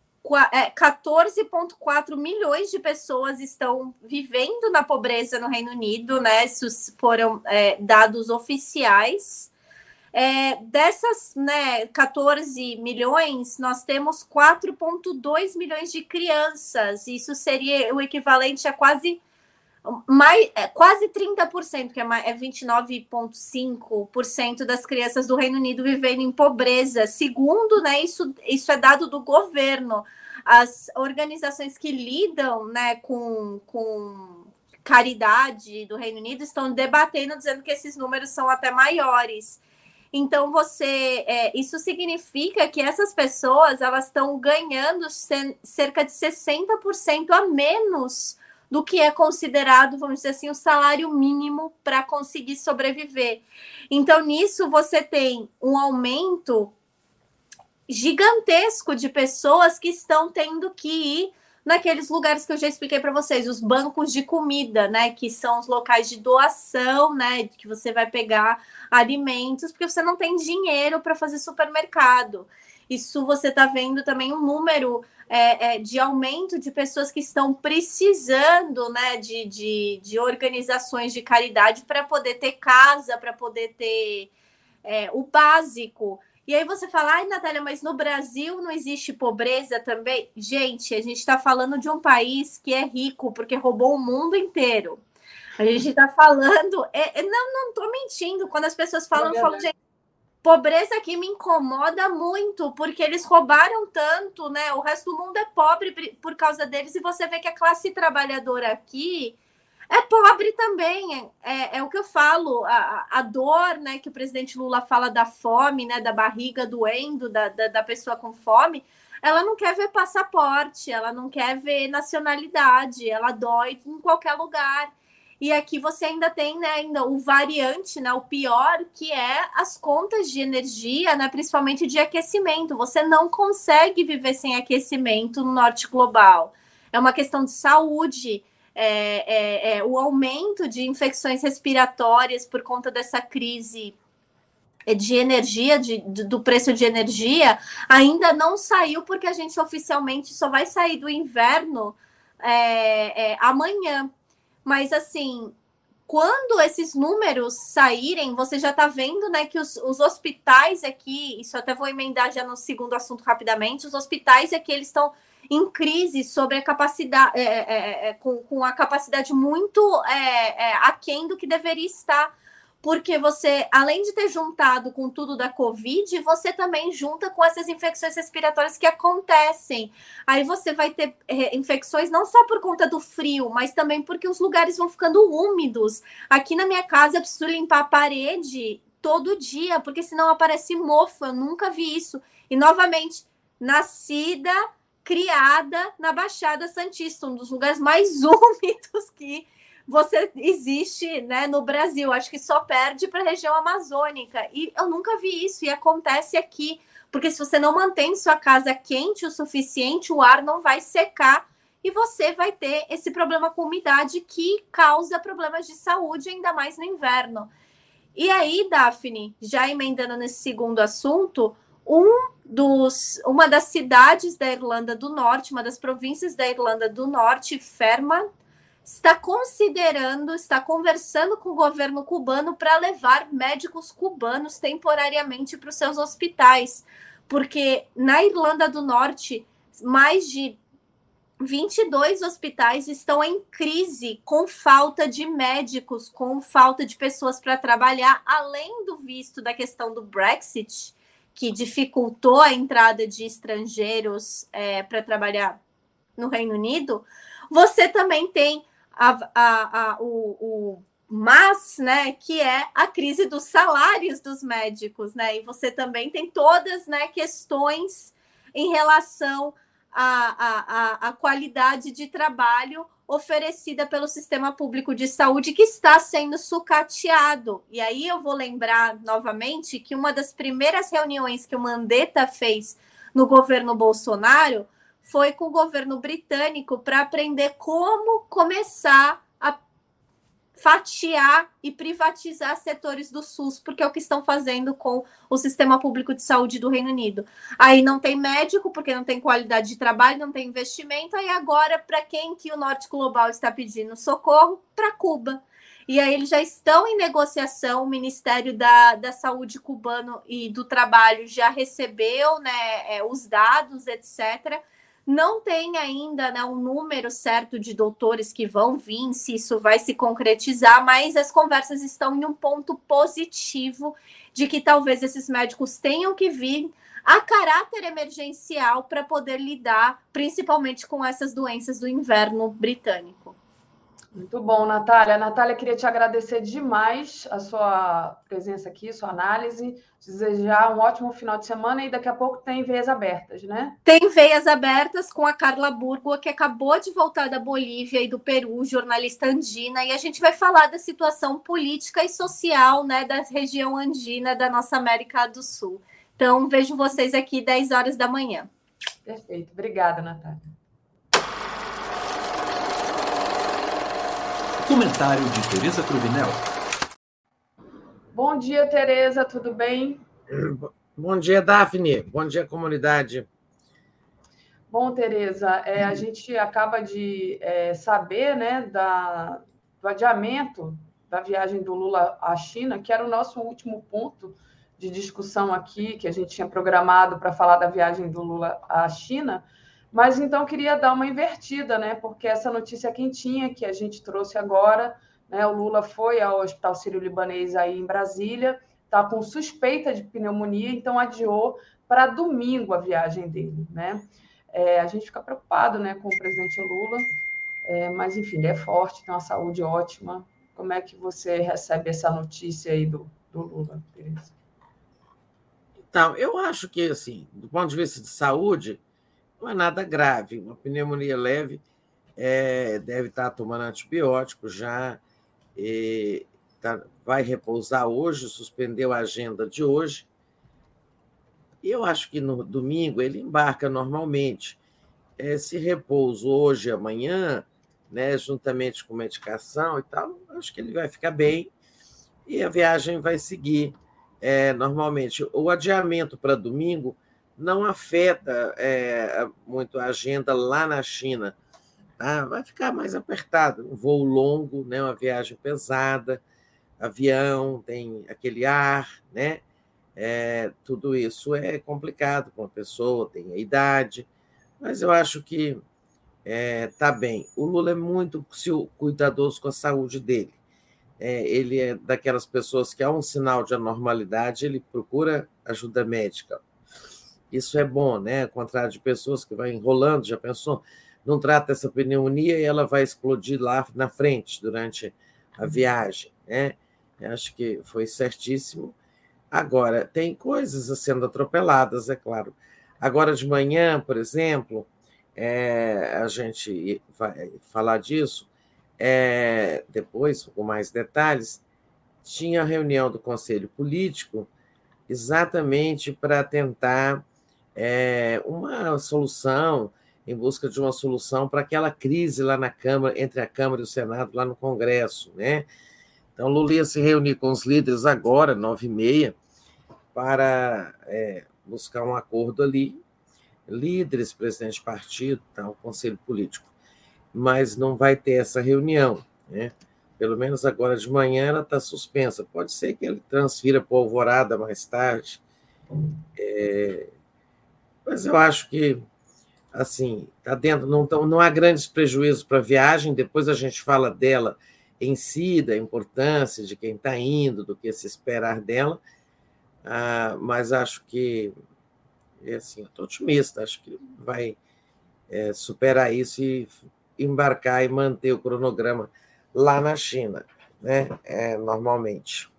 quatorze vírgula quatro milhões de pessoas estão vivendo na pobreza no Reino Unido, né? Esses foram é, dados oficiais. É, dessas, né, quatorze milhões, nós temos quatro vírgula dois milhões de crianças. Isso seria o equivalente a quase, mais, é, quase trinta por cento, que é, é vinte e nove vírgula cinco por cento das crianças do Reino Unido vivendo em pobreza. Segundo, né, isso, isso é dado do governo. As organizações que lidam, né, com... com caridade do Reino Unido estão debatendo, dizendo que esses números são até maiores. Então, você, é, isso significa que essas pessoas elas estão ganhando cerca de sessenta por cento a menos do que é considerado, vamos dizer assim, o salário mínimo para conseguir sobreviver. Então, nisso, você tem um aumento gigantesco de pessoas que estão tendo que ir naqueles lugares que eu já expliquei para vocês, os bancos de comida, né, que são os locais de doação, né, que você vai pegar alimentos, porque você não tem dinheiro para fazer supermercado. Isso você está vendo também um número é, é, de aumento de pessoas que estão precisando, né, de, de, de organizações de caridade para poder ter casa, para poder ter é, o básico. E aí você fala, ai, Natália, mas no Brasil não existe pobreza também? Gente, a gente está falando de um país que é rico porque roubou o mundo inteiro. A gente está falando... É, não, não estou mentindo. Quando as pessoas falam, eu falo, gente, pobreza aqui me incomoda muito, porque eles roubaram tanto, né? O resto do mundo é pobre por causa deles, e você vê que a classe trabalhadora aqui é pobre também. É, é o que eu falo, a, a dor, né, que o presidente Lula fala da fome, né, da barriga doendo, da, da, da pessoa com fome. Ela não quer ver passaporte, ela não quer ver nacionalidade, ela dói em qualquer lugar. E aqui você ainda tem, né, ainda o variante, né, o pior, que é as contas de energia, né, principalmente de aquecimento. Você não consegue viver sem aquecimento no norte global. É uma questão de saúde, é, é, é, o aumento de infecções respiratórias por conta dessa crise de energia, de, do preço de energia, ainda não saiu, porque a gente oficialmente só vai sair do inverno é, é, amanhã. Mas, assim, quando esses números saírem, você já está vendo, né, que os, os hospitais aqui, isso até vou emendar já no segundo assunto rapidamente, os hospitais aqui, eles estão em crise sobre a capacidade, é, é, é, com, com a capacidade muito é, é, aquém do que deveria estar. Porque você, além de ter juntado com tudo da Covid, você também junta com essas infecções respiratórias que acontecem. Aí você vai ter é, infecções não só por conta do frio, mas também porque os lugares vão ficando úmidos. Aqui na minha casa eu preciso limpar a parede todo dia, porque senão aparece mofo. Eu nunca vi isso. E, novamente, nascida, criada na Baixada Santista, um dos lugares mais úmidos que você existe, né, no Brasil. Acho que só perde para a região amazônica. E eu nunca vi isso, e acontece aqui. Porque se você não mantém sua casa quente o suficiente, o ar não vai secar e você vai ter esse problema com umidade que causa problemas de saúde, ainda mais no inverno. E aí, Daphne, já emendando nesse segundo assunto, um dos, uma das cidades da Irlanda do Norte, uma das províncias da Irlanda do Norte, Fermanagh, está considerando, está conversando com o governo cubano para levar médicos cubanos temporariamente para os seus hospitais, porque na Irlanda do Norte, mais de vinte e dois hospitais estão em crise, com falta de médicos, com falta de pessoas para trabalhar, além do visto da questão do Brexit, que dificultou a entrada de estrangeiros é, para trabalhar no Reino Unido. Você também tem A, a, a, o, o mas, né, que é a crise dos salários dos médicos, né, e você também tem todas, né, questões em relação à, à, à qualidade de trabalho oferecida pelo sistema público de saúde, que está sendo sucateado. E aí eu vou lembrar novamente que uma das primeiras reuniões que o Mandetta fez no governo Bolsonaro foi com o governo britânico para aprender como começar a fatiar e privatizar setores do SUS, porque é o que estão fazendo com o sistema público de saúde do Reino Unido. Aí não tem médico, porque não tem qualidade de trabalho, não tem investimento, aí agora, para quem que o Norte Global está pedindo socorro? Para Cuba. E aí eles já estão em negociação, o Ministério da, da Saúde cubano e do Trabalho já recebeu, né, é, os dados, etcétera, Não tem ainda, né, um número certo de doutores que vão vir, se isso vai se concretizar, mas as conversas estão em um ponto positivo de que talvez esses médicos tenham que vir a caráter emergencial para poder lidar, principalmente com essas doenças do inverno britânico.
Muito bom, Natália. Natália, queria te agradecer demais a sua presença aqui, sua análise, desejar um ótimo final de semana e daqui a pouco tem Veias Abertas, né?
Tem Veias Abertas com a Carla Burgo, que acabou de voltar da Bolívia e do Peru, jornalista andina, e a gente vai falar da situação política e social, né, da região andina da nossa América do Sul. Então, vejo vocês aqui dez horas da manhã.
Perfeito. Obrigada, Natália.
Comentário de Tereza Cruvinel.
Bom dia, Tereza, tudo bem?
Bom dia, Daphne. Bom dia, comunidade.
Bom, Tereza, é, a gente acaba de é, saber, né, da, do adiamento da viagem do Lula à China, que era o nosso último ponto de discussão aqui, que a gente tinha programado para falar da viagem do Lula à China. Mas então queria dar uma invertida, né? Porque essa notícia quentinha que a gente trouxe agora né? O Lula foi ao Hospital Sírio-Libanês aí em Brasília, está com suspeita de pneumonia, então adiou para domingo a viagem dele, né? É, a gente fica preocupado, né, com o presidente Lula, é, mas, enfim, ele é forte, tem uma saúde ótima. Como é que você recebe essa notícia aí do, do Lula, Tereza?
Então, eu acho que, assim, do ponto de vista de saúde, não é nada grave. Uma pneumonia leve, é, deve estar tomando antibiótico já, e tá, vai repousar hoje, suspendeu a agenda de hoje. E eu acho que no domingo ele embarca normalmente. Esse repouso hoje e amanhã, né, juntamente com medicação e tal, acho que ele vai ficar bem e a viagem vai seguir é, normalmente. O adiamento para domingo não afeta é, muito a agenda lá na China. Tá? Vai ficar mais apertado. Um voo longo, né, uma viagem pesada, avião, tem aquele ar, né? É, tudo isso é complicado para uma pessoa, tem a idade, mas eu acho que está é, bem. O Lula é muito cuidadoso com a saúde dele. É, ele é daquelas pessoas que há um sinal de anormalidade, ele procura ajuda médica. Isso é bom, né? Ao contrário de pessoas que vão enrolando, já pensou, não trata essa pneumonia e ela vai explodir lá na frente durante a viagem, né? Eu acho que foi certíssimo. Agora, tem coisas sendo atropeladas, é claro. Agora de manhã, por exemplo, é, a gente vai falar disso, é, depois, com mais detalhes, tinha a reunião do Conselho Político exatamente para tentar é, uma solução, em busca de uma solução para aquela crise lá na Câmara, entre a Câmara e o Senado, lá no Congresso, né? Então, Lula ia se reunir com os líderes agora, nove e meia, para é, buscar um acordo ali, líderes, presidente de partido, tá, o Conselho Político. Mas não vai ter essa reunião, né? Pelo menos agora de manhã ela está suspensa. Pode ser que ele transfira para o Alvorada mais tarde. É, mas eu acho que, assim, tá dentro, não, tão, não há grandes prejuízos para a viagem, depois a gente fala dela em si, da importância de quem está indo, do que se esperar dela, ah, mas acho que, assim, estou otimista, acho que vai é, superar isso e embarcar e manter o cronograma lá na China, né? É, normalmente.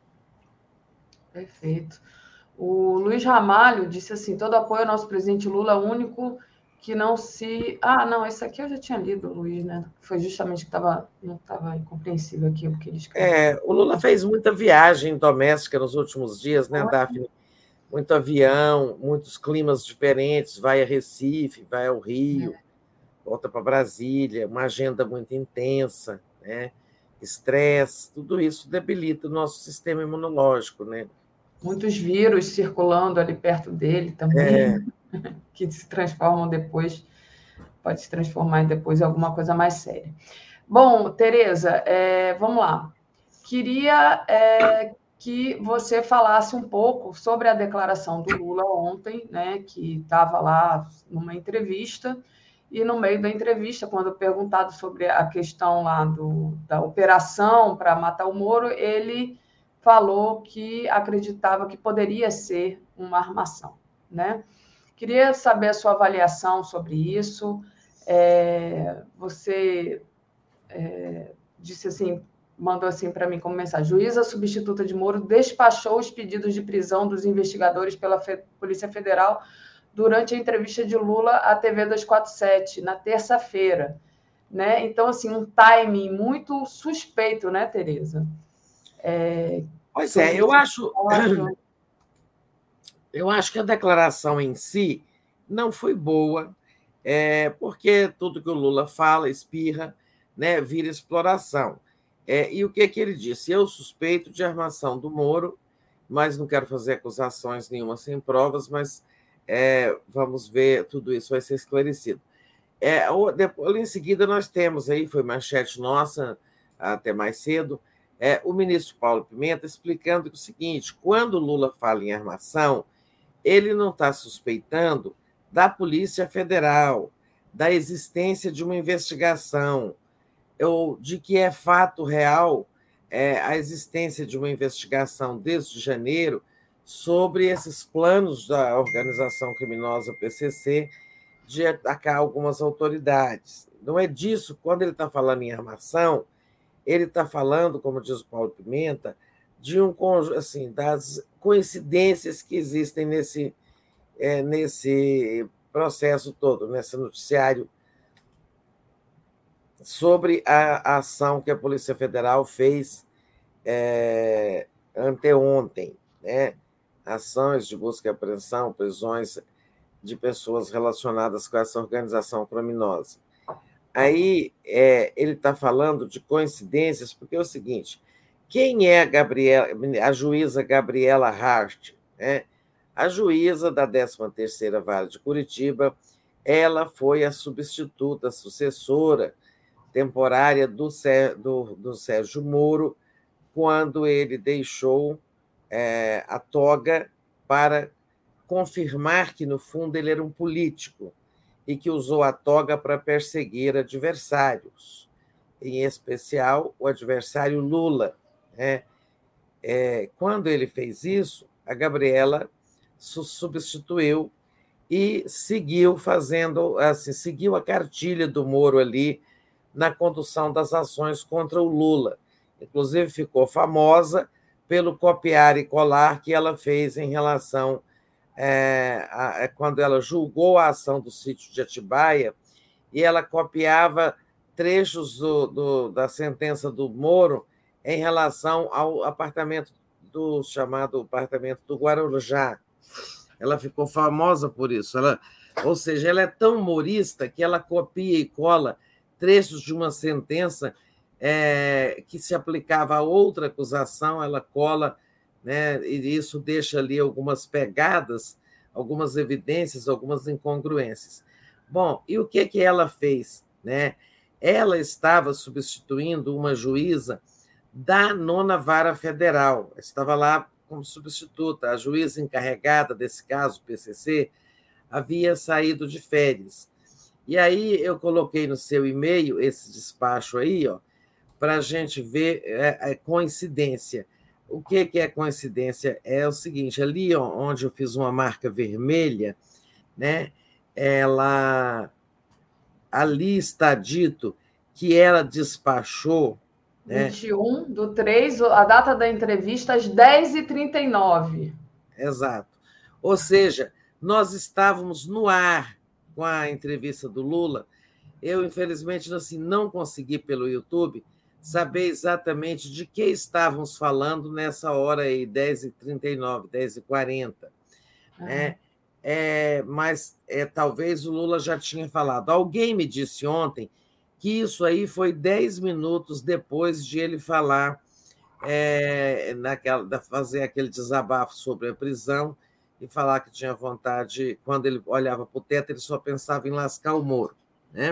Perfeito. O Luiz Ramalho disse assim, todo apoio ao nosso presidente Lula, único que não se... Ah, não, esse aqui eu já tinha lido, Luiz, né? Foi justamente que tava, não estava incompreensível aqui o que ele escreveu.
É, o Lula fez muita viagem doméstica nos últimos dias, né, Daphne? Muito avião, muitos climas diferentes, vai a Recife, vai ao Rio, é. volta para Brasília, uma agenda muito intensa, né? Estresse, tudo isso debilita o nosso sistema imunológico, né?
Muitos vírus circulando ali perto dele também, é. que se transformam depois, pode se transformar depois em alguma coisa mais séria. Bom, Tereza, é, vamos lá. Queria é, que você falasse um pouco sobre a declaração do Lula ontem, né, que estava lá numa entrevista, e no meio da entrevista, quando perguntado sobre a questão lá do, da operação para matar o Moro, ele falou que acreditava que poderia ser uma armação, né? Queria saber a sua avaliação sobre isso. É, você é, disse assim, mandou assim para mim como mensagem: juíza substituta de Moro despachou os pedidos de prisão dos investigadores pela Fe- Polícia Federal durante a entrevista de Lula à T V duzentos e quarenta e sete, na terça-feira, né? Então, assim, um timing muito suspeito, né, Tereza? É,
pois é, eu acho, eu acho que a declaração em si não foi boa, é, porque tudo que o Lula fala, espirra, né, vira exploração. É, e o que, que ele disse? Eu suspeito de armação do Moro, mas não quero fazer acusações nenhuma sem provas, mas é, vamos ver, tudo isso vai ser esclarecido. É, depois, em seguida, nós temos aí, foi manchete nossa, até mais cedo, é, o ministro Paulo Pimenta explicando o seguinte: quando o Lula fala em armação, ele não está suspeitando da Polícia Federal, da existência de uma investigação, ou de que é fato real é, a existência de uma investigação desde janeiro sobre esses planos da organização criminosa P C C de atacar algumas autoridades. Não é disso, quando ele está falando em armação, ele está falando, como diz o Paulo Pimenta, de um assim, das coincidências que existem nesse, é, nesse processo todo, nesse noticiário sobre a, a ação que a Polícia Federal fez é, anteontem, né? Ações de busca e apreensão, prisões de pessoas relacionadas com essa organização criminosa. Aí é, ele está falando de coincidências, porque é o seguinte: quem é a, Gabriela, a juíza Gabriela Hart? Né? A juíza da décima terceira Vara de Curitiba, ela foi a substituta, a sucessora temporária do, do, do Sérgio Moro, quando ele deixou é, a toga para confirmar que, no fundo, ele era um político e que usou a toga para perseguir adversários, em especial o adversário Lula. Né? É, quando ele fez isso, a Gabriela substituiu e seguiu fazendo, assim, seguiu a cartilha do Moro ali na condução das ações contra o Lula. Inclusive, ficou famosa pelo copiar e colar que ela fez em relação É, a, quando ela julgou a ação do sítio de Atibaia, e ela copiava trechos do, do, da sentença do Moro em relação ao apartamento do chamado apartamento do Guarujá. Ela ficou famosa por isso. Ela, ou seja, ela é tão humorista que ela copia e cola trechos de uma sentença é, que se aplicava a outra acusação, ela cola, né, e isso deixa ali algumas pegadas, algumas evidências, algumas incongruências. Bom, e o que, que ela fez? Né? Ela estava substituindo uma juíza da nona Vara Federal, estava lá como substituta. A juíza encarregada desse caso, P C C, havia saído de férias. E aí eu coloquei no seu e-mail esse despacho aí, ó, para a gente ver é, é, coincidência. O que é coincidência? É o seguinte, ali onde eu fiz uma marca vermelha, né, ela, ali está dito que ela despachou... Né,
vinte e um do três, a data da entrevista, às dez e trinta e nove.
Exato. Ou seja, nós estávamos no ar com a entrevista do Lula. Eu, infelizmente, assim, não consegui pelo YouTube saber exatamente de que estávamos falando nessa hora aí, dez e trinta e nove, dez e quarenta. Uhum. Né? É, mas é, talvez o Lula já tinha falado. Alguém me disse ontem que isso aí foi dez minutos depois de ele falar, é, naquela, fazer aquele desabafo sobre a prisão e falar que tinha vontade, quando ele olhava para o teto, ele só pensava em lascar o Moro. Né?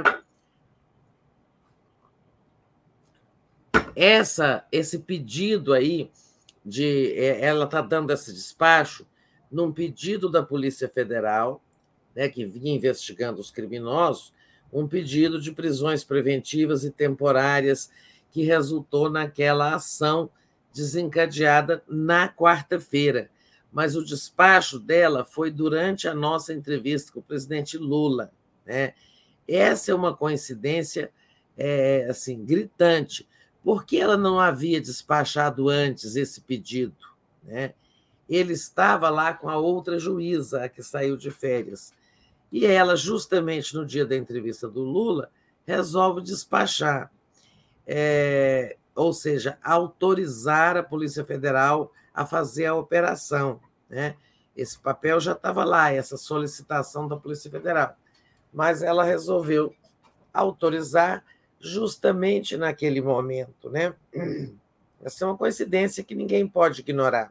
Essa, esse pedido aí, de, ela está dando esse despacho num pedido da Polícia Federal, né, que vinha investigando os criminosos, um pedido de prisões preventivas e temporárias que resultou naquela ação desencadeada na quarta-feira. Mas o despacho dela foi durante a nossa entrevista com o presidente Lula. Né? Essa é uma coincidência é, assim, gritante. Por que ela não havia despachado antes esse pedido? Né? Ele estava lá com a outra juíza, a que saiu de férias. E ela, justamente no dia da entrevista do Lula, resolve despachar, é, ou seja, autorizar a Polícia Federal a fazer a operação. Né? Esse papel já estava lá, essa solicitação da Polícia Federal. Mas ela resolveu autorizar justamente naquele momento. Né? Essa é uma coincidência que ninguém pode ignorar.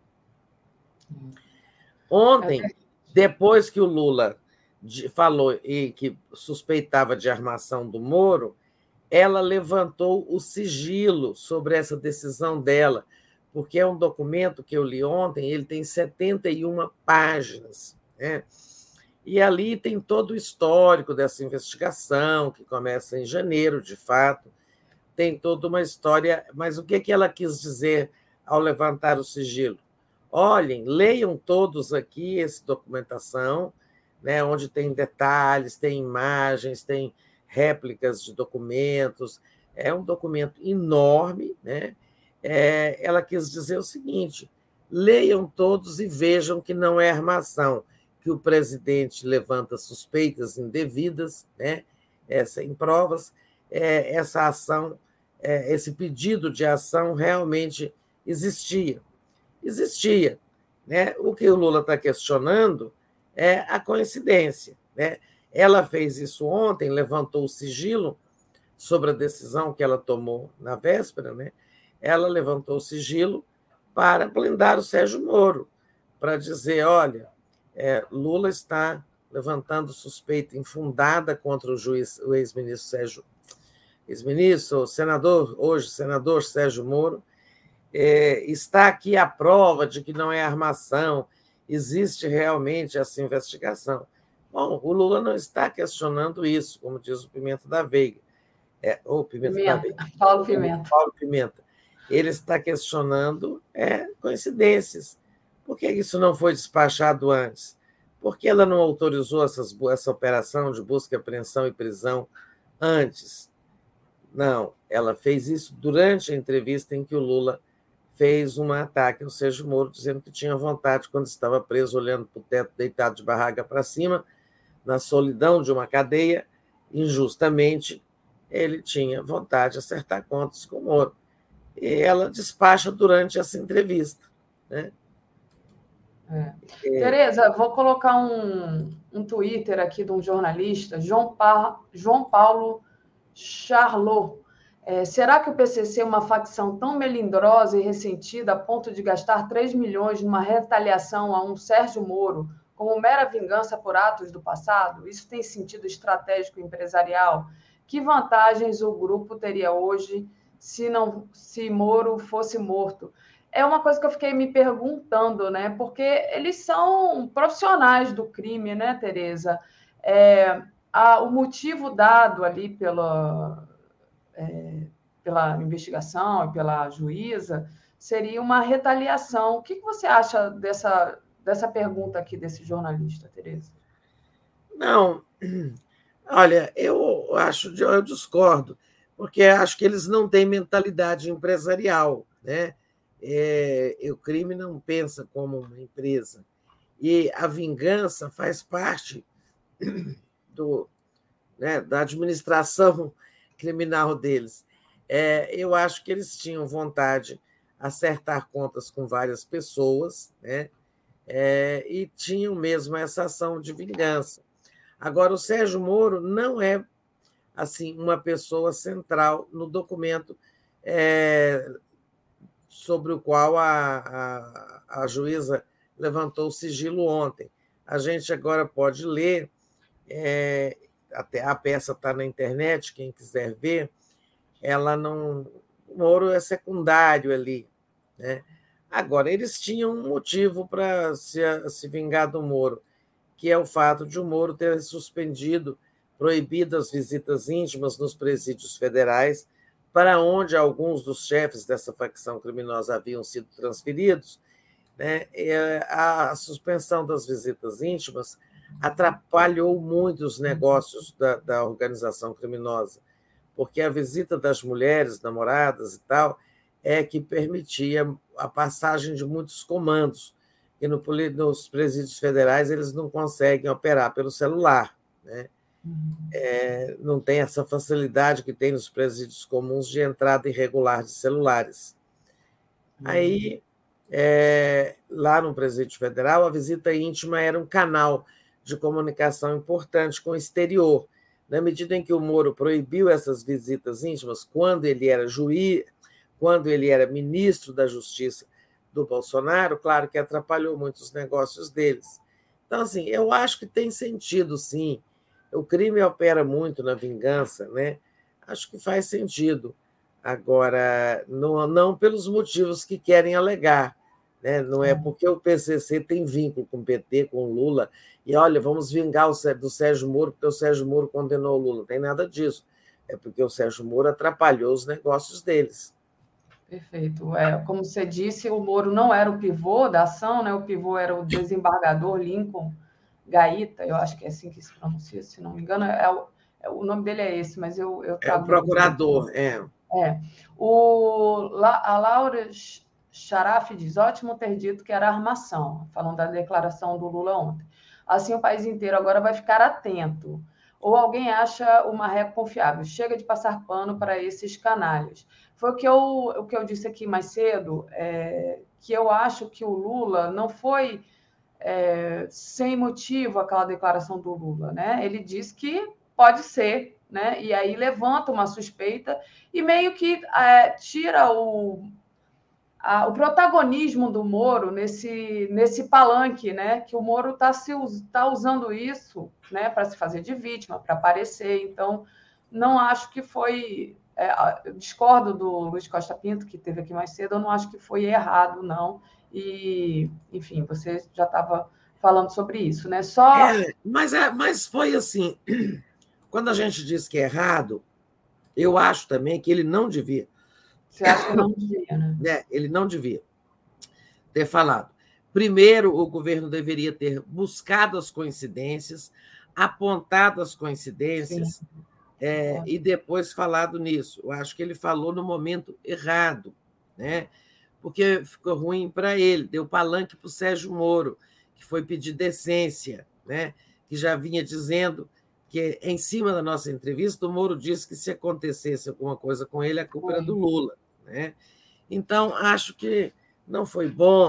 Ontem, depois que o Lula falou e que suspeitava de armação do Moro, ela levantou o sigilo sobre essa decisão dela, porque é um documento que eu li ontem, ele tem setenta e uma páginas, né? E ali tem todo o histórico dessa investigação, que começa em janeiro, de fato, tem toda uma história. Mas o que, que ela quis dizer ao levantar o sigilo? Olhem, leiam todos aqui essa documentação, né, onde tem detalhes, tem imagens, tem réplicas de documentos. É um documento enorme, né? É, ela quis dizer o seguinte: leiam todos e vejam que não é armação, que o presidente levanta suspeitas indevidas, né, é, sem provas. É, essa ação, é, esse pedido de ação realmente existia. Existia. Né? O que o Lula está questionando é a coincidência. Né? Ela fez isso ontem, levantou o sigilo sobre a decisão que ela tomou na véspera, né? Ela levantou o sigilo para blindar o Sérgio Moro, para dizer, olha, é, Lula está levantando suspeita infundada contra o juiz, o ex-ministro Sérgio, ex-ministro, senador, hoje senador Sérgio Moro, é, está aqui a prova de que não é armação, existe realmente essa investigação. Bom, o Lula não está questionando isso, como diz o Pimenta da Veiga. É, ou Pimenta, Pimenta da Veiga.
Paulo Pimenta.
Paulo Pimenta. Ele está questionando é, coincidências. Por que isso não foi despachado antes? Por que ela não autorizou essas, essa operação de busca, apreensão e prisão antes? Não, ela fez isso durante a entrevista em que o Lula fez um ataque ao Sérgio Moro, dizendo que tinha vontade, quando estava preso, olhando para o teto, deitado de barraca para cima, na solidão de uma cadeia, injustamente, ele tinha vontade de acertar contas com o Moro. E ela despacha durante essa entrevista. Né?
É. É. Tereza, vou colocar um, um Twitter aqui de um jornalista, João, pa... João Paulo Charlot. É, será que o P C C é uma facção tão melindrosa e ressentida a ponto de gastar três milhões numa retaliação a um Sérgio Moro como mera vingança por atos do passado? Isso tem sentido estratégico e empresarial? Que vantagens o grupo teria hoje se, não, se Moro fosse morto? É uma coisa que eu fiquei me perguntando, né? Porque eles são profissionais do crime, né, Tereza? É, a, o motivo dado ali pela... É, pela investigação e pela juíza, seria uma retaliação. O que você acha dessa, dessa pergunta aqui desse jornalista, Tereza?
Não, olha, eu acho, eu discordo, porque acho que eles não têm mentalidade empresarial, né? É, o crime não pensa como uma empresa. E a vingança faz parte do, né, da administração criminal deles. É, eu acho que eles tinham vontade de acertar contas com várias pessoas, né? É, e tinham mesmo essa ação de vingança. Agora, o Sérgio Moro não é assim uma pessoa central no documento é, sobre o qual a, a, a juíza levantou o sigilo ontem. A gente agora pode ler, é, até a peça está na internet, quem quiser ver, ela não... O Moro é secundário ali. Né? Agora, eles tinham um motivo para se, se vingar do Moro, que é o fato de o Moro ter suspendido, proibido as visitas íntimas nos presídios federais, para onde alguns dos chefes dessa facção criminosa haviam sido transferidos. Né? E a suspensão das visitas íntimas atrapalhou muito os negócios da, da organização criminosa, porque a visita das mulheres, namoradas e tal, é que permitia a passagem de muitos comandos, que no, nos presídios federais eles não conseguem operar pelo celular. Né? É, não tem essa facilidade que tem nos presídios comuns de entrada irregular de celulares. Aí, é, lá no presídio federal, a visita íntima era um canal de comunicação importante com o exterior. Na medida em que o Moro proibiu essas visitas íntimas, quando ele era juiz, quando ele era ministro da Justiça do Bolsonaro, claro que atrapalhou muito os negócios deles. Então, assim, eu acho que tem sentido, sim. O crime opera muito na vingança, né? Acho que faz sentido. Agora, não, não pelos motivos que querem alegar. Né? Não é porque o P C C tem vínculo com o P T, com o Lula, e olha, vamos vingar o do Sérgio Moro, porque o Sérgio Moro condenou o Lula. Não tem nada disso. é porque o Sérgio Moro atrapalhou os negócios deles.
Perfeito. É, como você disse, o Moro não era o pivô da ação, né? O pivô era o desembargador Lincoln Gaita, eu acho que é assim que se pronuncia, se não me engano, é o, é, o nome dele é esse, mas eu, eu
É o procurador, é.
É. O, a Laura Charaf diz, ótimo ter dito que era armação, falando da declaração do Lula ontem. Assim o país inteiro agora vai ficar atento. Ou alguém acha o marreco confiável. Chega de passar pano para esses canalhas. Foi o que eu, o que eu disse aqui mais cedo, é, que eu acho que o Lula não foi é, sem motivo aquela declaração do Lula, né? Ele diz que pode ser, né? E aí levanta uma suspeita e meio que é, tira o, a, o protagonismo do Moro nesse, nesse palanque, né? Que o Moro está tá usando isso, né? Para se fazer de vítima, para aparecer. Então, não acho que foi... É, eu discordo do Luiz Costa Pinto, que esteve aqui mais cedo, eu não acho que foi errado, não. E, enfim, você já estava falando sobre isso, né? Só...
É, mas, é, mas foi assim, quando a gente diz que é errado, eu acho também que ele não devia.
Você acha que não devia, né?
É, ele não devia ter falado. Primeiro, o governo deveria ter buscado as coincidências, apontado as coincidências, é, e depois falado nisso. Eu acho que ele falou no momento errado, né? Porque ficou ruim para ele, deu palanque para o Sérgio Moro, que foi pedir decência, né? Que já vinha dizendo que, em cima da nossa entrevista, o Moro disse que se acontecesse alguma coisa com ele, a culpa era do Lula, né? Então, acho que não foi bom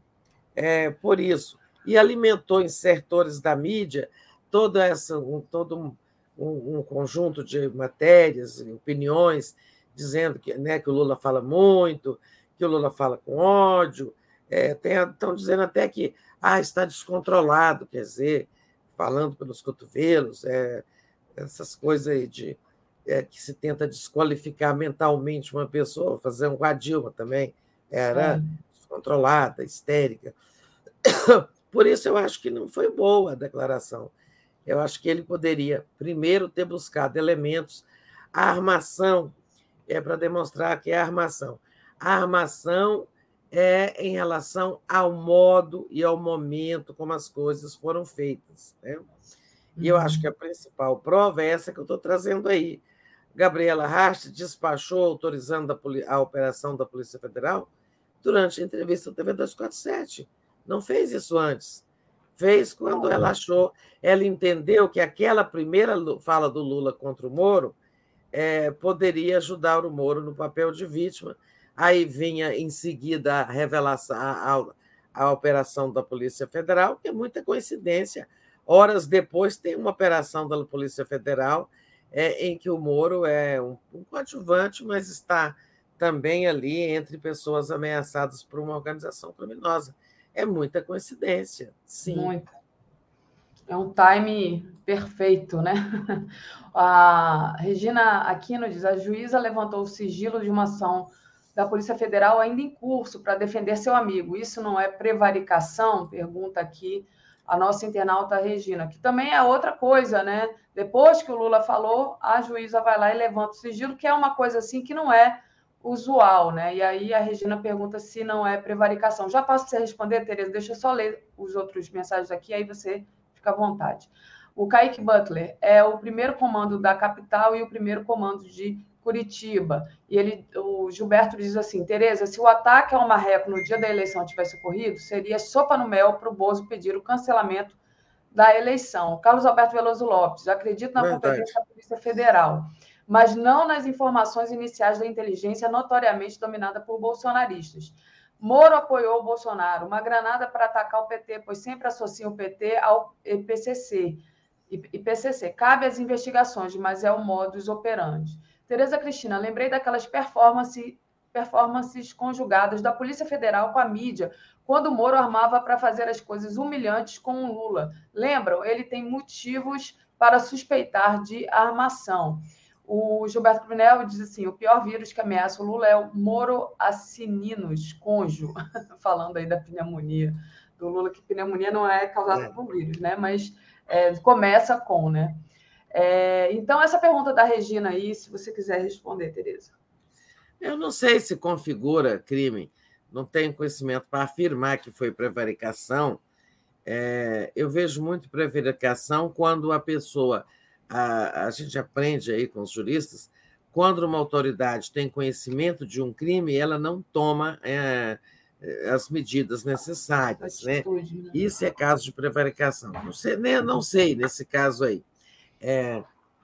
é, por isso. E alimentou em setores da mídia todo, essa, um, todo um, um, um conjunto de matérias e opiniões, dizendo que, né, que o Lula fala muito, que o Lula fala com ódio, é, tem, estão dizendo até que ah, está descontrolado, quer dizer, falando pelos cotovelos, é, essas coisas aí de, é, que se tenta desqualificar mentalmente uma pessoa, fazer um com a Dilma também, era descontrolada, histérica. Por isso eu acho que não foi boa a declaração. Eu acho que ele poderia, primeiro, ter buscado elementos, a armação, é para demonstrar que é armação. A armação é em relação ao modo e ao momento como as coisas foram feitas, né? E eu acho que a principal prova é essa que eu estou trazendo aí. Gabriela Hart despachou autorizando a, a operação da Polícia Federal durante a entrevista da T V duzentos e quarenta e sete. Não fez isso antes. Fez quando ela achou, ela entendeu que aquela primeira fala do Lula contra o Moro é, poderia ajudar o Moro no papel de vítima. Aí vinha, em seguida, a revelação, a, a, a operação da Polícia Federal, que é muita coincidência. Horas depois, tem uma operação da Polícia Federal é, em que o Moro é um, um coadjuvante, mas está também ali entre pessoas ameaçadas por uma organização criminosa. É muita coincidência, sim.
Muita. É um time perfeito, né? A Regina Aquino diz, a juíza levantou o sigilo de uma ação da Polícia Federal ainda em curso para defender seu amigo. Isso não é prevaricação? Pergunta aqui a nossa internauta Regina, que também é outra coisa, né? Depois que o Lula falou, a juíza vai lá e levanta o sigilo, que é uma coisa assim que não é usual, né? E aí a Regina pergunta se não é prevaricação. Já passo para você responder, Tereza, deixa eu só ler os outros mensagens aqui, aí você fica à vontade. O Kaique Butler é o primeiro comando da capital e o primeiro comando de Curitiba. E ele, o Gilberto diz assim, Tereza, se o ataque ao marreco no dia da eleição tivesse ocorrido, seria sopa no mel para o Bozo pedir o cancelamento da eleição. Carlos Alberto Veloso Lopes, acredito na
Verdade.
competência da Polícia Federal, mas não nas informações iniciais da inteligência notoriamente dominada por bolsonaristas. Moro apoiou o Bolsonaro, uma granada para atacar o P T, pois sempre associa o P T ao P C C. E P C C. Cabe às investigações, mas é o modus operandi. Tereza Cristina, lembrei daquelas performance, performances conjugadas da Polícia Federal com a mídia, quando o Moro armava para fazer as coisas humilhantes com o Lula. Lembram? Ele tem motivos para suspeitar de armação. O Gilberto Brunel diz assim, o pior vírus que ameaça o Lula é o Moro acininos, conjo, falando aí da pneumonia do Lula, que pneumonia não é causada por vírus, né? Mas é, começa com, né? É, então, essa pergunta da Regina aí, se você quiser responder, Tereza.
Eu não sei se configura crime, não tenho conhecimento para afirmar que foi prevaricação. É, eu vejo muito prevaricação quando a pessoa, a, a gente aprende aí com os juristas, quando uma autoridade tem conhecimento de um crime, ela não toma é, as medidas necessárias. Atitude, né? Né? Isso é caso de prevaricação. Não sei, né? Não sei nesse caso aí. É,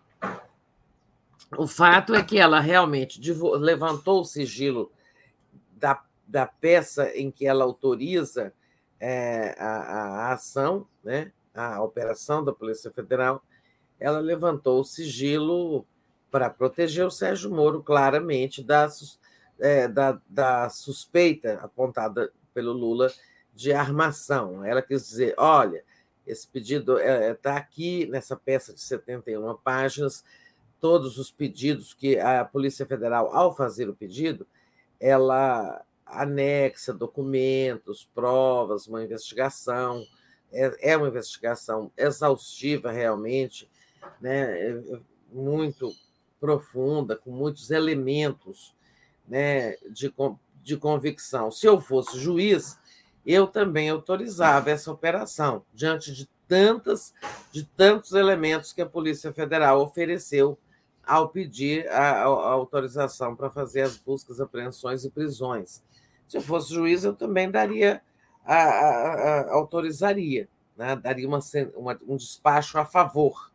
o fato é que ela realmente levantou o sigilo da, da peça em que ela autoriza é, a, a ação, né? A operação da Polícia Federal. Ela levantou o sigilo para proteger o Sérgio Moro, claramente, da, é, da, da suspeita apontada pelo Lula de armação. Ela quis dizer, olha, esse pedido está aqui nessa peça de setenta e uma páginas, todos os pedidos que a Polícia Federal, ao fazer o pedido, ela anexa documentos, provas, uma investigação, é, é uma investigação exaustiva realmente, né, muito profunda, com muitos elementos, né, de, de convicção. Se eu fosse juiz, eu também autorizava essa operação, diante de, tantas, de tantos elementos que a Polícia Federal ofereceu ao pedir a, a, a autorização para fazer as buscas, apreensões e prisões. Se eu fosse juiz, eu também daria, a, a, a, autorizaria, né? Daria uma, uma, um despacho a favor.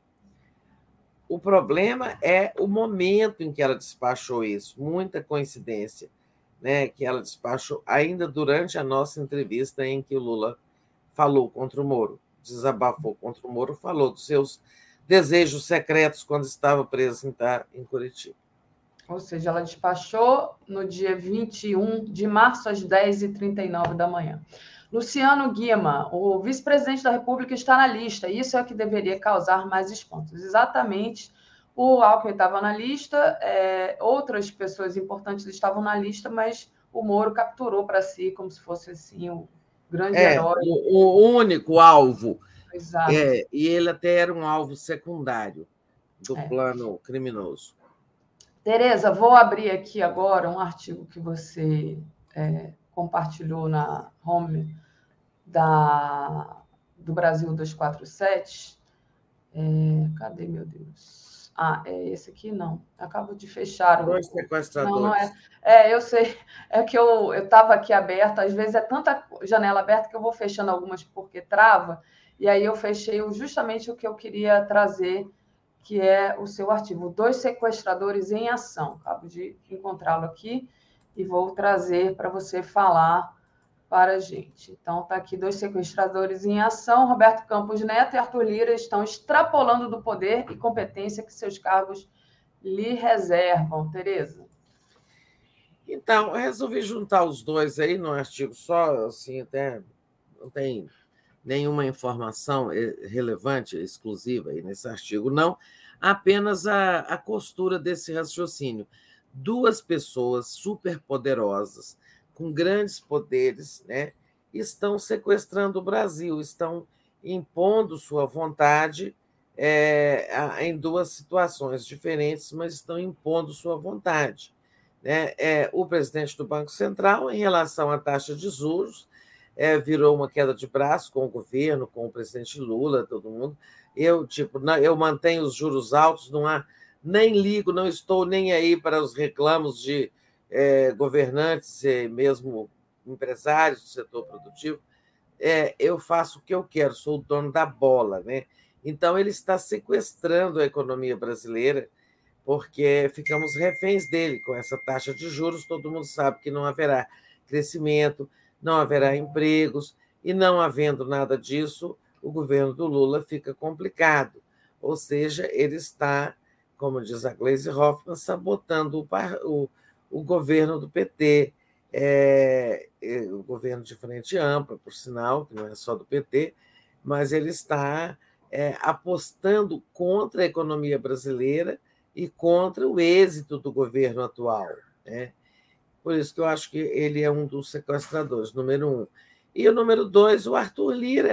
O problema é o momento em que ela despachou isso, muita coincidência, né, que ela despachou ainda durante a nossa entrevista em que o Lula falou contra o Moro, desabafou contra o Moro, falou dos seus desejos secretos quando estava preso em Curitiba.
Ou seja, ela despachou no dia vinte e um de março, às dez e trinta e nove da manhã. Luciano Guima, o vice-presidente da República está na lista, isso é o que deveria causar mais espantos. Exatamente, o Alckmin estava na lista, é, outras pessoas importantes estavam na lista, mas o Moro capturou para si como se fosse assim, o grande
é,
herói.
O, o único alvo.
Exato.
É, e ele até era um alvo secundário do
é.
plano criminoso.
Tereza, vou abrir aqui agora um artigo que você é, compartilhou na home da, do Brasil duzentos e quarenta e sete. É, cadê, meu Deus? Ah, é esse aqui? Não. Acabo de fechar. O...
Dois sequestradores.
Não, não é. É, eu sei. É que eu estava aqui aberta. Às vezes é tanta janela aberta que eu vou fechando algumas porque trava. E aí eu fechei justamente o que eu queria trazer, que é o seu artigo. Dois sequestradores em ação. Acabo de encontrá-lo aqui e vou trazer para você falar para a gente. Então, está aqui dois sequestradores em ação. Roberto Campos Neto e Arthur Lira estão extrapolando do poder e competência que seus cargos lhe reservam. Tereza?
Então, eu resolvi juntar os dois aí num artigo só, assim, até não tem nenhuma informação relevante, exclusiva aí nesse artigo, não, apenas a, a costura desse raciocínio. Duas pessoas superpoderosas, com grandes poderes, né, estão sequestrando o Brasil, estão impondo sua vontade é, em duas situações diferentes, mas estão impondo sua vontade. Né? É, o presidente do Banco Central, em relação à taxa de juros, é, virou uma queda de braço com o governo, com o presidente Lula, todo mundo. Eu, tipo, não, eu mantenho os juros altos, não há, nem ligo, não estou nem aí para os reclamos de É, governantes e mesmo empresários do setor produtivo, é, eu faço o que eu quero, sou o dono da bola. Né? Então, ele está sequestrando a economia brasileira, porque ficamos reféns dele com essa taxa de juros, todo mundo sabe que não haverá crescimento, não haverá empregos, e não havendo nada disso, o governo do Lula fica complicado. Ou seja, ele está, como diz a Gleisi Hoffmann, sabotando o, o o governo do P T, é, o governo de frente ampla, por sinal, que não é só do P T, mas ele está é, apostando contra a economia brasileira e contra o êxito do governo atual. Né? Por isso que eu acho que ele é um dos sequestradores, número um. E o número dois, o Arthur Lira,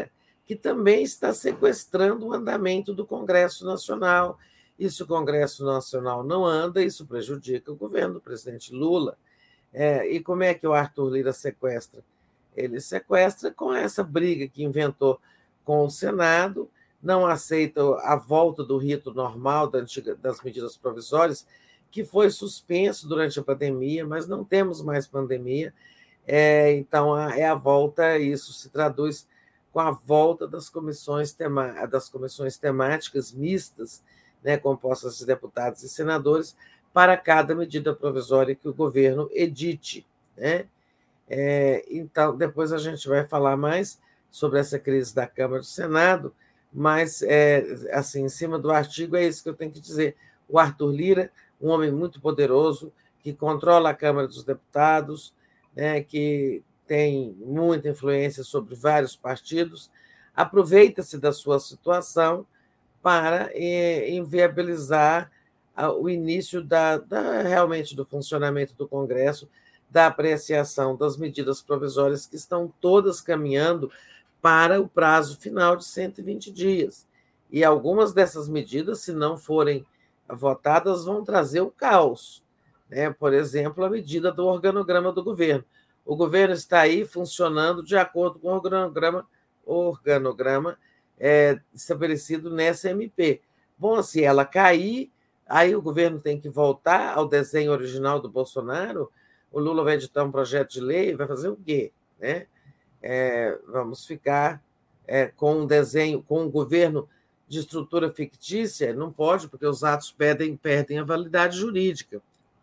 que também está sequestrando o andamento do Congresso Nacional. E se o Congresso Nacional não anda, isso prejudica o governo do presidente Lula. É, e como é que o Arthur Lira sequestra? Ele sequestra com essa briga que inventou com o Senado, não aceita a volta do rito normal da antiga, das medidas provisórias, que foi suspenso durante a pandemia, mas não temos mais pandemia. É, então, é a volta, isso se traduz com a volta das comissões, tema, das comissões temáticas mistas, né, compostas de deputados e senadores, para cada medida provisória que o governo edite. Né? É, então, depois a gente vai falar mais sobre essa crise da Câmara e do Senado, mas, é, assim, em cima do artigo, é isso que eu tenho que dizer. O Arthur Lira, um homem muito poderoso, que controla a Câmara dos Deputados, né, que tem muita influência sobre vários partidos, aproveita-se da sua situação para eh, inviabilizar o início da, da, realmente do funcionamento do Congresso, da apreciação das medidas provisórias que estão todas caminhando para o prazo final de cento e vinte dias. E algumas dessas medidas, se não forem votadas, vão trazer o caos. Né? Por exemplo, a medida do organograma do governo. O governo está aí funcionando de acordo com o organograma, organograma é, estabelecido nessa M P. Bom, se ela cair, aí o governo tem que voltar ao desenho original do Bolsonaro, o Lula vai editar um projeto de lei, vai fazer o quê? Né? É, vamos ficar é, com um desenho, com um governo de estrutura fictícia? Não pode, porque os atos perdem, perdem a validade jurídica.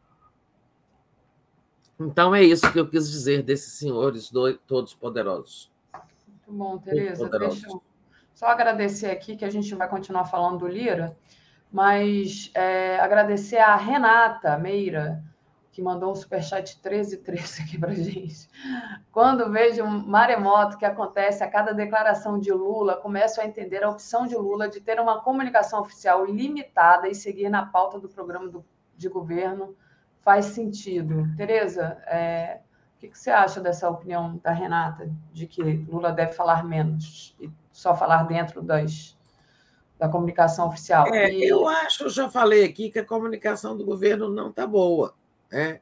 Então, é isso que eu quis dizer desses senhores dois, todos poderosos.
Muito bom, Tereza. Deixa eu só agradecer aqui, que a gente vai continuar falando do Lira, mas é, agradecer a Renata Meira, que mandou um superchat treze treze aqui para a gente. Quando vejo um maremoto que acontece a cada declaração de Lula, começo a entender a opção de Lula de ter uma comunicação oficial limitada e seguir na pauta do programa do, de governo faz sentido. Tereza, é, o que, que você acha dessa opinião da Renata, de que Lula deve falar menos e só falar dentro das, da comunicação oficial?
É,
e...
Eu acho, eu já falei aqui, que a comunicação do governo não está boa. Né?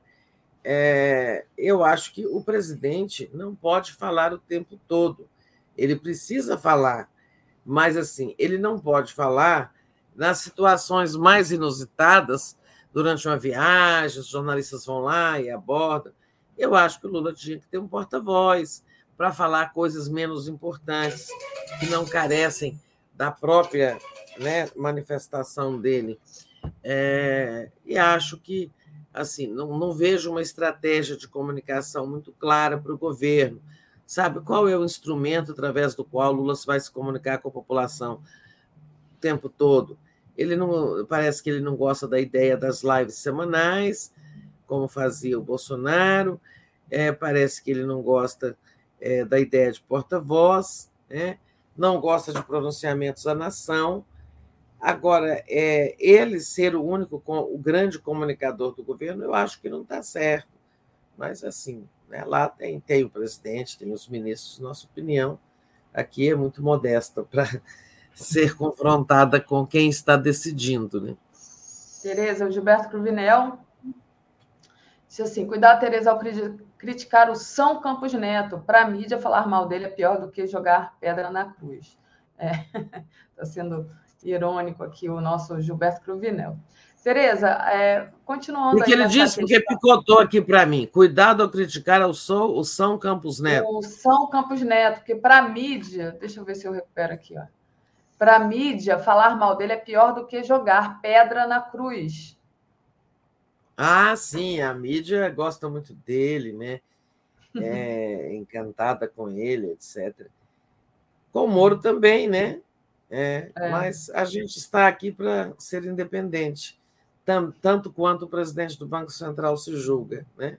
É, eu acho que o presidente não pode falar o tempo todo. Ele precisa falar, mas assim, ele não pode falar nas situações mais inusitadas. Durante uma viagem, os jornalistas vão lá e abordam. Eu acho que o Lula tinha que ter um porta-voz para falar coisas menos importantes, que não carecem da própria, né, manifestação dele. É, e acho que assim, não, não vejo uma estratégia de comunicação muito clara para o governo. Sabe qual é o instrumento através do qual Lula vai se comunicar com a população o tempo todo? Ele não, parece que ele não gosta da ideia das lives semanais, como fazia o Bolsonaro, é, parece que ele não gosta é, da ideia de porta-voz, né? Não gosta de pronunciamentos à nação. Agora, é, ele ser o único, o grande comunicador do governo, eu acho que não está certo. Mas, assim, né, lá tem, tem o presidente, tem os ministros, nossa opinião aqui é muito modesta para ser confrontada com quem está decidindo. Né?
Tereza, o Gilberto Cruvinel disse assim, cuidado, Tereza, ao criticar o São Campos Neto. Para a mídia, falar mal dele é pior do que jogar pedra na cruz. Está é, sendo irônico aqui o nosso Gilberto Cruvinel. Tereza, é, continuando...
O que ele disse, porque picotou aqui para mim. Cuidado ao criticar o São, o São Campos Neto.
O São Campos Neto, porque para a mídia... Deixa eu ver se eu recupero aqui, ó. Para a mídia, falar mal dele é pior do que jogar pedra na cruz.
Ah, sim, a mídia gosta muito dele, né? É encantada com ele, etcétera. Com o Moro também, né? É, é. Mas a gente está aqui para ser independente, tanto quanto o presidente do Banco Central se julga, né?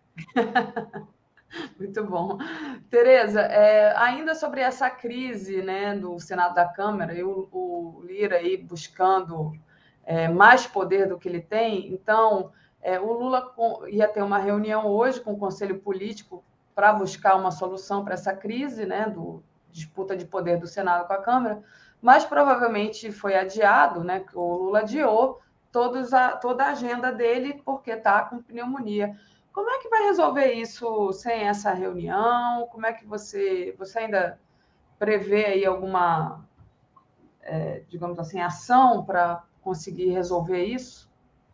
Muito bom. Tereza, é, ainda sobre essa crise, né, do Senado da Câmara, e o, o Lira aí buscando é, mais poder do que ele tem, então é, o Lula com, ia ter uma reunião hoje com o Conselho Político para buscar uma solução para essa crise, né, do, disputa de poder do Senado com a Câmara, mas provavelmente foi adiado, né? O Lula adiou todos a, toda a agenda dele porque está com pneumonia. Como é que vai resolver isso sem essa reunião? Como é que você, você ainda prevê aí alguma, é, digamos assim, ação para conseguir resolver isso?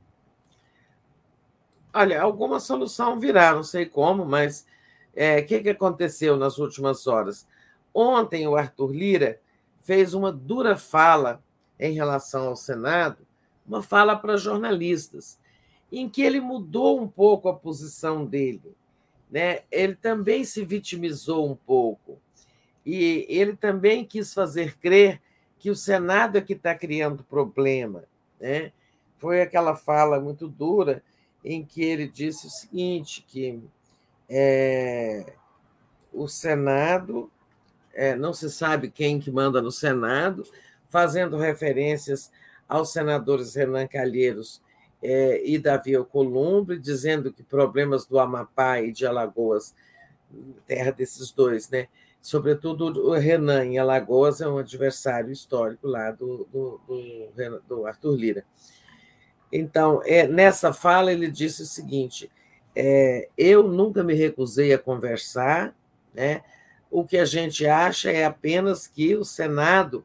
Olha, alguma solução virá, não sei como, mas o é, que, que aconteceu nas últimas horas? Ontem o Arthur Lira fez uma dura fala em relação ao Senado, uma fala para jornalistas, em que ele mudou um pouco a posição dele, né? Ele também se vitimizou um pouco e ele também quis fazer crer que o Senado é que está criando problema, né? Foi aquela fala muito dura em que ele disse o seguinte, que é, o Senado, é, não se sabe quem que manda no Senado, fazendo referências aos senadores Renan Calheiros é, e Davi Alcolumbre, dizendo que problemas do Amapá e de Alagoas, terra desses dois, né? Sobretudo o Renan em Alagoas é um adversário histórico lá do, do, do, do Arthur Lira. Então, é, nessa fala, ele disse o seguinte, é, eu nunca me recusei a conversar, né? O que a gente acha é apenas que o Senado,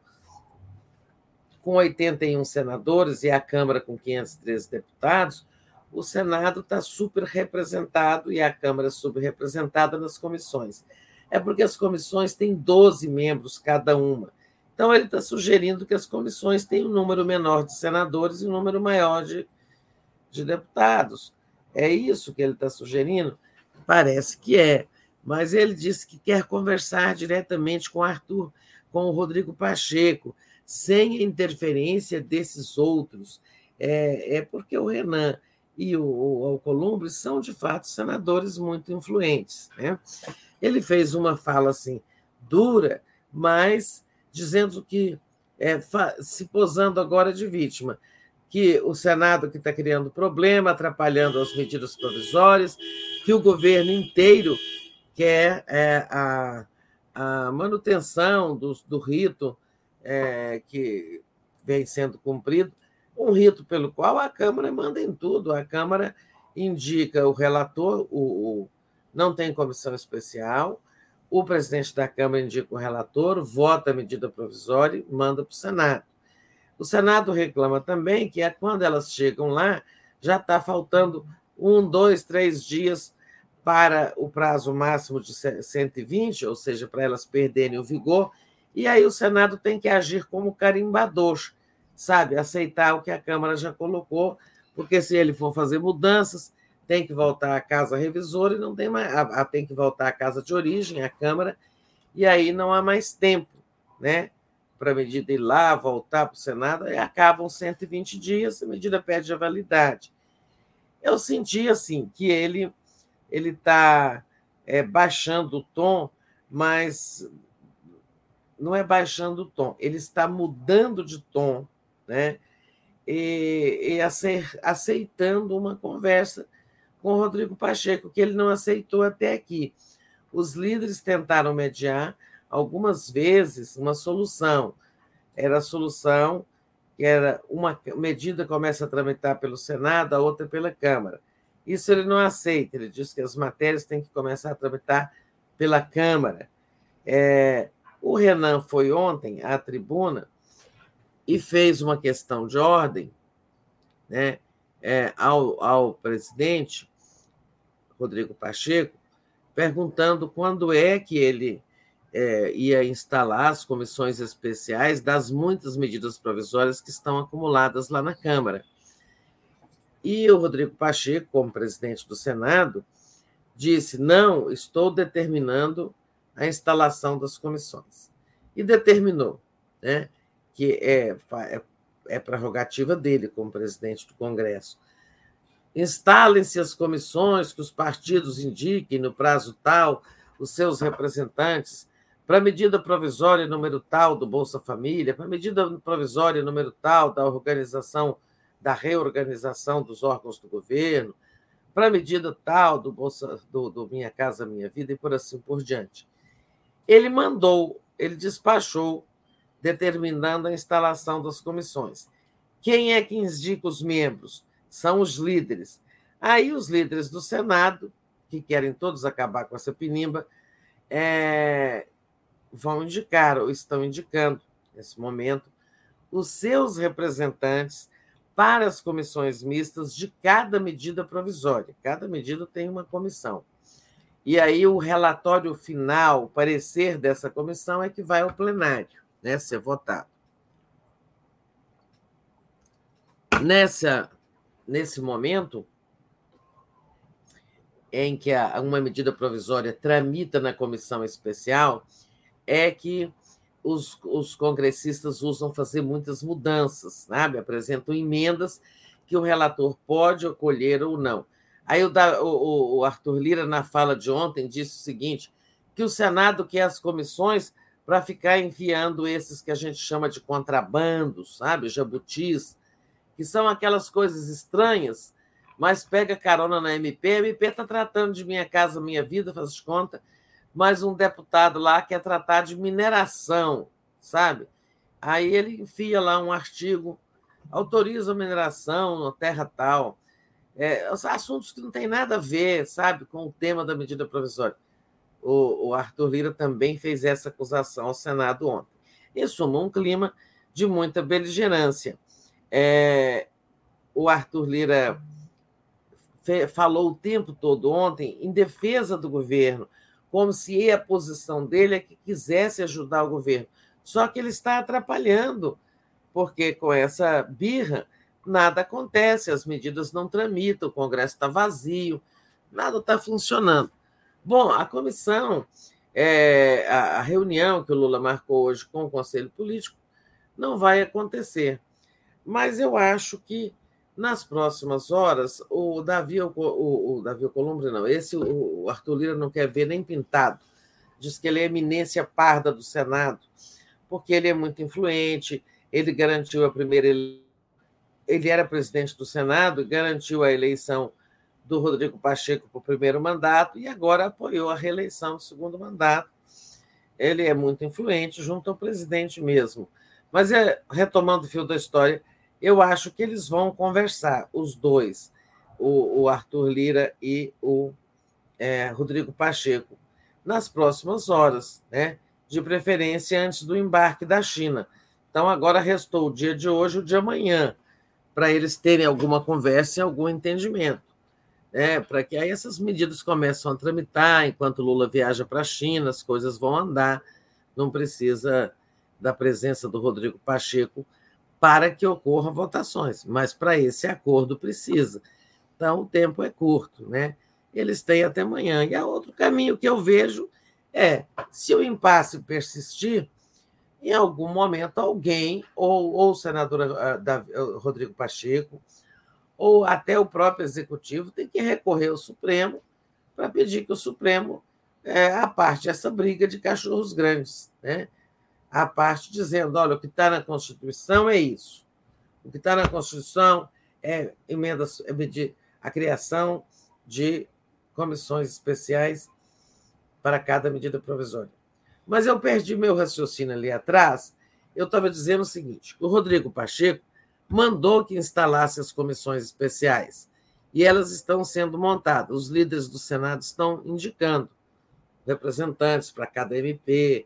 com oitenta e um senadores e a Câmara com quinhentos e treze deputados, o Senado está superrepresentado e a Câmara subrepresentada nas comissões. É porque as comissões têm doze membros cada uma. Então, ele está sugerindo que as comissões tenham um número menor de senadores e um número maior de, de deputados. É isso que ele está sugerindo? Parece que é. Mas ele disse que quer conversar diretamente com o Arthur, com o Rodrigo Pacheco, sem a interferência desses outros. É, é porque o Renan e o, o Alcolumbre são, de fato, senadores muito influentes, né? Ele fez uma fala assim, dura, mas dizendo que, é, se posando agora de vítima, que o Senado que está criando problema, atrapalhando as medidas provisórias, que o governo inteiro quer é, a, a manutenção do, do rito é, que vem sendo cumprido, um rito pelo qual a Câmara manda em tudo. A Câmara indica o relator, o, o, não tem comissão especial, o presidente da Câmara indica o relator, vota a medida provisória e manda para o Senado. O Senado reclama também que, quando elas chegam lá, já está faltando um, dois, três dias para o prazo máximo de cento e vinte, ou seja, para elas perderem o vigor, e aí o Senado tem que agir como carimbador, sabe, aceitar o que a Câmara já colocou, porque se ele for fazer mudanças, tem que voltar à casa revisora e não tem mais, a, a, tem que voltar à casa de origem, à Câmara, e aí não há mais tempo, né, para a medida ir lá, voltar para o Senado, e acabam cento e vinte dias, a medida perde a validade. Eu senti assim que ele ele está é, baixando o tom, mas não é baixando o tom, ele está mudando de tom, né? E, e aceitando uma conversa com o Rodrigo Pacheco, que ele não aceitou até aqui. Os líderes tentaram mediar algumas vezes uma solução. Era a solução que era uma medida começa a tramitar pelo Senado, a outra pela Câmara. Isso ele não aceita, ele diz que as matérias têm que começar a tramitar pela Câmara. É, o Renan foi ontem à tribuna e fez uma questão de ordem, né, é, ao, ao presidente Rodrigo Pacheco, perguntando quando é que ele é, ia instalar as comissões especiais das muitas medidas provisórias que estão acumuladas lá na Câmara. E o Rodrigo Pacheco, como presidente do Senado, disse, não, estou determinando a instalação das comissões. E determinou, né, que é, é, é prerrogativa dele como presidente do Congresso. Instalem-se as comissões que os partidos indiquem no prazo tal os seus representantes para a medida provisória número tal do Bolsa Família, para a medida provisória número tal da organização, da reorganização dos órgãos do governo, para a medida tal do, Bolsa, do, do Minha Casa Minha Vida e por assim por diante. ele mandou, ele despachou, determinando a instalação das comissões. Quem é que indica os membros? São os líderes. Aí os líderes do Senado, que querem todos acabar com essa pinimba, é, vão indicar, ou estão indicando, nesse momento, os seus representantes para as comissões mistas de cada medida provisória. Cada medida tem uma comissão. E aí o relatório final, o parecer dessa comissão, é que vai ao plenário, né, ser votado. Nessa, nesse momento em que uma medida provisória tramita na comissão especial, é que os, os congressistas usam fazer muitas mudanças, sabe? Apresentam emendas que o relator pode acolher ou não. Aí o, o, o Arthur Lira, na fala de ontem, disse o seguinte, que o Senado quer as comissões para ficar enviando esses que a gente chama de contrabandos, sabe? Jabutis, que são aquelas coisas estranhas, mas pega carona na M P, a M P está tratando de Minha Casa Minha Vida, faz de conta, mas um deputado lá quer tratar de mineração, sabe? Aí ele enfia lá um artigo, autoriza a mineração na terra tal, é, assuntos que não têm nada a ver, sabe, com o tema da medida provisória. O, o Arthur Lira também fez essa acusação ao Senado ontem. Isso num clima de muita beligerância. É, o Arthur Lira falou o tempo todo ontem em defesa do governo, como se a posição dele é que quisesse ajudar o governo. Só que ele está atrapalhando, porque com essa birra nada acontece, as medidas não tramitam, o Congresso está vazio, nada está funcionando. Bom, a comissão, é, a, a reunião que o Lula marcou hoje com o Conselho Político não vai acontecer. Mas eu acho que nas próximas horas, o Davi, o, o, o Davi Alcolumbre, não, esse o, o Arthur Lira não quer ver nem pintado. Diz que ele é a eminência parda do Senado, porque ele é muito influente, ele garantiu a primeira eleição, ele era presidente do Senado e garantiu a eleição do Rodrigo Pacheco para o primeiro mandato e agora apoiou a reeleição do segundo mandato. Ele é muito influente junto ao presidente mesmo. Mas, é, retomando o fio da história, eu acho que eles vão conversar, os dois, o, o Arthur Lira e o é, Rodrigo Pacheco, nas próximas horas, né? De preferência antes do embarque da China. Então, agora restou o dia de hoje e o de amanhã, para eles terem alguma conversa e algum entendimento, né? Para que aí essas medidas começam a tramitar, enquanto Lula viaja para a China, as coisas vão andar, não precisa da presença do Rodrigo Pacheco para que ocorram votações, mas para esse acordo precisa. Então, o tempo é curto, né? Eles têm até amanhã. E há outro caminho que eu vejo é, se o impasse persistir, em algum momento alguém, ou, ou o senador Rodrigo Pacheco, ou até o próprio Executivo, tem que recorrer ao Supremo para pedir que o Supremo é, aparte essa briga de cachorros grandes, né? A parte dizendo, olha, o que está na Constituição é isso. O que está na Constituição é emendas, é medir a criação de comissões especiais para cada medida provisória. Mas eu perdi meu raciocínio ali atrás. Eu estava dizendo o seguinte, o Rodrigo Pacheco mandou que instalasse as comissões especiais e elas estão sendo montadas. Os líderes do Senado estão indicando representantes para cada M P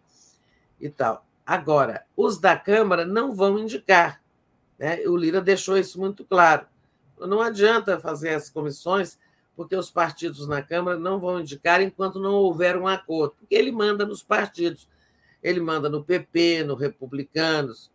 e tal. Agora, os da Câmara não vão indicar, né? O Lira deixou isso muito claro. Não adianta fazer as comissões, porque os partidos na Câmara não vão indicar enquanto não houver um acordo, porque ele manda nos partidos. Ele manda no P P, no Republicanos,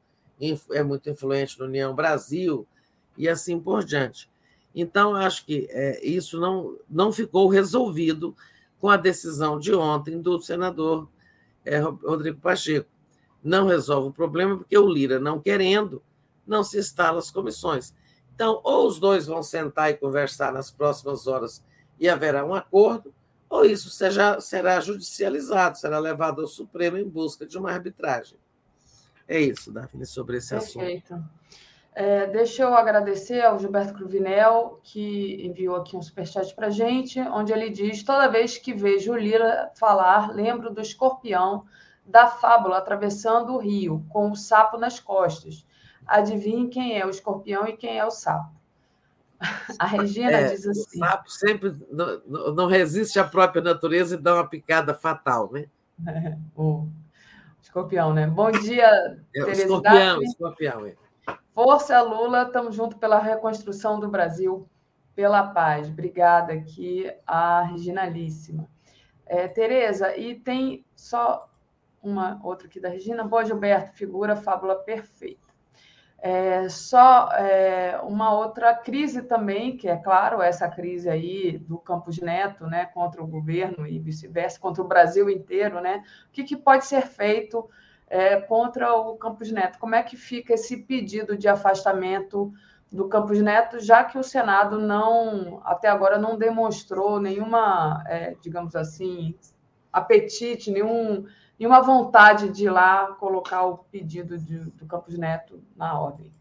é muito influente no União Brasil, e assim por diante. Então, acho que é, isso não, não ficou resolvido com a decisão de ontem do senador é, Rodrigo Pacheco. Não resolve o problema, porque o Lira, não querendo, não se instala as comissões. Então, ou os dois vão sentar e conversar nas próximas horas e haverá um acordo, ou isso seja, será judicializado, será levado ao Supremo em busca de uma arbitragem. É isso, Daphne, sobre esse
Perfeito.
assunto.
É, deixa eu agradecer ao Gilberto Cruvinel, que enviou aqui um superchat para a gente, onde ele diz: toda vez que vejo o Lira falar, lembro do escorpião da fábula atravessando o rio, com o sapo nas costas. Adivinhe quem é o escorpião e quem é o sapo. A Regina
É,
diz assim...
O sapo sempre não, não resiste à própria natureza e dá uma picada fatal, né?
É, o escorpião, né? Bom dia,
É,
Tereza
escorpião,
Daphne.
escorpião. É.
Força, Lula, estamos juntos pela reconstrução do Brasil, pela paz. Obrigada aqui, a Reginalíssima. É, Tereza, e tem só uma outra aqui da Regina. Boa, Gilberto, figura, fábula perfeita. É, só é, uma outra crise também, que é claro, essa crise aí do Campos Neto, né, contra o governo e vice-versa, contra o Brasil inteiro, né? O que, que pode ser feito é, contra o Campos Neto? Como é que fica esse pedido de afastamento do Campos Neto, já que o Senado não, até agora, não demonstrou nenhuma, é, digamos assim, apetite, nenhum... e uma vontade de ir lá colocar o pedido de, do Campos Neto na ordem.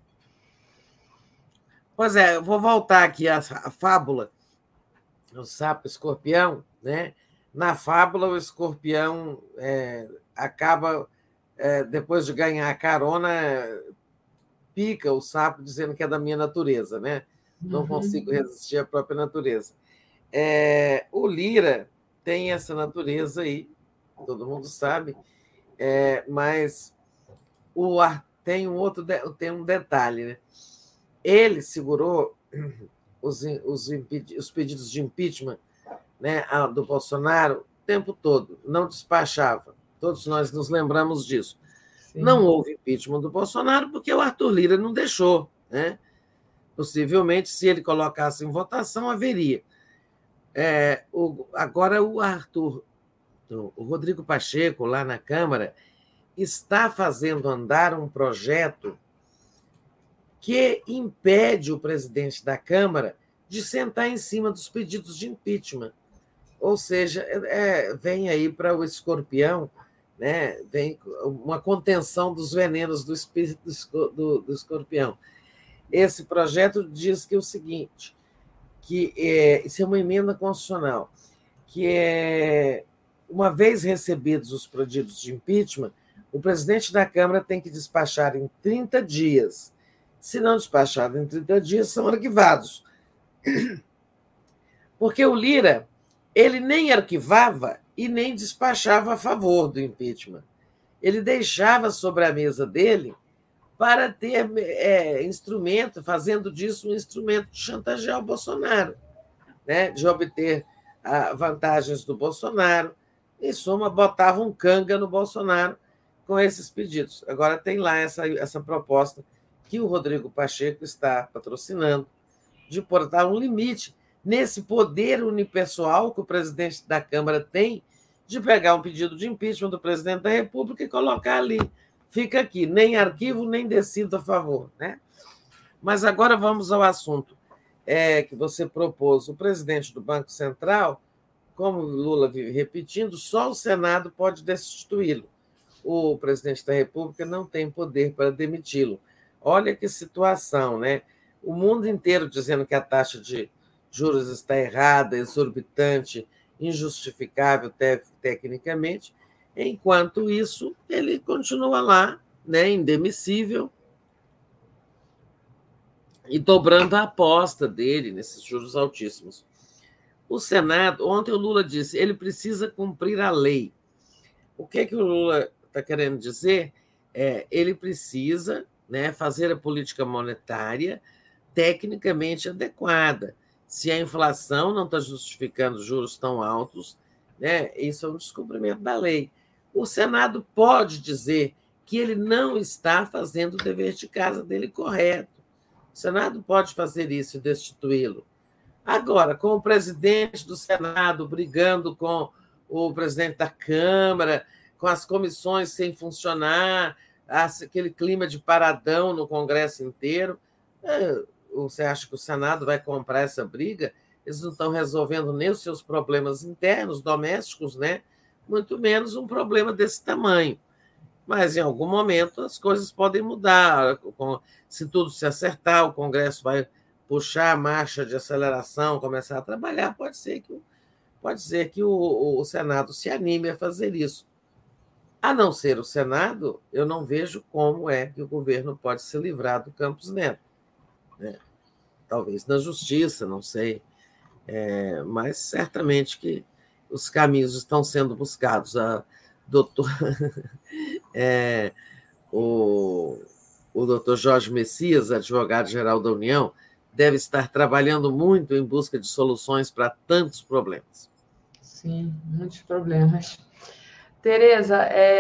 Pois é, eu vou voltar aqui à, à fábula, o sapo escorpião, né? Na fábula, o escorpião é, acaba, é, depois de ganhar a carona, pica o sapo dizendo que é da minha natureza, né? Não uhum. consigo resistir à própria natureza. É, o Lira tem essa natureza aí, todo mundo sabe, é, mas o, tem um outro tem um detalhe, né? Ele segurou os, os, os pedidos de impeachment, né, do Bolsonaro o tempo todo, não despachava. Todos nós nos lembramos disso. Sim. Não houve impeachment do Bolsonaro porque o Arthur Lira não deixou, né? Possivelmente, se ele colocasse em votação, haveria. É, o, agora, o Arthur o Rodrigo Pacheco, lá na Câmara, está fazendo andar um projeto que impede o presidente da Câmara de sentar em cima dos pedidos de impeachment. Ou seja, é, vem aí para o escorpião, né? Vem uma contenção dos venenos do espírito do, do escorpião. Esse projeto diz que é o seguinte, que é, isso é uma emenda constitucional, que é... Uma vez recebidos os pedidos de impeachment, o presidente da Câmara tem que despachar em trinta dias. Se não despachado em trinta dias, são arquivados. Porque o Lira, ele nem arquivava e nem despachava a favor do impeachment. Ele deixava sobre a mesa dele para ter é, instrumento, fazendo disso um instrumento de chantagear o Bolsonaro, né? De obter ah, vantagens do Bolsonaro. Em suma, botava um canga no Bolsonaro com esses pedidos. Agora tem lá essa, essa proposta que o Rodrigo Pacheco está patrocinando, de botar um limite nesse poder unipessoal que o presidente da Câmara tem de pegar um pedido de impeachment do presidente da República e colocar ali. Fica aqui, nem arquivo, nem decido a favor, né? Mas agora vamos ao assunto é, que você propôs. O presidente do Banco Central, como o Lula vive repetindo, só o Senado pode destituí-lo. O presidente da República não tem poder para demiti-lo. Olha que situação, né? O mundo inteiro dizendo que a taxa de juros está errada, exorbitante, injustificável te- tecnicamente, enquanto isso ele continua lá, né, indemissível, e dobrando a aposta dele nesses juros altíssimos. O Senado, ontem o Lula disse, ele precisa cumprir a lei. O que é que o Lula está querendo dizer? É, ele precisa, né, fazer a política monetária tecnicamente adequada. Se a inflação não está justificando juros tão altos, né, isso é um descumprimento da lei. O Senado pode dizer que ele não está fazendo o dever de casa dele correto. O Senado pode fazer isso e destituí-lo. Agora, com o presidente do Senado brigando com o presidente da Câmara, com as comissões sem funcionar, aquele clima de paradão no Congresso inteiro, você acha que o Senado vai comprar essa briga? Eles não estão resolvendo nem os seus problemas internos, domésticos, né? Muito menos um problema desse tamanho. mas em algum momento as coisas podem mudar. Se tudo se acertar, o Congresso vai puxar a marcha de aceleração, começar a trabalhar, pode ser que, pode ser que o, o Senado se anime a fazer isso. A não ser o Senado, eu não vejo como é que o governo pode se livrar do Campos Neto, né? Talvez na justiça, não sei, é, mas certamente que os caminhos estão sendo buscados. A doutor, é, o, o doutor Jorge Messias, advogado-geral da União, deve estar trabalhando muito em busca de soluções para tantos problemas.
Sim, muitos problemas. Tereza,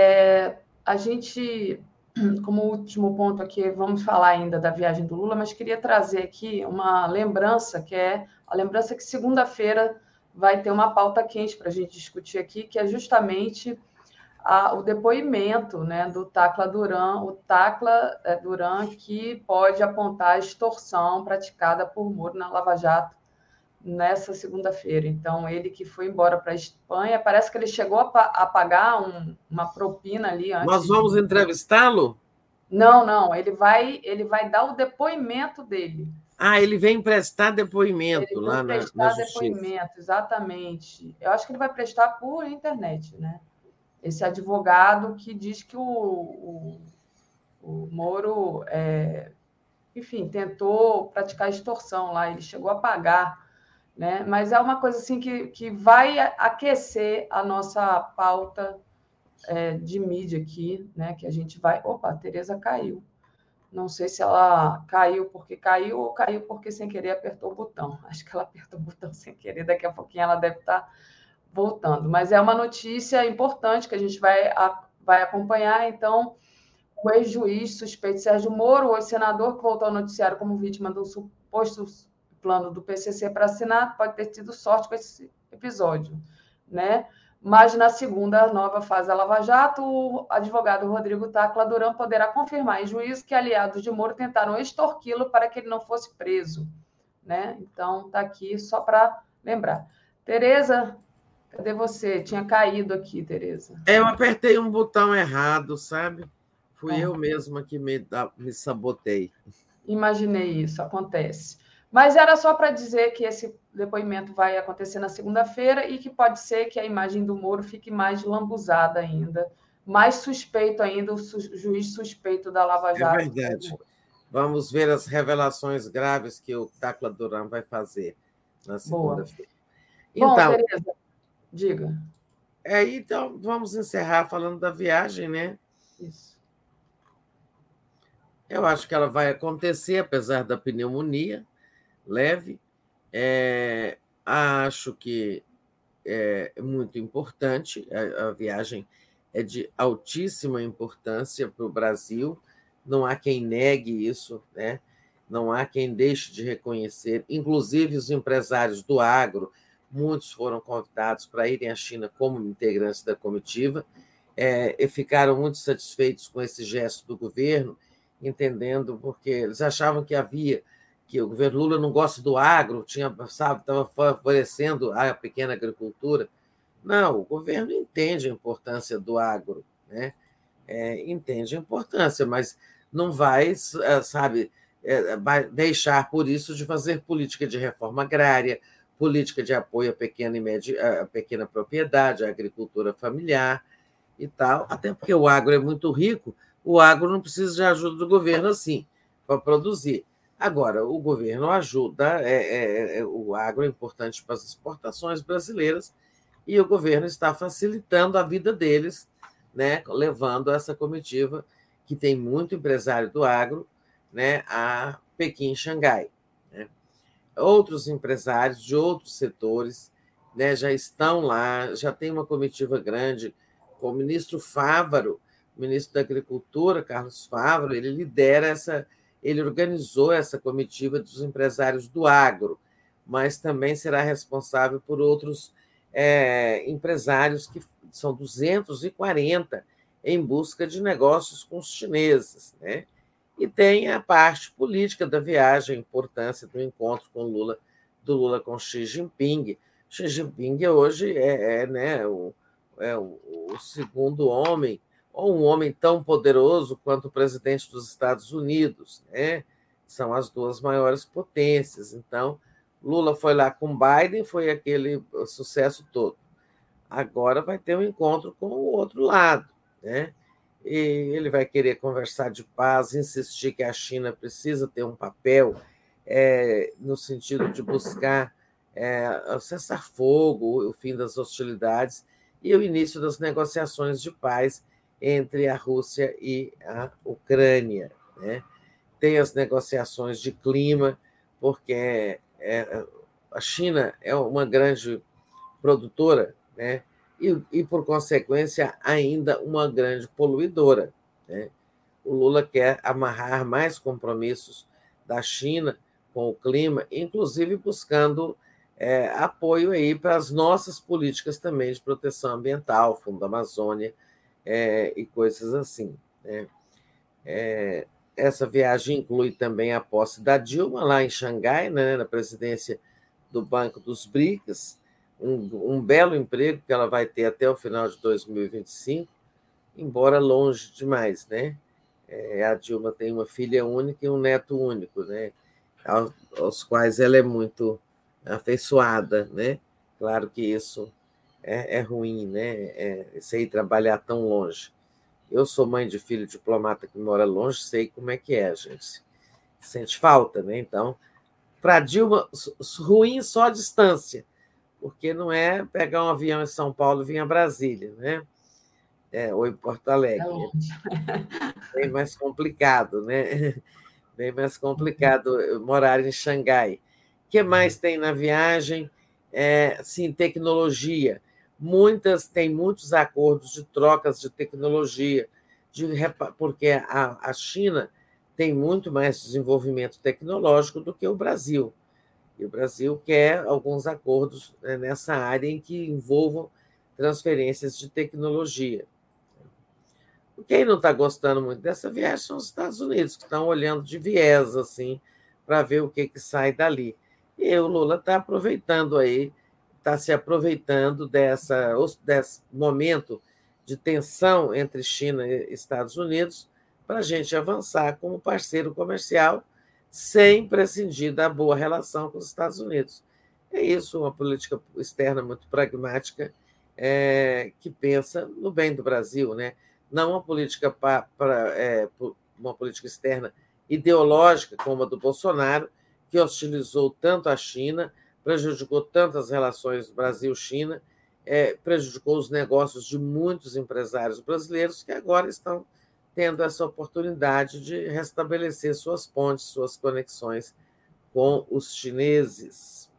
é, a gente, como último ponto aqui, vamos falar ainda da viagem do Lula, mas queria trazer aqui uma lembrança, que é a lembrança que segunda-feira vai ter uma pauta quente para a gente discutir aqui, que é justamente a, o depoimento, né, do Tacla Duran, o Tacla é, Duran, que pode apontar a extorsão praticada por Moro na Lava Jato nessa segunda-feira. Então, ele que foi embora para a Espanha, parece que ele chegou a, pa a pagar um, uma propina ali antes.
Nós vamos de... entrevistá-lo?
Não, não, ele vai, ele vai dar o depoimento dele.
Ah, ele vem prestar depoimento
ele
lá
vai prestar
na, na
depoimento, exatamente. Eu acho que ele vai prestar por internet, né? Esse advogado que diz que o, o, o Moro, é, enfim, tentou praticar extorsão lá, ele chegou a pagar, né? Mas é uma coisa assim que, que vai aquecer a nossa pauta é, de mídia aqui, né? Que a gente vai... Opa, a Tereza caiu. Não sei se ela caiu porque caiu ou caiu porque sem querer apertou o botão. Acho que ela apertou o botão sem querer, daqui a pouquinho ela deve estar voltando. Mas é uma notícia importante que a gente vai, a, vai acompanhar. Então, o ex-juiz suspeito Sérgio Moro, o ex-senador que voltou ao noticiário como vítima do suposto plano do P C C para assinar, pode ter tido sorte com esse episódio, né? Mas, na segunda nova fase da Lava Jato, o advogado Rodrigo Tacla Duran poderá confirmar em juízo que aliados de Moro tentaram extorquí-lo para que ele não fosse preso, né? Então, está aqui só para lembrar. Tereza, cadê você? Tinha caído aqui, Tereza.
Eu apertei um botão errado, sabe? Fui
Ah.
eu mesma que me, me sabotei.
Imaginei isso, acontece. Mas era só para dizer que esse depoimento vai acontecer na segunda-feira e que pode ser que a imagem do Moro fique mais lambuzada ainda, mais suspeito ainda, o su juiz suspeito da Lava Jato.
É verdade. Vamos ver as revelações graves que o Tacla Duran vai fazer na segunda-feira.
Bom,
então,
Tereza, diga.
É, então, vamos encerrar falando da viagem, né?
Isso.
Eu acho que ela vai acontecer, apesar da pneumonia leve. É, acho que é muito importante, a, a viagem é de altíssima importância para o Brasil, não há quem negue isso, né? Não há quem deixe de reconhecer, inclusive os empresários do agro, muitos foram convidados para irem à China como integrantes da comitiva, é, e ficaram muito satisfeitos com esse gesto do governo, entendendo, porque eles achavam que havia que o governo Lula não gosta do agro, tinha, sabe, estava favorecendo a pequena agricultura. Não, o governo entende a importância do agro, né? É, entende a importância, mas não vai, sabe, é, vai deixar por isso de fazer política de reforma agrária, política de apoio à pequena e média, à pequena propriedade, à agricultura familiar e tal, até porque o agro é muito rico, o agro não precisa de ajuda do governo assim, para produzir. Agora, o governo ajuda, é, é, é, o agro é importante para as exportações brasileiras e o governo está facilitando a vida deles, né, levando essa comitiva, que tem muito empresário do agro, né, a Pequim, Xangai. Né? Outros empresários de outros setores, né, já estão lá, já tem uma comitiva grande, com o ministro Fávaro, ministro da Agricultura, Carlos Fávaro, ele lidera essa... Ele organizou essa comitiva dos empresários do agro, mas também será responsável por outros é, empresários, que são duzentos e quarenta, em busca de negócios com os chineses. Né? E tem a parte política da viagem, a importância do encontro com Lula, do Lula com Xi Jinping. Xi Jinping hoje é, é, né, o, é o, o segundo homem, ou um homem tão poderoso quanto o presidente dos Estados Unidos, né? São as duas maiores potências. Então, Lula foi lá com Biden, foi aquele sucesso todo. Agora vai ter um encontro com o outro lado, né? E ele vai querer conversar de paz, insistir que a China precisa ter um papel é, no sentido de buscar é, o cessar-fogo, o fim das hostilidades e o início das negociações de paz entre a Rússia e a Ucrânia, né? Tem as negociações de clima, porque é, a China é uma grande produtora, né? E, e, por consequência, ainda uma grande poluidora, né? O Lula quer amarrar mais compromissos da China com o clima, inclusive buscando é, apoio aí para as nossas políticas também de proteção ambiental, Fundo da Amazônia é, e coisas assim, né? É, essa viagem inclui também a posse da Dilma lá em Xangai, né, na presidência do Banco dos BRICS, Um, um belo emprego que ela vai ter até o final de dois mil e vinte e cinco, embora longe demais, né? É, a Dilma tem uma filha única e um neto único, né? Aos, aos quais ela é muito afeiçoada, né? Claro que isso é, é ruim, né? É, sei trabalhar tão longe. Eu sou mãe de filho diplomata que mora longe, sei como é que é, gente. Sente falta, né? Então, para a Dilma, ruim só a distância, porque não é pegar um avião em São Paulo e vir a Brasília, né? É, ou em Porto Alegre. É bem mais complicado, né? Bem mais complicado morar em Xangai. O que mais tem na viagem? É, sim, tecnologia. Muitas, tem muitos acordos de trocas de tecnologia, de, porque a, a China tem muito mais desenvolvimento tecnológico do que o Brasil. E o Brasil quer alguns acordos nessa área em que envolvam transferências de tecnologia. Quem não está gostando muito dessa viagem são os Estados Unidos, que estão olhando de viés assim, para ver o que, que sai dali. E o Lula está aproveitando aí, está se aproveitando dessa, desse momento de tensão entre China e Estados Unidos para a gente avançar como parceiro comercial, sem prescindir da boa relação com os Estados Unidos. É isso, uma política externa muito pragmática, é, que pensa no bem do Brasil, né? Não uma política, pra, pra, é, uma política externa ideológica como a do Bolsonaro, que hostilizou tanto a China, prejudicou tanto as relações Brasil-China, é, prejudicou os negócios de muitos empresários brasileiros que agora estão tendo essa oportunidade de restabelecer suas pontes, suas conexões com os chineses.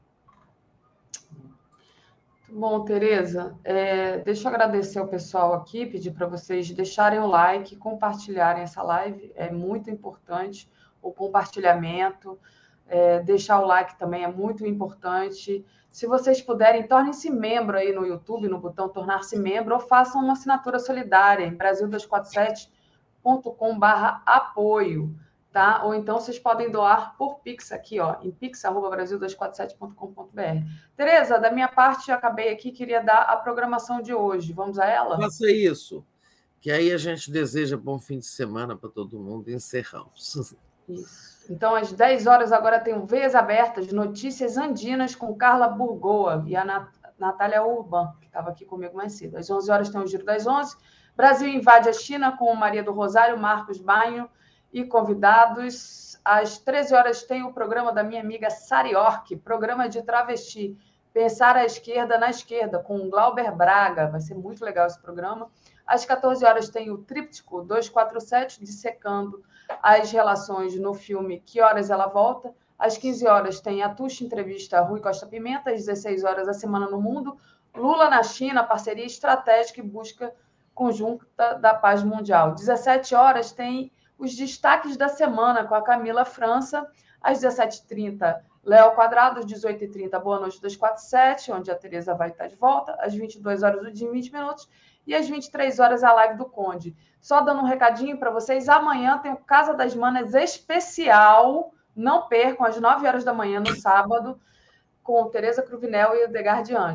Bom, Tereza, é, deixa eu agradecer ao pessoal aqui, pedir para vocês deixarem o like, compartilharem essa live, é muito importante, o compartilhamento, é, deixar o like também é muito importante. Se vocês puderem, tornem-se membro aí no YouTube, no botão tornar-se membro, ou façam uma assinatura solidária em brasil duzentos e quarenta e sete ponto com barra apoio, tá? Ou então vocês podem doar por Pix aqui, ó, em pix arroba brasil duzentos e quarenta e sete ponto com ponto br. Tereza, da minha parte, já acabei aqui, queria dar a programação de hoje. Vamos a ela?
Faça isso, que aí a gente deseja bom fim de semana para todo mundo e encerramos.
Isso. Então, às dez horas agora tem o Veias Abertas, Notícias Andinas com Carla Burgoa e a Nat- Natália Urban, que estava aqui comigo mais cedo. Às onze horas tem o Giro das onze. Brasil invade a China com Maria do Rosário, Marcos Banho e convidados. Às treze horas tem o programa da minha amiga Sari Ork, programa de travesti. Pensar à esquerda na esquerda, com Glauber Braga. Vai ser muito legal esse programa. Às quatorze horas tem o Tríptico duzentos e quarenta e sete, dissecando as relações no filme Que Horas Ela Volta. Às quinze horas tem a Tuxa Entrevista Rui Costa Pimenta. Às dezesseis horas, A Semana no Mundo. Lula na China, parceria estratégica e busca conjunta da paz mundial. dezessete horas tem os destaques da semana com a Camila França. Às dezessete e trinta, Léo Quadrado. Às dezoito e trinta, Boa Noite duzentos e quarenta e sete, onde a Tereza vai estar de volta. Às vinte e duas horas, o Dia em vinte minutos. E às vinte e três horas, a live do Conde. Só dando um recadinho para vocês, amanhã tem o Casa das Manas especial. Não percam, às nove horas da manhã, no sábado, com Tereza Cruvinel e Edgar de Ângelo.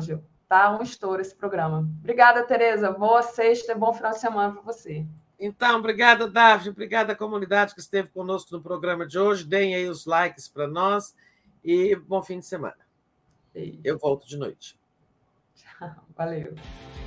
Tá um estouro esse programa. Obrigada, Tereza. Boa sexta e bom final de semana para você.
Então, obrigada, Daphne. Obrigada à comunidade que esteve conosco no programa de hoje. Deem aí os likes para nós e bom fim de semana. Eu volto de noite.
Valeu.